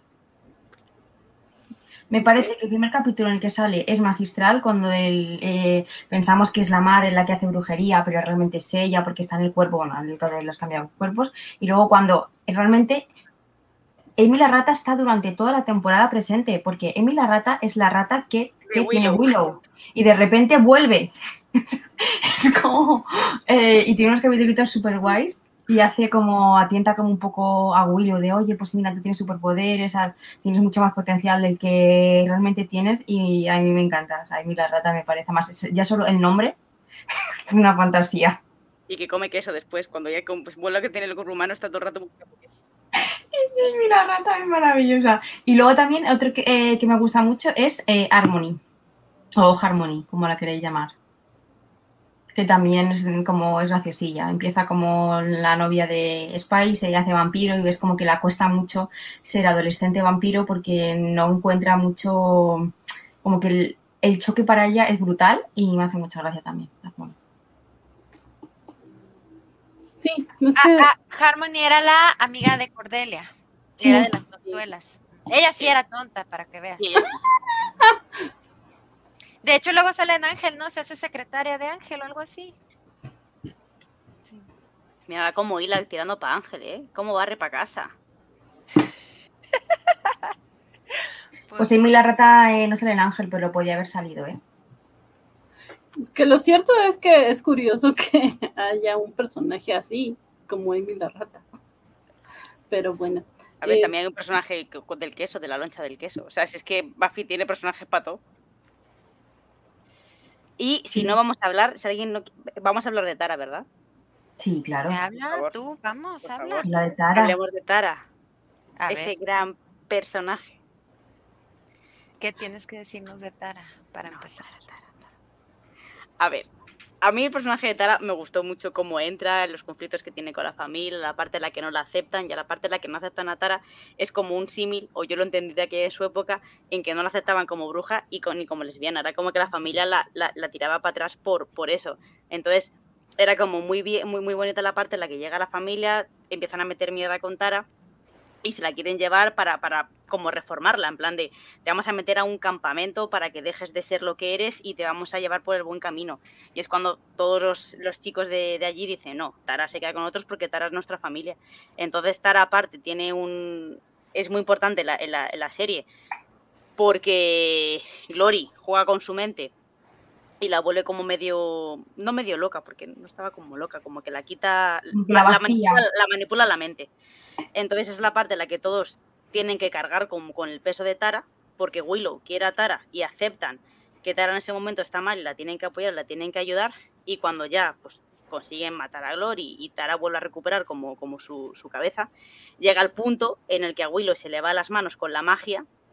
Me parece que el primer capítulo en el que sale es magistral, cuando pensamos que es la madre la que hace brujería, pero realmente es ella porque está en el cuerpo, bueno, en el caso de los cambiados cuerpos, y luego cuando realmente Amy la rata está durante toda la temporada presente, porque Amy la rata es la rata que tiene Willow, y de repente vuelve. Es como... y tiene unos capítulos súper guays, y hace como, atienta como un poco a Willow de, oye, pues mira, tú tienes superpoderes, tienes mucho más potencial del que realmente tienes, y a mí me encanta. O sea, a mí la rata me parece más, ya solo el nombre es una fantasía. Y que come queso después, cuando ya pues, vuelve a que tiene el cuerpo humano, está todo el rato buscando queso. Y la rata es maravillosa. Y luego también otro que me gusta mucho es Harmony, o Harmony, como la queréis llamar. Que también es graciosilla. Empieza como la novia de Spy, se hace vampiro y ves como que le cuesta mucho ser adolescente vampiro porque no encuentra mucho, como que el choque para ella es brutal y me hace mucha gracia también. Sí, no sé. Harmony era la amiga de Cordelia, Sí. era de las tontuelas. Ella sí era tonta, para que veas. Sí. De hecho, luego sale en Ángel, ¿no? Se hace secretaria de Ángel o algo así. Sí. Mira cómo hila tirando para Ángel, ¿eh? Cómo barre para casa. Pues Amy la rata no sale en Ángel, pero podía haber salido, ¿eh? Que lo cierto es que es curioso que haya un personaje así, como Amy la rata. Pero bueno. A ver, también hay un personaje del queso, de la loncha del queso. O sea, si es que Buffy tiene personajes para todo. Y si no vamos a hablar, si alguien no... Vamos a hablar de Tara, ¿verdad? Sí, claro. Habla tú, vamos, habla. La de Tara. Hablemos de Tara. A ese ver, gran personaje. ¿qué tienes que decirnos de Tara para empezar? Tara. A ver, a mí el personaje de Tara me gustó mucho cómo entra, los conflictos que tiene con la familia, la parte en la que no la aceptan y a la parte en la que no aceptan a Tara es como un símil, o yo lo entendí de aquí en su época, en que no la aceptaban como bruja ni como lesbiana. Era como que la familia la tiraba para atrás por eso. Entonces era como muy bonita la parte en la que llega la familia, empiezan a meter mierda con Tara y se la quieren llevar para como reformarla, en plan de te vamos a meter a un campamento para que dejes de ser lo que eres y te vamos a llevar por el buen camino. Y es cuando todos los chicos de allí dicen, no, Tara se queda con nosotros porque Tara es nuestra familia. Entonces Tara aparte es muy importante en la serie porque Glory juega con su mente y la vuelve como no medio loca, porque no estaba como loca, como que la quita, la manipula la mente. Entonces es la parte en la que todos tienen que cargar con el peso de Tara, porque Willow quiere a Tara y aceptan que Tara en ese momento está mal y la tienen que apoyar, la tienen que ayudar, y cuando ya pues consiguen matar a Glory y Tara vuelve a recuperar como su cabeza, llega el punto en el que a Willow se le va las manos con la magia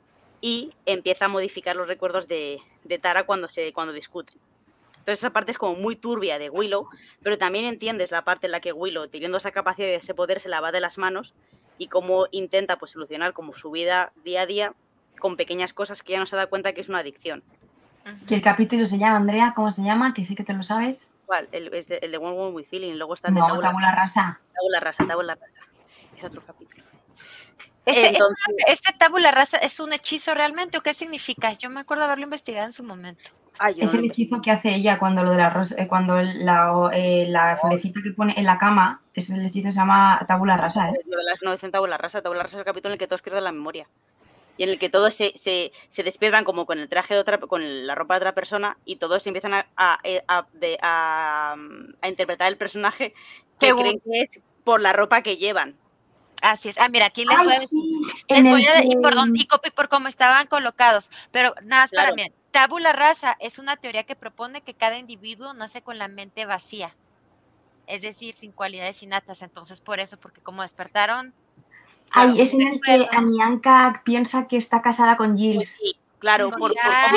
y empieza a modificar los recuerdos de Tara cuando discuten. Entonces esa parte es como muy turbia de Willow, pero también entiendes la parte en la que Willow, teniendo esa capacidad y ese poder, se la va de las manos y cómo intenta pues solucionar como su vida día a día con pequeñas cosas que ya no se da cuenta que es una adicción. Que el capítulo se llama, Andrea, ¿cómo se llama? Que sé que te lo sabes. ¿Cuál? El de One Woman with Feeling, luego está el de No, Tabula Rasa. Tabula Rasa. Es otro capítulo. ¿Este tabula rasa es un hechizo realmente o qué significa? Yo me acuerdo haberlo investigado en su momento. Es el hechizo que hace ella cuando lo de la rosa, cuando la florecita que pone en la cama, es el hechizo que se llama Tabula Rasa, ¿eh? No, es en Tabula Rasa. Tabula Rasa es el capítulo en el que todos pierden la memoria. Y en el que todos se despiertan como con el traje de otra, con la ropa de otra persona, y todos empiezan a interpretar el personaje que creen que es por la ropa que llevan. Así es. Mira, aquí les voy a decir. Les voy a decir y por cómo estaban colocados. Pero nada más para mí. Tabula rasa es una teoría que propone que cada individuo nace con la mente vacía. Es decir, sin cualidades innatas. Entonces, por eso, porque como despertaron. Ay, es en el que Anianka piensa que está casada con Giles. Sí, claro, por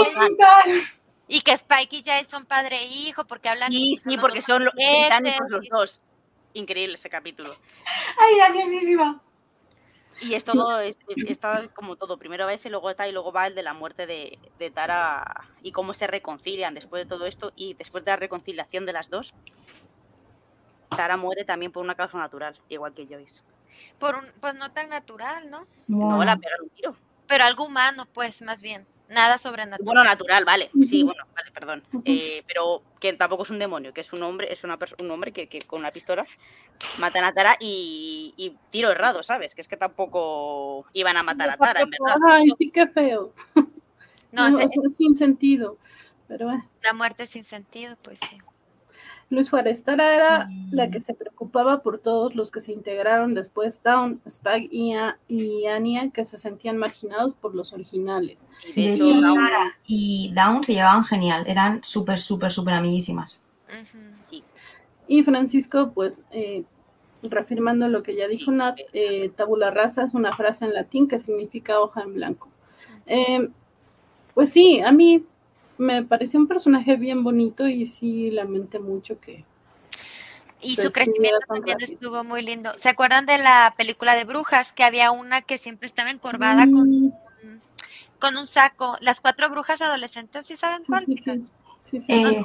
y que Spike y Giles son padre e hijo, porque hablan. Sí, porque son británicos los dos. Increíble ese capítulo. ¡Ay, graciosísima! Y es todo, está como todo. Primero va ese, luego está, y luego va el de la muerte de Tara y cómo se reconcilian después de todo esto. Y después de la reconciliación de las dos, Tara muere también por una causa natural, igual que Joyce. Pues no tan natural, ¿no? No, la pegan un tiro. Pero algo humano, pues, más bien. Nada sobrenatural. Bueno, natural, vale. Sí, bueno, vale, perdón. Pero que tampoco es un demonio, que es un hombre, un hombre que con una pistola matan a Tara y tiro errado, ¿sabes? Que es que tampoco iban a matar a Tara, en verdad. Ay, sí, qué feo. No, es sin sentido. Pero la muerte sin sentido, pues sí. Luis Juárez, Tara era la que se preocupaba por todos los que se integraron después, Dawn, Spike y Anya, que se sentían marginados por los originales. De hecho, Tara y Dawn se llevaban genial, eran súper amiguísimas. Uh-huh. Y Francisco, pues, reafirmando lo que ya dijo Nat, tabula rasa es una frase en latín que significa hoja en blanco. Pues sí, a mí me pareció un personaje bien bonito y sí lamenté mucho que... Y su crecimiento también estuvo muy lindo. ¿Se acuerdan de la película de Brujas? Que había una que siempre estaba encorvada con un saco. Las 4 brujas adolescentes, ¿sí saben cuál? Sí.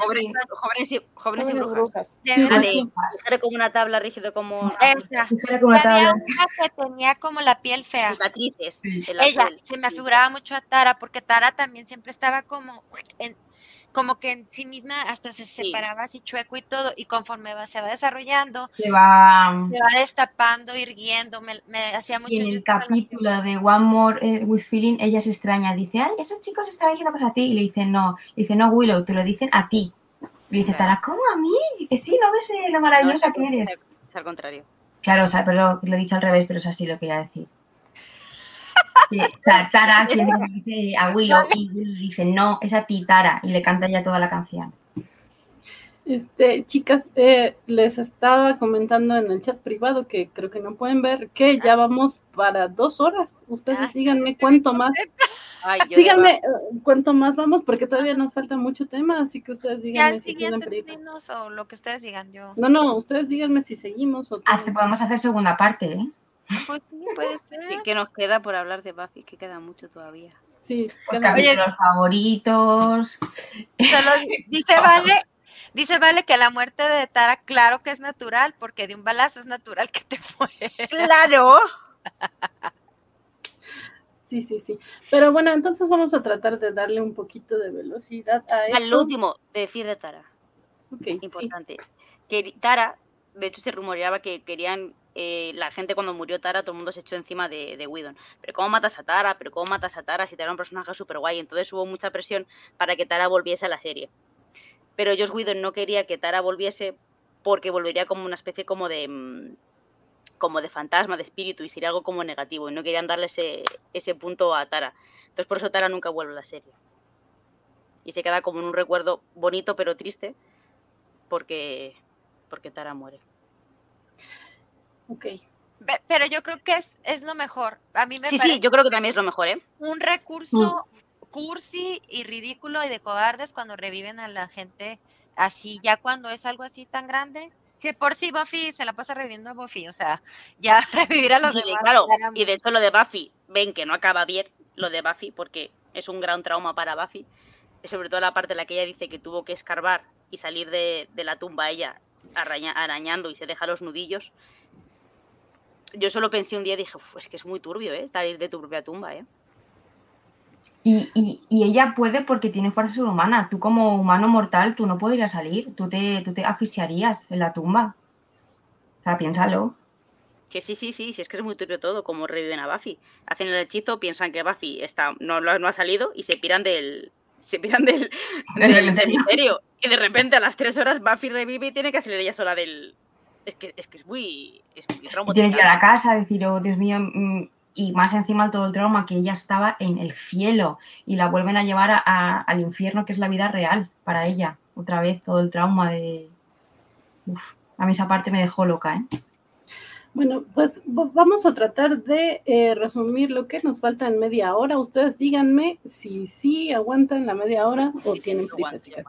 Jóvenes y brujas. Como una tabla rígido como... Esa. Había una que tenía como la piel fea. Cicatrices. Ella, se me afiguraba mucho a Tara, porque Tara también siempre estaba como que en sí misma hasta se separaba así chueco y todo, y conforme se va desarrollando, se va destapando, irguiendo, me hacía mucho. Y en el capítulo de One More with Feeling, ella se extraña, dice, ay, esos chicos estaban diciendo cosas a ti, y le dice, no, Willow, te lo dicen a ti. Y le dice, Tara, ¿cómo a mí? Que sí, ¿no ves lo maravillosa que eres? Es al contrario. Claro, o sea, pero lo he dicho al revés, pero es así lo quería decir. Tara que dice a Willow y Willow dice no, es a ti, Tara, y le canta ya toda la canción. Chicas, les estaba comentando en el chat privado que creo que no pueden ver que ya vamos para 2 horas. Ustedes díganme cuánto más. Díganme cuánto más vamos, porque todavía nos falta mucho tema, así que ustedes díganme si tienen prisa. O lo que ustedes digan, yo. No, ustedes díganme si seguimos o podemos hacer segunda parte, ¿eh? Pues sí, puede ser. Sí, que nos queda por hablar de Buffy, que queda mucho todavía. Sí, pues capítulos favoritos. Dice Vale que la muerte de Tara, claro que es natural, porque de un balazo es natural que te muera. ¡Claro! Sí. Pero bueno, entonces vamos a tratar de darle un poquito de velocidad a esto. Al último, decir de Tara. Okay, importante. Sí. Que Tara, de hecho se rumoreaba que querían... la gente cuando murió Tara, todo el mundo se echó encima de Whedon. ¿Pero cómo matas a Tara? Si Tara era un personaje súper guay. Entonces hubo mucha presión para que Tara volviese a la serie. Pero Joss Whedon no quería que Tara volviese porque volvería como una especie como de fantasma, de espíritu, y sería algo como negativo. Y no querían darle ese punto a Tara. Entonces por eso Tara nunca vuelve a la serie. Y se queda como en un recuerdo bonito pero triste porque Tara muere. Ok, Pero yo creo que es lo mejor. A mí me Sí, parece sí, yo creo que también es lo mejor, ¿eh? un recurso cursi y ridículo y de cobardes cuando reviven a la gente así, ya cuando es algo así tan grande. Si por sí Buffy se la pasa reviviendo a Buffy, o sea, ya revivir a los Sí, demás. claro, era y de mucho. hecho lo de Buffy, ven que no acaba bien lo de Buffy porque es un gran trauma para Buffy, sobre todo la parte en la que ella dice que tuvo que escarbar y salir de la tumba ella arañando y se deja los nudillos. Yo solo pensé un día y dije, es que es muy turbio, salir de tu propia tumba, Y ella puede porque tiene fuerza sobrehumana. Tú como humano mortal, tú no podrías salir. Tú te asfixiarías en la tumba. O sea, piénsalo. Que sí, es que es muy turbio todo, como reviven a Buffy. Hacen el hechizo, piensan que Buffy no ha salido y se piran del cementerio. Y de repente a las 3 horas Buffy revive y tiene que salir ella sola del... Es que es muy Y tiene que ir traumatizante. a la casa, decir, oh, Dios mío, y más encima todo el trauma que ella estaba en el cielo y la vuelven a llevar al infierno, que es la vida real para ella. Otra vez todo el trauma de... Uf, a mí esa parte me dejó loca, ¿eh? Bueno, pues vamos a tratar de resumir lo que nos falta en media hora. Ustedes díganme si sí aguantan la media hora o tienen prisa, chicas.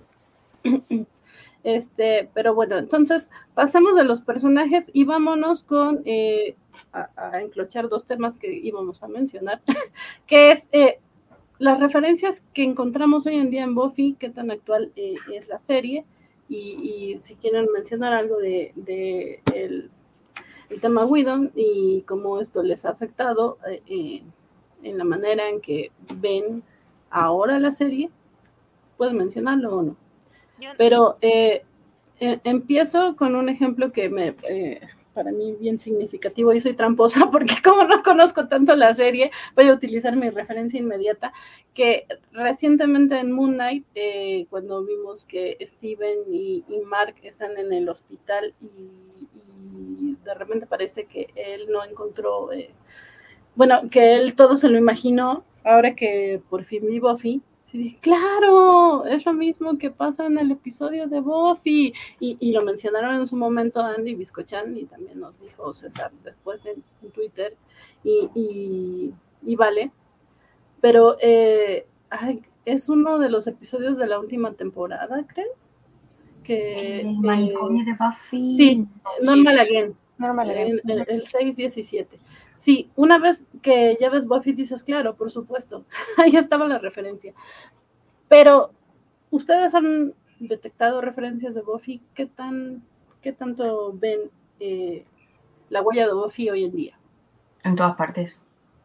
Pero bueno, entonces pasemos de los personajes y vámonos con a enclochar dos temas que íbamos a mencionar, que es las referencias que encontramos hoy en día en Buffy, qué tan actual es la serie, y si quieren mencionar algo de el tema Whedon y cómo esto les ha afectado en la manera en que ven ahora la serie, puedes mencionarlo o no. Pero empiezo con un ejemplo que para mí bien significativo, y soy tramposa porque como no conozco tanto la serie, voy a utilizar mi referencia inmediata, que recientemente en Moon Knight, cuando vimos que Steven y Mark están en el hospital y de repente parece que él no encontró, que él todo se lo imaginó, ahora que por fin vi Buffy, sí, claro, es lo mismo que pasa en el episodio de Buffy, y lo mencionaron en su momento Andy Biscochan, y también nos dijo César después en Twitter, y vale, pero es uno de los episodios de la última temporada, creo, que el manicomio de Buffy. Sí, Normal Again. El 6-17. Sí, una vez que ya ves Buffy dices, claro, por supuesto, ahí estaba la referencia. Pero, ¿ustedes han detectado referencias de Buffy? ¿Qué tanto ven la huella de Buffy hoy en día? En todas partes.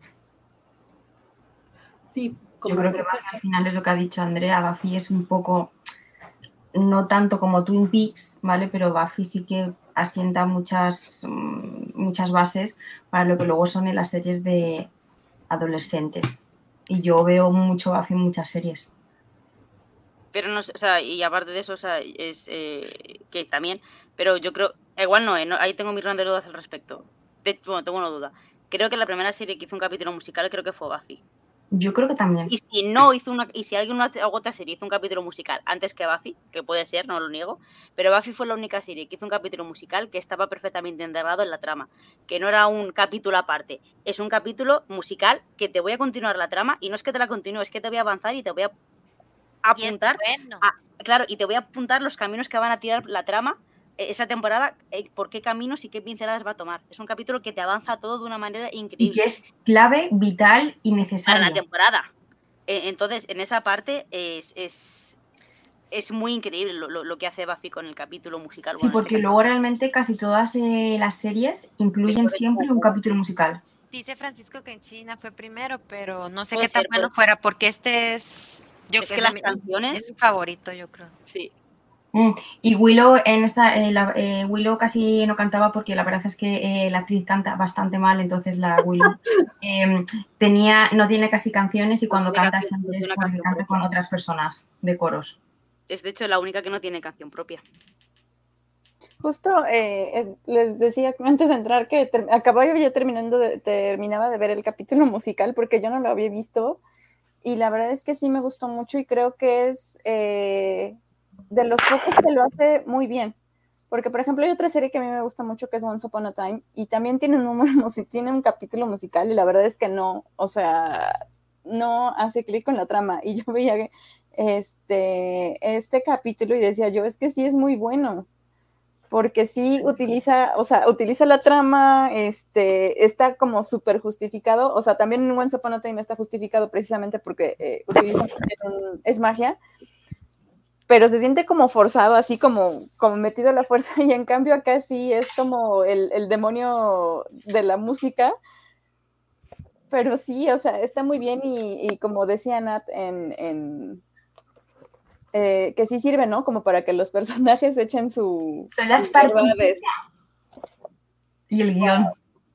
Sí, yo creo que Buffy al final es lo que ha dicho Andrea. Buffy es un poco, no tanto como Twin Peaks, ¿vale? Pero Buffy sí que asienta muchas bases para lo que luego son en las series de adolescentes. Y yo veo mucho Buffy en muchas series. Pero no sé, o sea, y aparte de eso, o sea, es que también, pero yo creo, igual no, ahí tengo mis grandes dudas al respecto. Bueno, tengo una duda. Creo que la primera serie que hizo un capítulo musical creo que fue Buffy. Yo creo que también. Y si no hizo y si alguien otra serie hizo un capítulo musical antes que Buffy, que puede ser, no lo niego, pero Buffy fue la única serie que hizo un capítulo musical que estaba perfectamente integrado en la trama, que no era un capítulo aparte, es un capítulo musical que te voy a continuar la trama y no es que te la continúe, es que te voy a avanzar y te voy a apuntar, claro, y te voy a apuntar los caminos que van a tirar la trama esa temporada, por qué caminos y qué pinceladas va a tomar. Es un capítulo que te avanza todo de una manera increíble. Y que es clave, vital y necesaria. Para la temporada. Entonces, en esa parte es muy increíble lo que hace Buffy con el capítulo musical. Sí, porque luego realmente casi todas las series incluyen siempre un capítulo musical. Dice Francisco que en China fue primero, pero no sé qué tan bueno fuera, porque este es... Yo creo que las canciones... Es mi favorito, yo creo. Sí. Y Willow Willow casi no cantaba porque la verdad es que la actriz canta bastante mal, entonces la Willow no tiene casi canciones y cuando canta siempre es porque canta con otras personas de coros. Es de hecho la única que no tiene canción propia. Justo les decía antes de entrar que acababa yo terminaba de ver el capítulo musical porque yo no lo había visto y la verdad es que sí me gustó mucho y creo que es de los pocos que lo hace muy bien, Porque, por ejemplo, hay otra serie que a mí me gusta mucho que es Once Upon a Time y también tiene tiene un capítulo musical y la verdad es que no, o sea, no hace clic con la trama. Y yo veía este capítulo y decía yo, es que sí es muy bueno, porque sí utiliza la trama, está como súper justificado, o sea, también en Once Upon a Time está justificado precisamente porque es magia, pero se siente como forzado, así como metido a la fuerza, y en cambio acá sí es como el demonio de la música, pero sí, o sea, está muy bien y como decía Nat que sí sirve, ¿no? Como para que los personajes echen son las partituras y el guión.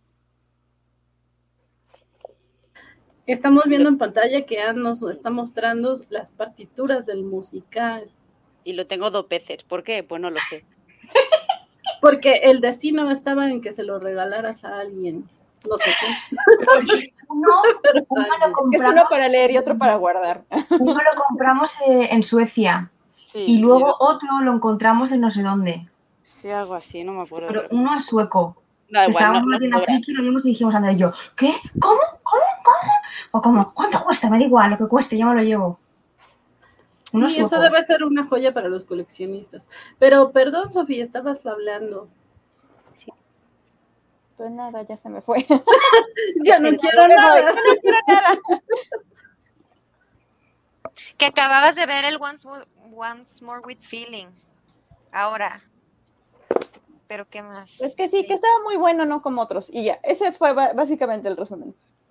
Estamos viendo en pantalla que Anne nos está mostrando las partituras del musical. Y lo tengo 2 veces. ¿Por qué? Pues no lo sé. Porque el destino estaba en que se lo regalaras a alguien. No sé qué. Porque uno lo compramos, es que es uno para leer y otro para guardar. Uno lo compramos en Suecia. Sí, y luego otro lo encontramos en no sé dónde. Sí, algo así, no me acuerdo. Pero uno es sueco. Da igual, estábamos en una tienda friki, lo vimos y dijimos, Andrea y yo, ¿qué? ¿Cómo? O como, ¿cuánto cuesta? Me da igual, lo que cueste, ya me lo llevo. Uno sí, eso debe ser una joya para los coleccionistas. Pero, perdón, Sofía, estabas hablando. Sí. Pues nada, ya se me fue. Ya no quiero nada. Que acababas de ver el Once More with Feeling. Ahora. Pero ¿qué más? Es que sí, que estaba muy bueno, no como otros. Y ya, ese fue básicamente el resumen.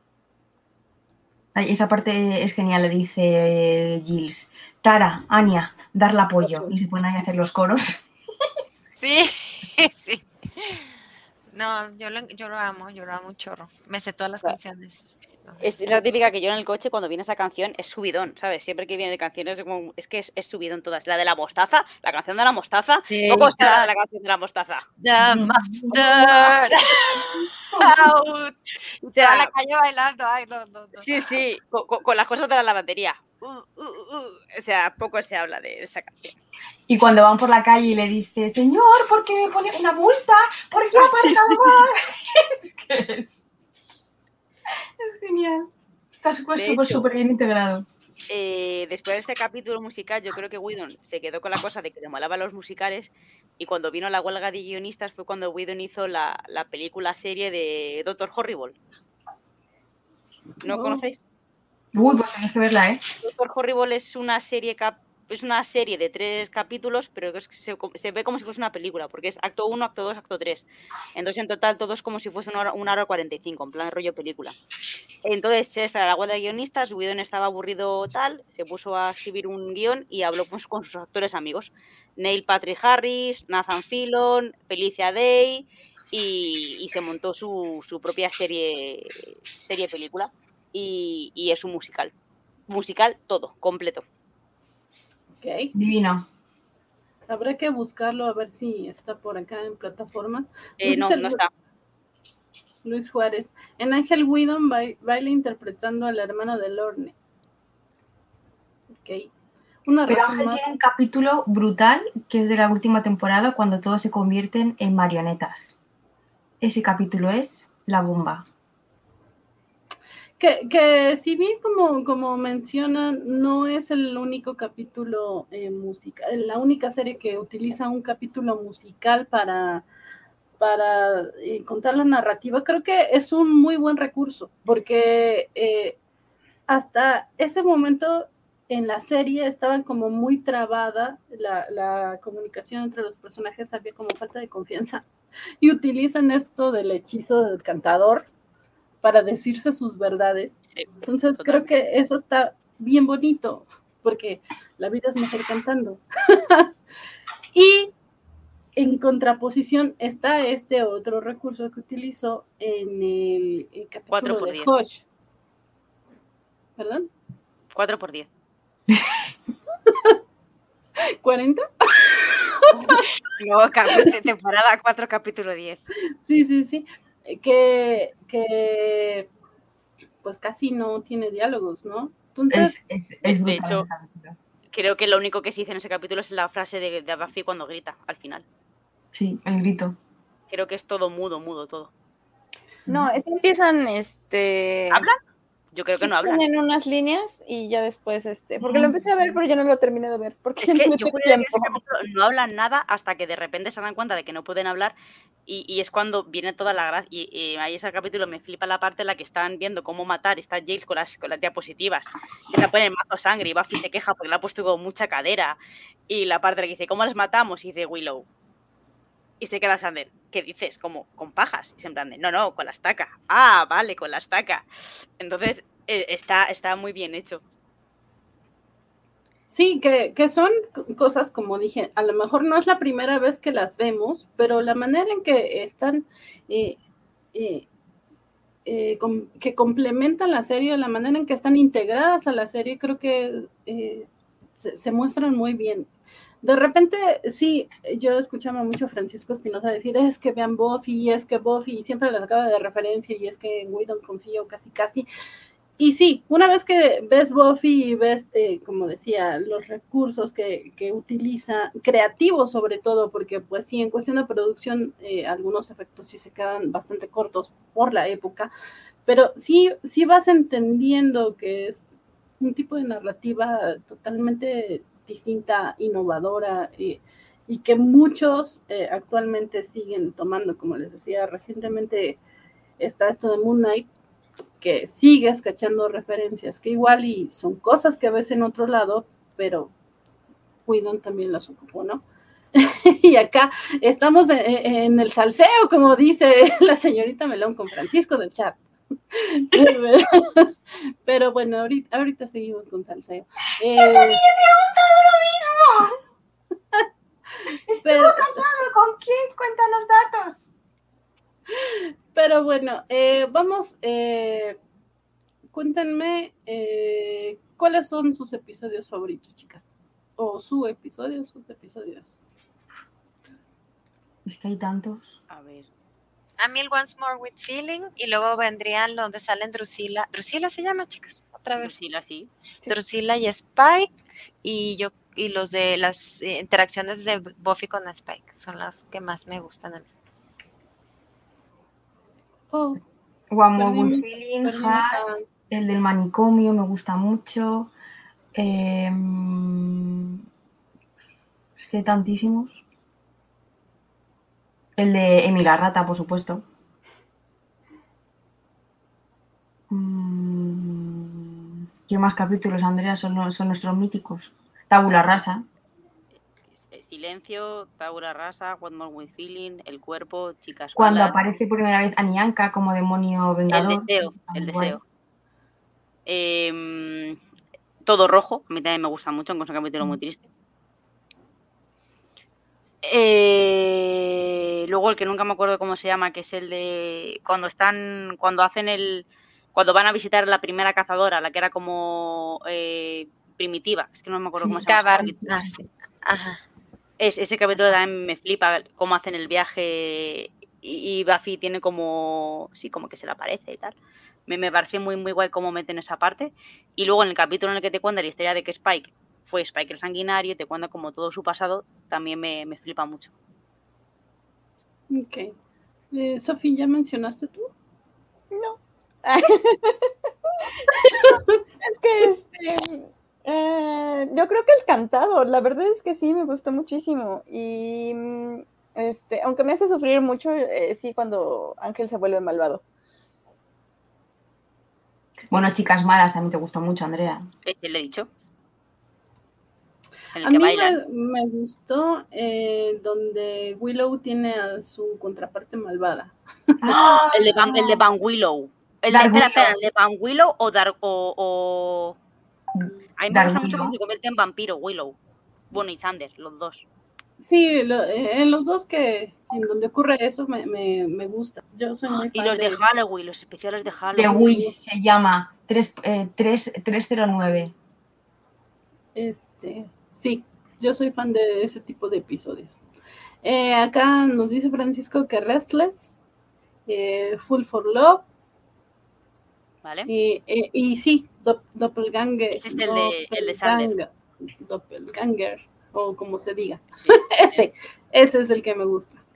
Ay, esa parte es genial, le dice Giles. Tara, Anya, darle apoyo. Y se ponen ahí a hacer los coros. Sí, sí. No, yo lo amo un chorro. Me sé todas las canciones. Es la típica que yo en el coche cuando viene esa canción es subidón, ¿sabes? Siempre que viene canciones es que es subidón todas. La de la mostaza, la canción de la mostaza. ¿Cómo está la canción de la mostaza? The mustard out. Se va a la calle bailando. Ay, no. Sí, con las cosas de la lavandería. O sea, poco se habla de esa canción. Y cuando van por la calle y le dice, señor, ¿por qué me pone una multa? ¿Por qué ha aparcado mal? Es genial. Está súper bien integrado. Después de este capítulo musical, yo creo que Whedon se quedó con la cosa de que le molaban los musicales, y cuando vino la huelga de guionistas fue cuando Whedon hizo la película-serie de Dr. Horrible. ¿No conocéis? Uy, pues tenéis que verla, ¿eh? Dr. Horrible es una serie de 3 capítulos, pero que se ve como si fuese una película, porque es acto 1, acto 2, acto 3. Entonces, en total, todo es como si fuese 1 hora 45, en plan rollo película. Entonces, esa era la huelga de guionistas, Whedon estaba aburrido tal, se puso a escribir un guión y habló con sus actores amigos. Neil Patrick Harris, Nathan Fillion, Felicia Day, y se montó su propia serie película. Y es un musical. Musical todo, completo. Okay. Divino. Habrá que buscarlo a ver si está por acá en plataforma. No está. Luis Juárez. En Ángel Whedon baila interpretando al hermano de Lorne. Ok. Pero Ángel tiene un capítulo brutal que es de la última temporada cuando todos se convierten en marionetas. Ese capítulo es la bomba. Que si bien como mencionan, no es el único capítulo musical, la única serie que utiliza un capítulo musical para contar la narrativa. Creo que es un muy buen recurso, porque hasta ese momento en la serie estaban como muy trabada la comunicación entre los personajes, había como falta de confianza, y utilizan esto del hechizo del cantador para decirse sus verdades. Entonces creo que eso está bien bonito, porque la vida es mejor cantando. Y en contraposición está este otro recurso que utilizó en el capítulo de Hush. ¿Perdón? 4x10. ¿40? No, temporada 4, capítulo 10. Sí. Que pues casi no tiene diálogos, ¿no? Entonces, es brutal. De hecho, creo que lo único que se dice en ese capítulo es la frase de Buffy cuando grita al final. Sí, el grito. Creo que es todo mudo todo. No, es que empiezan, ¿Hablan? Yo creo que sí, no hablan. ponen unas líneas y ya después, porque lo empecé a ver, pero ya no lo terminé de ver, porque Es que no me yo dio juraría que en tiempo. ese capítulo no hablan nada hasta que de repente se dan cuenta de que no pueden hablar y es cuando viene toda la gracia. Y ahí ese capítulo me flipa la parte en la que están viendo cómo matar, está Giles con las diapositivas, y se pone mazo sangre y Buffy se queja porque le ha puesto con mucha cadera. Y la parte en la que dice, ¿cómo las matamos? Y dice Willow. Y se queda Sander, ¿qué dices? Como con pajas. Y se en plan de, no, con la estaca. Ah, vale, con la estaca. Entonces, está muy bien hecho. Sí, que son cosas, como dije, a lo mejor no es la primera vez que las vemos, pero la manera en que están, que complementan la serie, la manera en que están integradas a la serie, creo que se muestran muy bien. De repente, sí, yo escuchaba mucho a Francisco Espinosa decir, es que vean Buffy, y siempre les acaba de referencia, y es que en We Don't confío casi. Y sí, una vez que ves Buffy y ves, como decía, los recursos que utiliza, creativos sobre todo, porque pues sí, en cuestión de producción, algunos efectos sí se quedan bastante cortos por la época, pero sí vas entendiendo que es un tipo de narrativa totalmente distinta, innovadora, y que muchos actualmente siguen tomando, como les decía, recientemente está esto de Moon Knight, que sigues cachando referencias, que igual y son cosas que ves en otro lado, pero Whedon también las ocupó, ¿no? Y acá estamos en el salseo, como dice la señorita Melón con Francisco del chat. Pero bueno, ahorita seguimos con salseo. Yo también me ha gustado lo mismo. Estuvo casado con quién, cuéntanos datos. Pero bueno, vamos, cuéntenme cuáles son sus episodios favoritos, chicas. O sus episodios. Es que hay tantos. A ver. A mí el Once More with Feeling, y luego vendrían donde salen Drusilla. ¿Drusilla se llama, chicas? Otra vez. Drusilla, sí. Drusilla y Spike, y los de las interacciones de Buffy con Spike son las que más me gustan. Oh, One More with Feeling, perdimos Has, el del manicomio me gusta mucho. Es que hay tantísimos. El de Emi la rata, por supuesto. ¿Qué más capítulos, Andrea, son nuestros míticos? Tabula rasa. Silencio, Tabula rasa, One More with Feeling, El cuerpo, Chicas Cuando malas. aparece por primera vez Anianka como demonio vengador. El deseo. Todo rojo, a mí también me gusta mucho, aunque es un capítulo muy triste. Luego el que nunca me acuerdo cómo se llama, que es el de cuando van a visitar la primera cazadora, la que era como primitiva, es que no me acuerdo cómo se llama. Ajá. Ese capítulo también me flipa cómo hacen el viaje y Buffy tiene como que se le aparece y tal. Me parece muy muy guay cómo meten esa parte. Y luego en el capítulo en el que te cuenta la historia de que Spike fue Spike el sanguinario y te cuenta como todo su pasado, también me flipa mucho. Ok. Sofi, ¿ya mencionaste tú? No. Es que yo creo que el cantado, la verdad es que sí, me gustó muchísimo. Y aunque me hace sufrir mucho, sí, cuando Ángel se vuelve malvado. Bueno, Chicas malas también te gustó mucho, Andrea. ¿Ese le he dicho? A mí me gustó donde Willow tiene a su contraparte malvada. ¡Oh! El de Van Willow. ¿El de Van Willow o Dark o... A mí me gusta mucho cómo se convierte en vampiro Willow. Bueno, y Xander, los dos. Sí, en los dos en donde ocurre eso me gusta. Yo soy muy fan. Y los de Halloween, los especiales de Halloween. The Wish se llama 309. Sí, yo soy fan de ese tipo de episodios. Acá nos dice Francisco que Restless, Full for Love. Vale. Y sí, Doppelganger. Ese es el de Xander. Doppelganger, o como se diga. Sí. Ese es el que me gusta.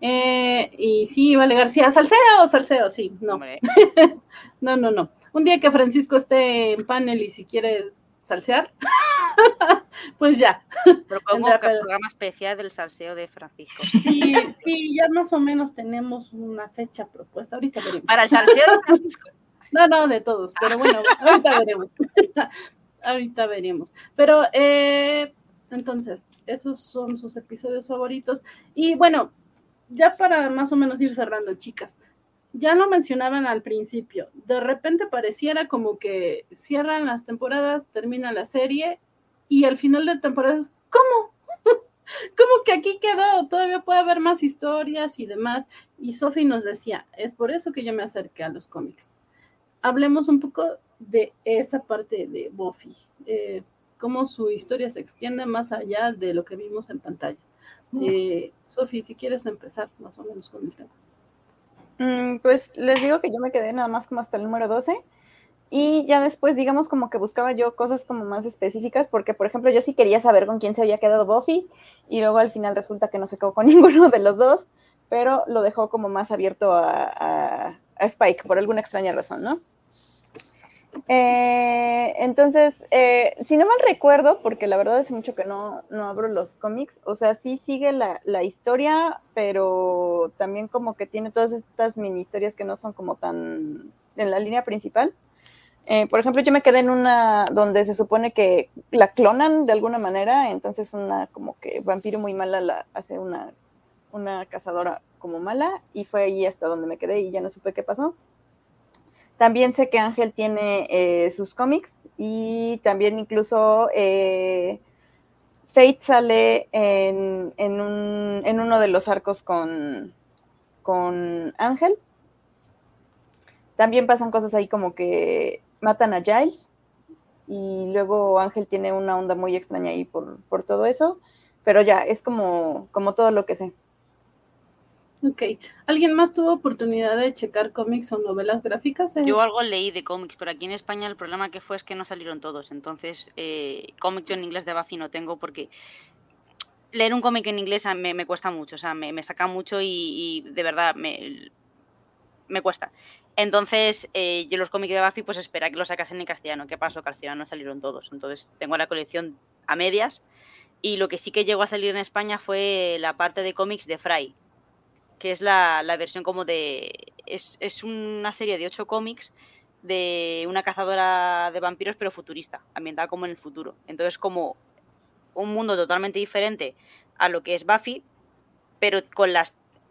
Y sí, Vale García, salseo, sí, no. Hombre, No. Un día que Francisco esté en panel y si quiere salsear, pues ya. propongo Vendrá, que pero programa especial del salseo de Francisco. sí, ya más o menos tenemos una fecha propuesta. Ahorita veremos. Para el salseo de Francisco. No, de todos, pero bueno, ahorita veremos. Ahorita veremos. Pero entonces, esos son sus episodios favoritos. Y bueno, ya para más o menos ir cerrando, chicas, ya lo mencionaban al principio, de repente pareciera como que cierran las temporadas, termina la serie y al final de temporada, ¿cómo? ¿Cómo que aquí quedó? Todavía puede haber más historias y demás. Y Sophie nos decía, es por eso que yo me acerqué a los cómics. Hablemos un poco de esa parte de Buffy, cómo su historia se extiende más allá de lo que vimos en pantalla. Sophie, si quieres empezar más o menos con el tema. Pues les digo que yo me quedé nada más como hasta el número 12 y ya después digamos como que buscaba yo cosas como más específicas porque por ejemplo yo sí quería saber con quién se había quedado Buffy y luego al final resulta que no se quedó con ninguno de los dos, pero lo dejó como más abierto a Spike por alguna extraña razón, ¿no? Entonces, si no mal recuerdo, porque la verdad hace mucho que no abro los cómics, o sea, sí sigue la historia, pero también como que tiene todas estas mini historias que no son como tan en la línea principal. Por ejemplo, yo me quedé en una donde se supone que la clonan de alguna manera, entonces una como que vampiro muy mala hace una cazadora como mala, y fue ahí hasta donde me quedé y ya no supe qué pasó. También sé que Ángel tiene sus cómics y también incluso Fate sale en uno de los arcos con Ángel. También pasan cosas ahí como que matan a Giles y luego Ángel tiene una onda muy extraña ahí por todo eso, pero ya, es como todo lo que sé. Ok. ¿Alguien más tuvo oportunidad de checar cómics o novelas gráficas? Yo algo leí de cómics, pero aquí en España el problema que fue es que no salieron todos. Entonces, cómics yo en inglés de Buffy no tengo porque leer un cómic en inglés me cuesta mucho. O sea, me saca mucho y de verdad me cuesta. Entonces, yo los cómics de Buffy pues esperé a que los sacasen en castellano. ¿Qué pasó? Que al final no salieron todos. Entonces, tengo la colección a medias. Y lo que sí que llegó a salir en España fue la parte de cómics de Fry, que es la versión como de... Es una serie de 8 cómics de una cazadora de vampiros pero futurista, ambientada como en el futuro. Entonces como un mundo totalmente diferente a lo que es Buffy, pero con las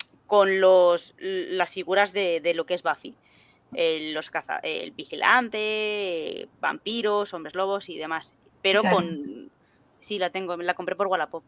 figuras de lo que es Buffy. El vigilante, vampiros, hombres lobos y demás. Pero con... Sí, la tengo, la compré por Wallapop.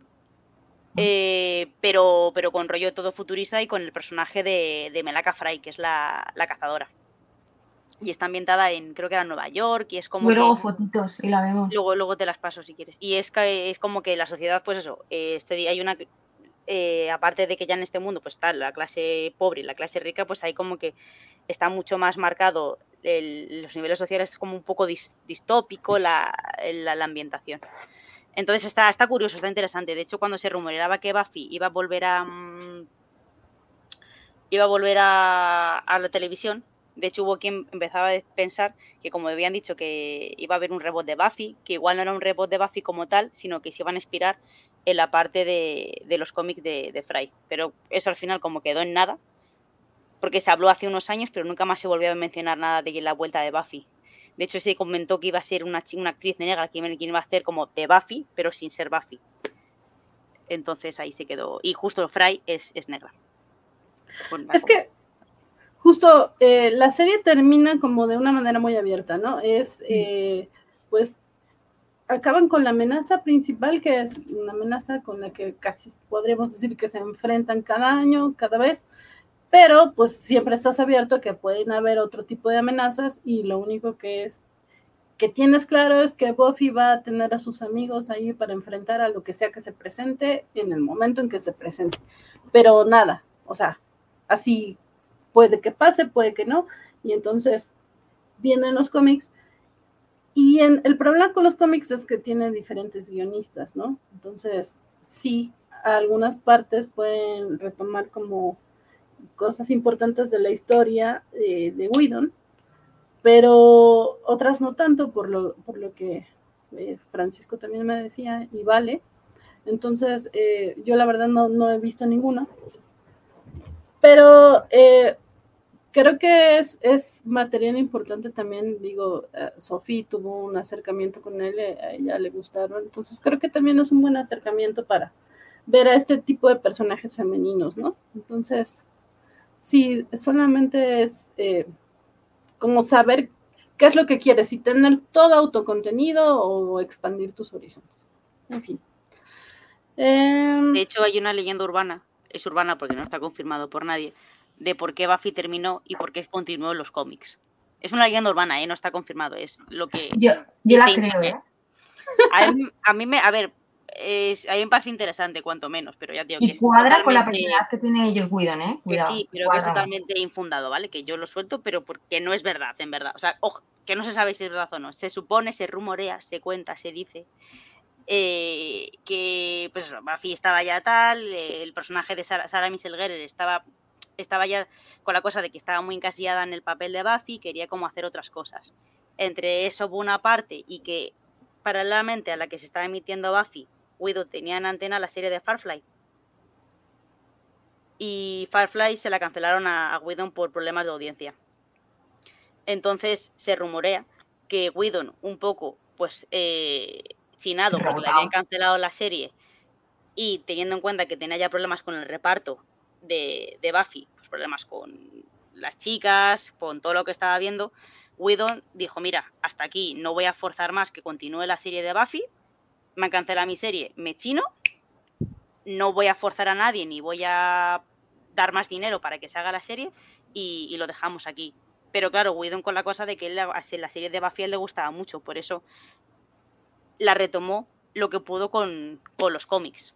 Pero con rollo todo futurista y con el personaje de Melaka Fry, que es la cazadora. Y está ambientada creo que era Nueva York, y es como luego fotitos y la vemos. Luego te las paso si quieres. Y es como que la sociedad, pues eso, hay una... aparte de que ya en este mundo pues está la clase pobre y la clase rica, pues hay como que está mucho más marcado los niveles sociales, es como un poco distópico la ambientación. Entonces está curioso, está interesante. De hecho, cuando se rumoreaba que Buffy iba a volver a la televisión, de hecho hubo quien empezaba a pensar que, como habían dicho que iba a haber un reboot de Buffy, que igual no era un reboot de Buffy como tal, sino que se iban a inspirar en la parte de los cómics de Fry. Pero eso al final como quedó en nada, porque se habló hace unos años, pero nunca más se volvió a mencionar nada de la vuelta de Buffy. De hecho, se comentó que iba a ser una actriz negra quien iba a hacer como de Buffy, pero sin ser Buffy. Entonces ahí se quedó. Y justo Fry es negra. Es que justo la serie termina como de una manera muy abierta, ¿no? Pues acaban con la amenaza principal, que es una amenaza con la que casi podríamos decir que se enfrentan cada año, cada vez. Pero pues siempre estás abierto a que pueden haber otro tipo de amenazas y lo único que tienes claro es que Buffy va a tener a sus amigos ahí para enfrentar a lo que sea que se presente en el momento en que se presente. Pero nada, o sea, así puede que pase, puede que no, y entonces vienen los cómics. Y el problema con los cómics es que tienen diferentes guionistas, ¿no? Entonces, sí, algunas partes pueden retomar como cosas importantes de la historia de Whedon, pero otras no tanto, por lo que Francisco también me decía, y Vale. Entonces, yo la verdad no he visto ninguna, pero creo que es material importante también. Digo, Sophie tuvo un acercamiento con él, a ella le gustaron, entonces creo que también es un buen acercamiento para ver a este tipo de personajes femeninos, ¿no? Entonces, sí, solamente es como saber qué es lo que quieres, si tener todo autocontenido o expandir tus horizontes. En fin. De hecho, hay una leyenda urbana, es urbana porque no está confirmado por nadie, de por qué Buffy terminó y por qué continuó en los cómics. Es una leyenda urbana, no está confirmado, es lo que... Yo la creo, ¿eh? A mí me parece interesante, cuanto menos, pero ya digo que y cuadra con la personalidad que tiene ellos Whedon, ¿eh? Cuidado, que sí, pero que es totalmente infundado, ¿vale? Que yo lo suelto, pero porque no es verdad, en verdad. O sea, que no se sabe si es verdad o no. Se supone, se rumorea, se cuenta, se dice que pues eso, Buffy estaba ya tal, el personaje de Sarah Michelle Gellar estaba ya con la cosa de que estaba muy encasillada en el papel de Buffy, quería como hacer otras cosas. Entre eso hubo una parte, y que paralelamente a la que se estaba emitiendo Buffy, Whedon tenía en antena la serie de Firefly. Y Firefly se la cancelaron a Whedon por problemas de audiencia. Entonces se rumorea que Whedon, un poco pues chinado porque le habían cancelado la serie y teniendo en cuenta que tenía ya problemas con el reparto de Buffy, pues problemas con las chicas, con todo lo que estaba viendo, Whedon dijo, mira, hasta aquí, no voy a forzar más que continúe la serie de Buffy, me han cancelado mi serie, me chino, no voy a forzar a nadie ni voy a dar más dinero para que se haga la serie y lo dejamos aquí. Pero claro, Whedon con la cosa de que la serie de Buffy le gustaba mucho, por eso la retomó lo que pudo con los cómics.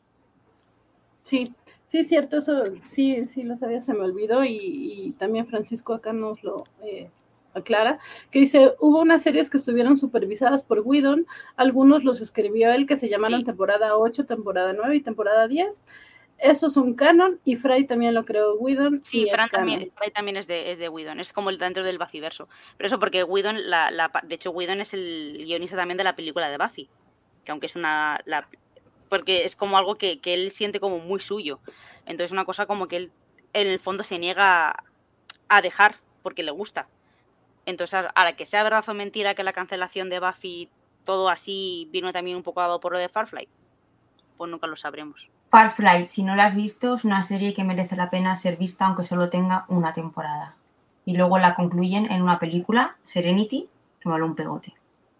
Sí, cierto, eso sí lo sabía, se me olvidó, y también Francisco acá nos lo aclara, que dice, hubo unas series que estuvieron supervisadas por Whedon, algunos los escribió él, que se llamaron temporada 8, temporada 9 y temporada 10, esos son canon, y Fry también lo creó Whedon. Sí, Fry también es de Whedon, es como el dentro del Buffyverso, pero eso porque Whedon, de hecho Whedon es el guionista también de la película de Buffy, que aunque es porque es como algo que él siente como muy suyo, entonces una cosa como que él en el fondo se niega a dejar porque le gusta. Entonces, ahora que sea verdad o mentira que la cancelación de Buffy, todo así, vino también un poco dado por lo de Firefly, pues nunca lo sabremos. Firefly, si no la has visto, es una serie que merece la pena ser vista aunque solo tenga una temporada. Y luego la concluyen en una película, Serenity, que vale un pegote.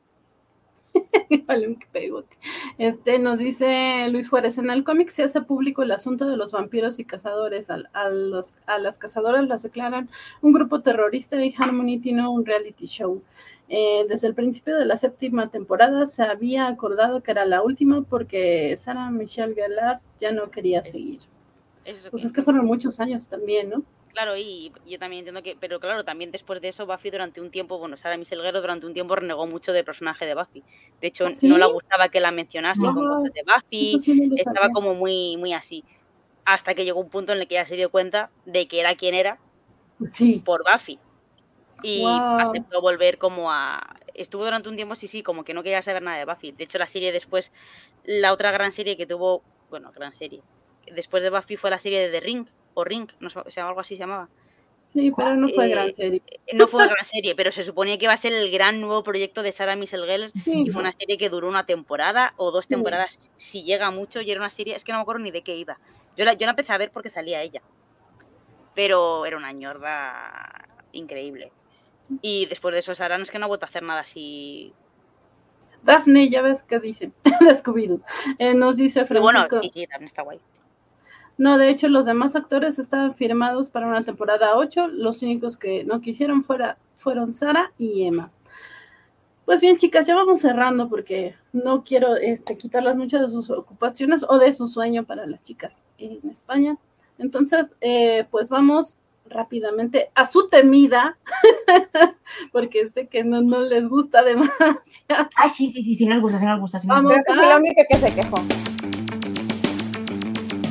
Vale un pegote. Nos dice Luis Juárez, en el cómic se hace público el asunto de los vampiros y cazadores. A las cazadoras las declaran un grupo terrorista y Harmony tiene un reality show. Desde el principio de la 7ª temporada se había acordado que era la última porque Sarah Michelle Gellar ya no quería seguir. Pues es que fueron muchos años también, ¿no? Claro, y yo también entiendo que, pero claro, también después de eso Buffy durante un tiempo, Sarah Michelle Gellar durante un tiempo renegó mucho del personaje de Buffy. De hecho, ¿sí? No le gustaba que la mencionase con cosas de Buffy, sí estaba como muy, muy así. Hasta que llegó un punto en el que ella se dio cuenta de que era quien era por Buffy. Y aceptó volver como a... Estuvo durante un tiempo, sí, como que no quería saber nada de Buffy. De hecho, la serie después, la otra gran serie que tuvo, gran serie, después de Buffy fue la serie de The Ring, o Ring, no sé, algo así se llamaba. Sí, pero no fue gran serie. No fue gran serie, pero se suponía que iba a ser el gran nuevo proyecto de Sarah Michelle Gellar, y fue una serie que duró una temporada o 2 temporadas, si llega mucho, y era una serie, es que no me acuerdo ni de qué iba. Yo la empecé a ver porque salía ella, pero era una ñorda increíble. Y después de eso, Sarah no es que no ha vuelto a hacer nada así. Daphne, ya ves qué dice, descubrido. Nos dice Francisco. Bueno, sí, Daphne está guay. No, de hecho, los demás actores estaban firmados para una temporada 8. Los únicos que no quisieron fueron Sarah y Emma. Pues bien, chicas, ya vamos cerrando porque no quiero quitarlas mucho de sus ocupaciones o de su sueño para las chicas en España. Entonces, pues vamos rápidamente a su temida, porque sé que no les gusta demasiado. Ay, sí, nos gusta. Vamos a... la única que se quejó.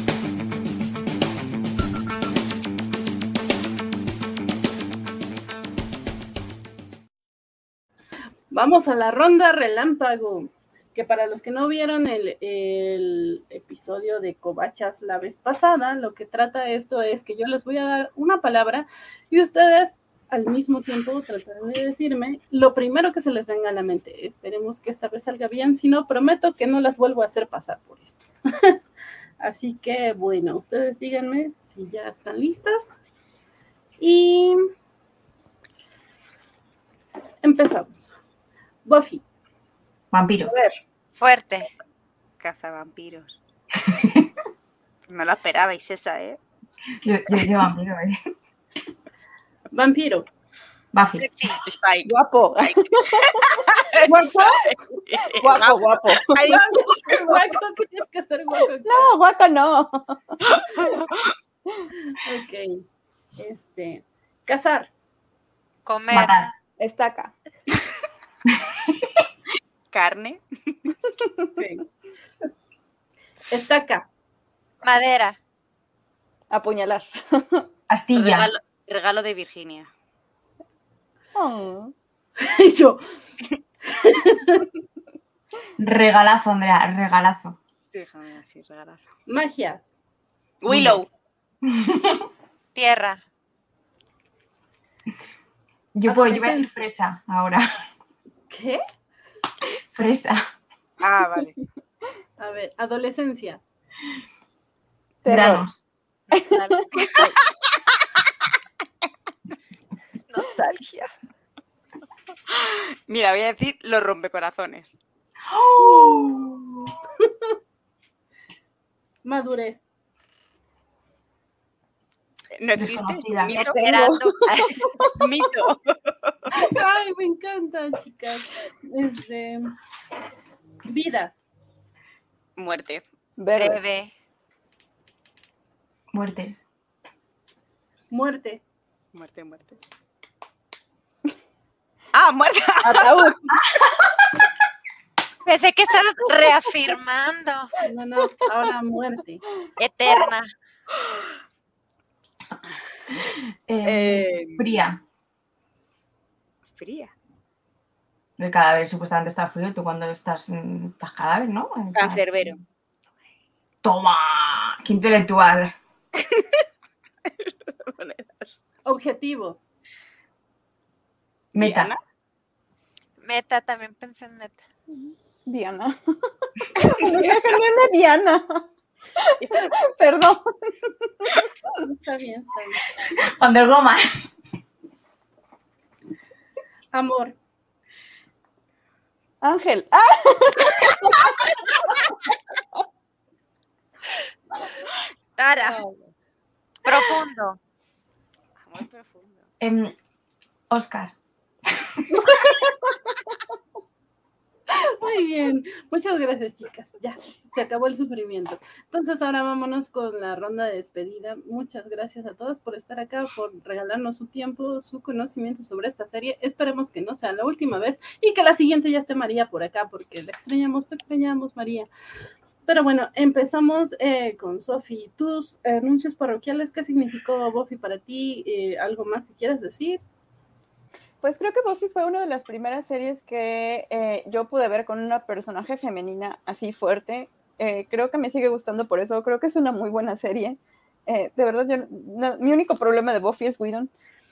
Vamos a la ronda relámpago, que para los que no vieron el episodio de Covachas la vez pasada, lo que trata esto es que yo les voy a dar una palabra y ustedes al mismo tiempo tratarán de decirme lo primero que se les venga a la mente. Esperemos que esta vez salga bien, si no, prometo que no las vuelvo a hacer pasar por esto. Así que, bueno, ustedes díganme si ya están listas. Y empezamos. Buffy. Vampiro. A ver, Fuerte. Cazavampiros. No la esperabais esa, ¿eh? Yo vampiro, Vampiro. Buffy. Sexy. Spike. guapo. ¿Guapo? Guapo. Ay, Guaco, que tienes que ser guaco. No, guapo no. Ok. Cazar. Comer. Matar. Estaca. carne. Okay. Estaca. Madera. Apuñalar. Astilla. Regalo de Virginia. Oh. Y yo. Regalazo, Andrea, regalazo. Déjame así, regalazo. Magia. Willow. Tierra. Yo voy a decir fresa ahora. ¿Qué? Fresa. Ah, vale. A ver, adolescencia. Terror. Granos. Nostalgia. Mira, voy a decir los rompecorazones. Madurez. No existe. Desconocida. Mito. Esperando. Mito. Ay, me encanta, chicas. Vida. Muerte. Verde. Breve. Muerte. Muerte. Muerte, muerte. ¡Ah, muerte! Ataúd. Pensé que estabas reafirmando. No, ahora muerte. Eterna. Fría. Fría. El cadáver supuestamente está frío. Tú cuando estás cadáver, ¿no? Cancerbero. ¡Toma! ¡Qué intelectual! Objetivo. Meta. Diana. Meta, también pensé en meta. Diana. No me una Diana. Perdón. Está bien. Wonder Woman. Amor. Ángel. Tara. Profundo. Amor profundo. Oscar. Muy bien. Muchas gracias, chicas. Ya, se acabó el sufrimiento. Entonces, ahora vámonos con la ronda de despedida. Muchas gracias a todos por estar acá, por regalarnos su tiempo, su conocimiento sobre esta serie. Esperemos que no sea la última vez y que la siguiente ya esté María por acá, porque la extrañamos, te extrañamos, María. Pero bueno, empezamos con Sofi. Tus anuncios parroquiales, ¿qué significó Buffy para ti? ¿Algo más que quieras decir? Pues creo que Buffy fue una de las primeras series que yo pude ver con una personaje femenina así fuerte. Creo que me sigue gustando por eso. Creo que es una muy buena serie. De verdad, mi único problema de Buffy es Whedon.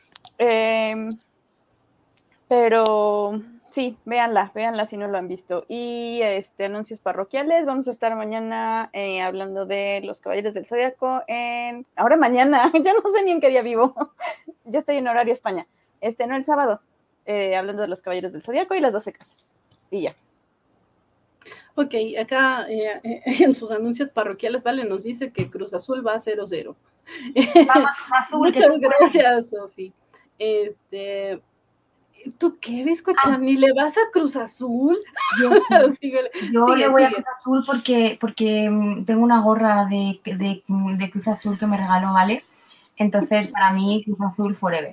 Pero sí, véanla si no lo han visto. Y anuncios parroquiales. Vamos a estar mañana hablando de los Caballeros del Zodiaco. Ahora mañana, ya no sé ni en qué día vivo. Ya estoy en horario España. No el sábado, hablando de los Caballeros del Zodiaco y las 12 casas. Y ya. Ok, acá en sus anuncios parroquiales, Vale, nos dice que Cruz Azul va a 0-0. Vamos, Azul. Muchas gracias, Sofi. ¿Tú qué, bizcocha? ¿Ni le vas a Cruz Azul? Yo sí. Síguele, Yo sigue, le voy a sigue. Cruz Azul porque tengo una gorra de Cruz Azul que me regaló, ¿vale? Entonces, para mí, Cruz Azul forever.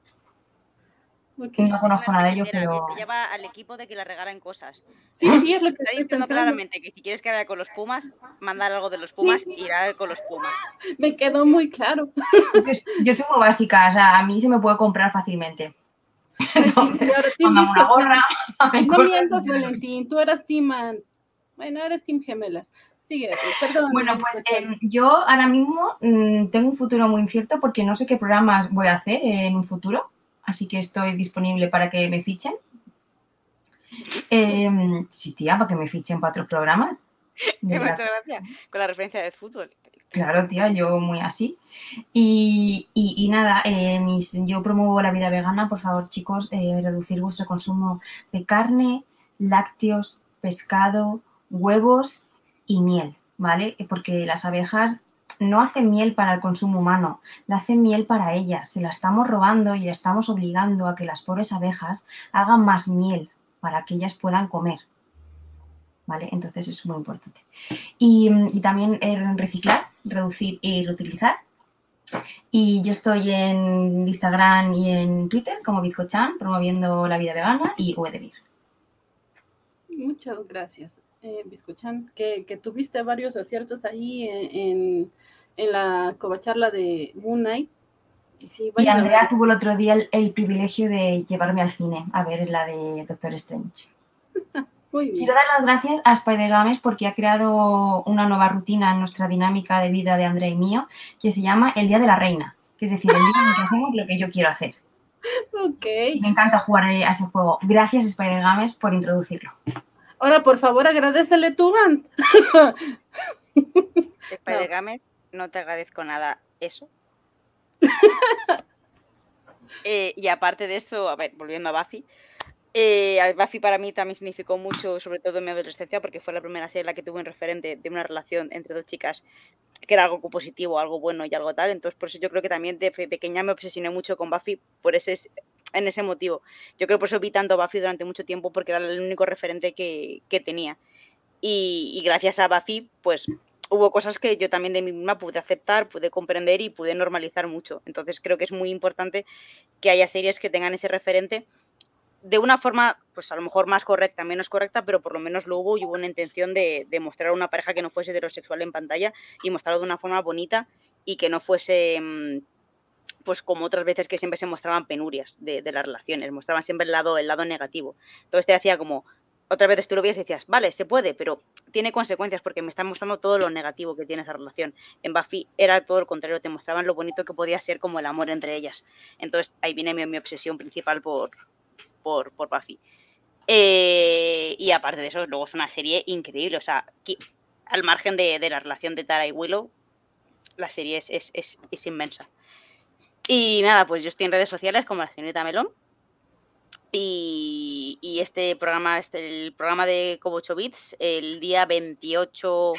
Okay. No conozco nada de ellos, Entera, pero... Se lleva al equipo de que le regalen cosas. Sí, es lo que Está estoy diciendo pensando. claramente que si quieres que vaya con los Pumas, mandar algo de los Pumas Sí. y irá con los Pumas. Me quedó muy claro. Yo soy muy básica, o sea, a mí se me puede comprar fácilmente. Entonces, ahora Team mamá una Bizcochán. gorra, mamá No cosas, mientas, yo no lo sé. Valentín, tú eras bueno, eres Team Gemelas. Sigue, perdón. Bueno, pues yo ahora mismo tengo un futuro muy incierto porque no sé qué programas voy a hacer en un futuro, así que estoy disponible para que me fichen. Sí, tía, para que me fichen para otros programas. Me hace gracia con la referencia de fútbol. Claro, tía, yo muy así. Y nada, yo promuevo la vida vegana, por favor, chicos, reducir vuestro consumo de carne, lácteos, pescado, huevos y miel, ¿vale? Porque las abejas no hacen miel para el consumo humano, la hacen miel para ellas. Se la estamos robando y la estamos obligando a que las pobres abejas hagan más miel para que ellas puedan comer, ¿vale? Entonces es muy importante. Y también reciclar, reducir y reutilizar. Y yo estoy en Instagram y en Twitter como Bizcochan, promoviendo la vida vegana y Uedevir. Muchas gracias, Bizcochan, que tuviste varios aciertos ahí en la covacharla de Moon Knight. Sí, Y vayan a Andrea ver. tuvo el otro día el privilegio de llevarme al cine a ver la de Doctor Strange. Muy bien. Quiero dar las gracias a Spider-Games porque ha creado una nueva rutina en nuestra dinámica de vida de Andrea y mío que se llama el Día de la Reina, que es decir, el día en el que hacemos lo que yo quiero hacer. Ok. Y me encanta jugar a ese juego. Gracias, Spider-Games, por introducirlo. Ahora, por favor, agradecele tu Gant. Spider-Games, no te agradezco nada eso. Y aparte de eso, a ver, volviendo a Buffy, Buffy para mí también significó mucho, sobre todo en mi adolescencia, porque fue la primera serie en la que tuve un referente de una relación entre dos chicas que era algo positivo, algo bueno y algo tal. Entonces, por eso yo creo que también de pequeña me obsesioné mucho con Buffy en ese motivo. Yo creo que por eso vi tanto Buffy durante mucho tiempo, porque era el único referente que tenía. Y gracias a Buffy, pues hubo cosas que yo también de mí misma pude aceptar, pude comprender y pude normalizar mucho. Entonces creo que es muy importante que haya series que tengan ese referente de una forma, pues a lo mejor más correcta, menos correcta, pero por lo menos lo hubo y hubo una intención de mostrar a una pareja que no fuese heterosexual en pantalla y mostrarlo de una forma bonita y que no fuese, pues como otras veces que siempre se mostraban penurias de las relaciones, mostraban siempre el lado negativo. Entonces te hacía como, otras veces tú lo veías y decías, vale, se puede, pero tiene consecuencias porque me están mostrando todo lo negativo que tiene esa relación. En Buffy era todo lo contrario, te mostraban lo bonito que podía ser como el amor entre ellas. Entonces ahí viene mi obsesión principal por Buffy. Y aparte de eso, luego es una serie increíble. O sea, al margen de la relación de Tara y Willow, la serie es inmensa. Y nada, pues yo estoy en redes sociales como la señorita Melón. Y este programa, el programa de Cobo 8 Bits, el día 28.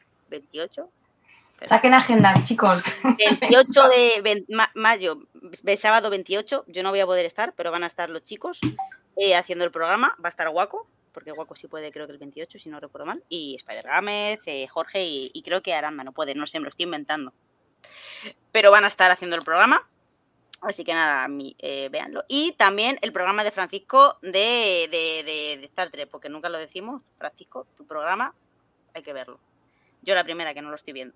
Saquen agenda, chicos. 28 de mayo, sábado 28, yo no voy a poder estar, pero van a estar los chicos haciendo el programa. Va a estar Guaco, porque Guaco sí puede, creo que el 28, si no recuerdo mal, y Spider-Gámez, Jorge y creo que Aranda no puede, no sé, me lo estoy inventando. Pero van a estar haciendo el programa, así que nada, véanlo. Y también el programa de Francisco de Star Trek, porque nunca lo decimos. Francisco, tu programa, hay que verlo. Yo la primera que no lo estoy viendo.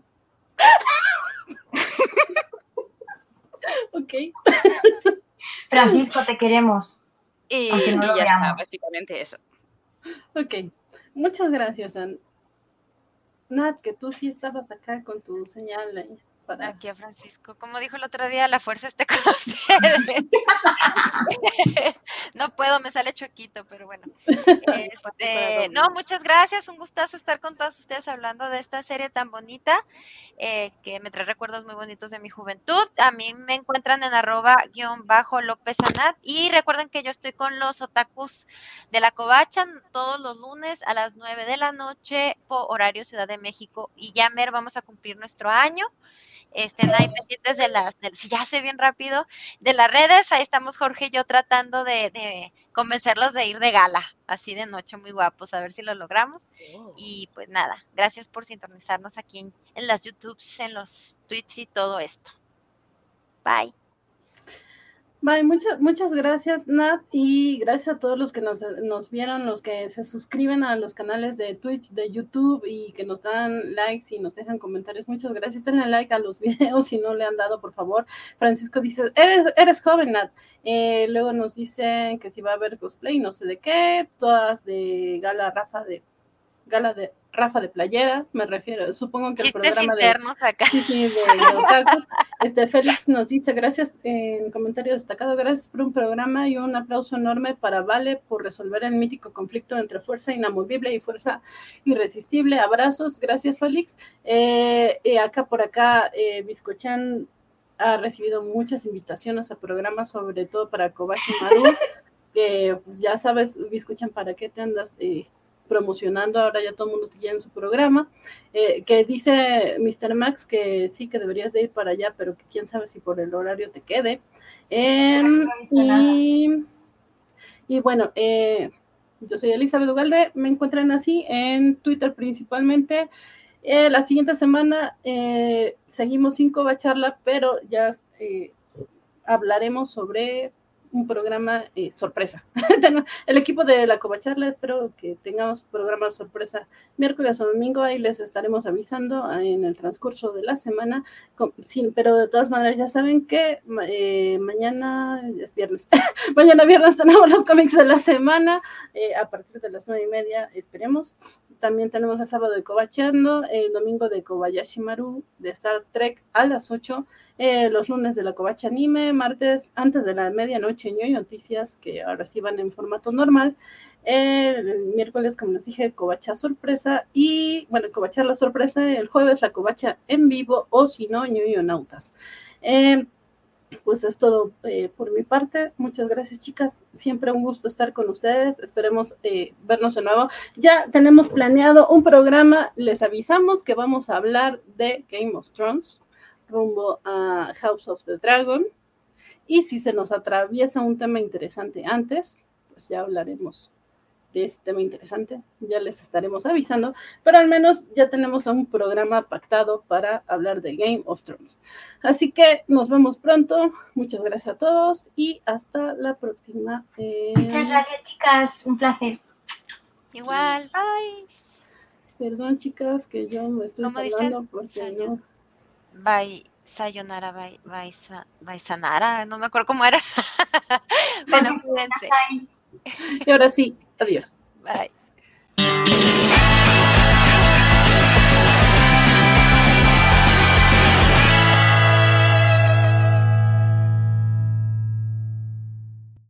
Ok. Francisco, te queremos. Y no ya está, básicamente eso. Ok. Muchas gracias, Ann. Nat, que tú sí estabas acá con tu señal ahí. Aquí a Francisco. Como dijo el otro día, la fuerza esté con ustedes. No puedo, me sale chuequito, pero bueno. No, muchas gracias. Un gustazo estar con todos ustedes hablando de esta serie tan bonita que me trae recuerdos muy bonitos de mi juventud. A mí me encuentran en @_LópezAnat y recuerden que yo estoy con los otakus de la Covacha todos los lunes a las 9 de la noche por horario Ciudad de México y ya mero vamos a cumplir nuestro año. Estén ahí pendientes si ya sé bien rápido, de las redes. Ahí estamos Jorge y yo tratando de convencerlos de ir de gala, así de noche, muy guapos, a ver si lo logramos. Y pues nada, gracias por sintonizarnos aquí en las YouTubes, en los Twitch y todo esto. Bye. Bye, muchas gracias, Nat, y gracias a todos los que nos vieron, los que se suscriben a los canales de Twitch, de YouTube y que nos dan likes y nos dejan comentarios. Muchas gracias. Denle like a los videos si no le han dado, por favor. Francisco dice, eres joven, Nat. Luego nos dicen que si va a haber cosplay, no sé de qué, todas de gala de Rafa de playera, me refiero, supongo que Chistes el programa internos acá. Sí, de otakus. Félix nos dice, gracias, en comentario destacado, gracias por un programa y un aplauso enorme para Vale por resolver el mítico conflicto entre fuerza inamovible y fuerza irresistible. Abrazos, gracias, Félix. Acá por acá, Biscochan ha recibido muchas invitaciones a programas, sobre todo para Kobashi Maru, que pues ya sabes, Biscochan, para qué te andas promocionando, ahora ya todo el mundo tiene su programa, que dice Mr. Max que sí, que deberías de ir para allá, pero que quién sabe si por el horario te quede. Y bueno, yo soy Elizabeth Ugalde, me encuentran así en Twitter principalmente. La siguiente semana seguimos sin Covacharla, pero ya hablaremos sobre un programa sorpresa. El equipo de la Covacharla, espero que tengamos programa sorpresa miércoles o domingo, ahí les estaremos avisando en el transcurso de la semana, pero de todas maneras ya saben que mañana es viernes, mañana viernes tenemos los cómics de la semana, a partir de las 9:30, esperemos. También tenemos el sábado de Covachando, el domingo de Kobayashi Maru, de Star Trek a las 8, los lunes de la Covacha Anime, martes antes de la medianoche, ñoño noticias, que ahora sí van en formato normal, el miércoles, como les dije, Covacha sorpresa, y bueno, Covachar la sorpresa, el jueves la Covacha en vivo, o si no, ñoño nautas. Pues es todo por mi parte. Muchas gracias, chicas. Siempre un gusto estar con ustedes. Esperemos vernos de nuevo. Ya tenemos planeado un programa. Les avisamos que vamos a hablar de Game of Thrones rumbo a House of the Dragon. Y si se nos atraviesa un tema interesante antes, pues ya hablaremos de este tema interesante, ya les estaremos avisando, pero al menos ya tenemos un programa pactado para hablar de Game of Thrones. Así que nos vemos pronto, muchas gracias a todos y hasta la próxima. Muchas gracias, chicas, un placer. Igual, bye. Perdón, chicas, que yo me estoy tardando porque no. Bye. Sayonara, bye Sanara, no me acuerdo cómo eras. Bueno, y ahora sí, adiós. Bye.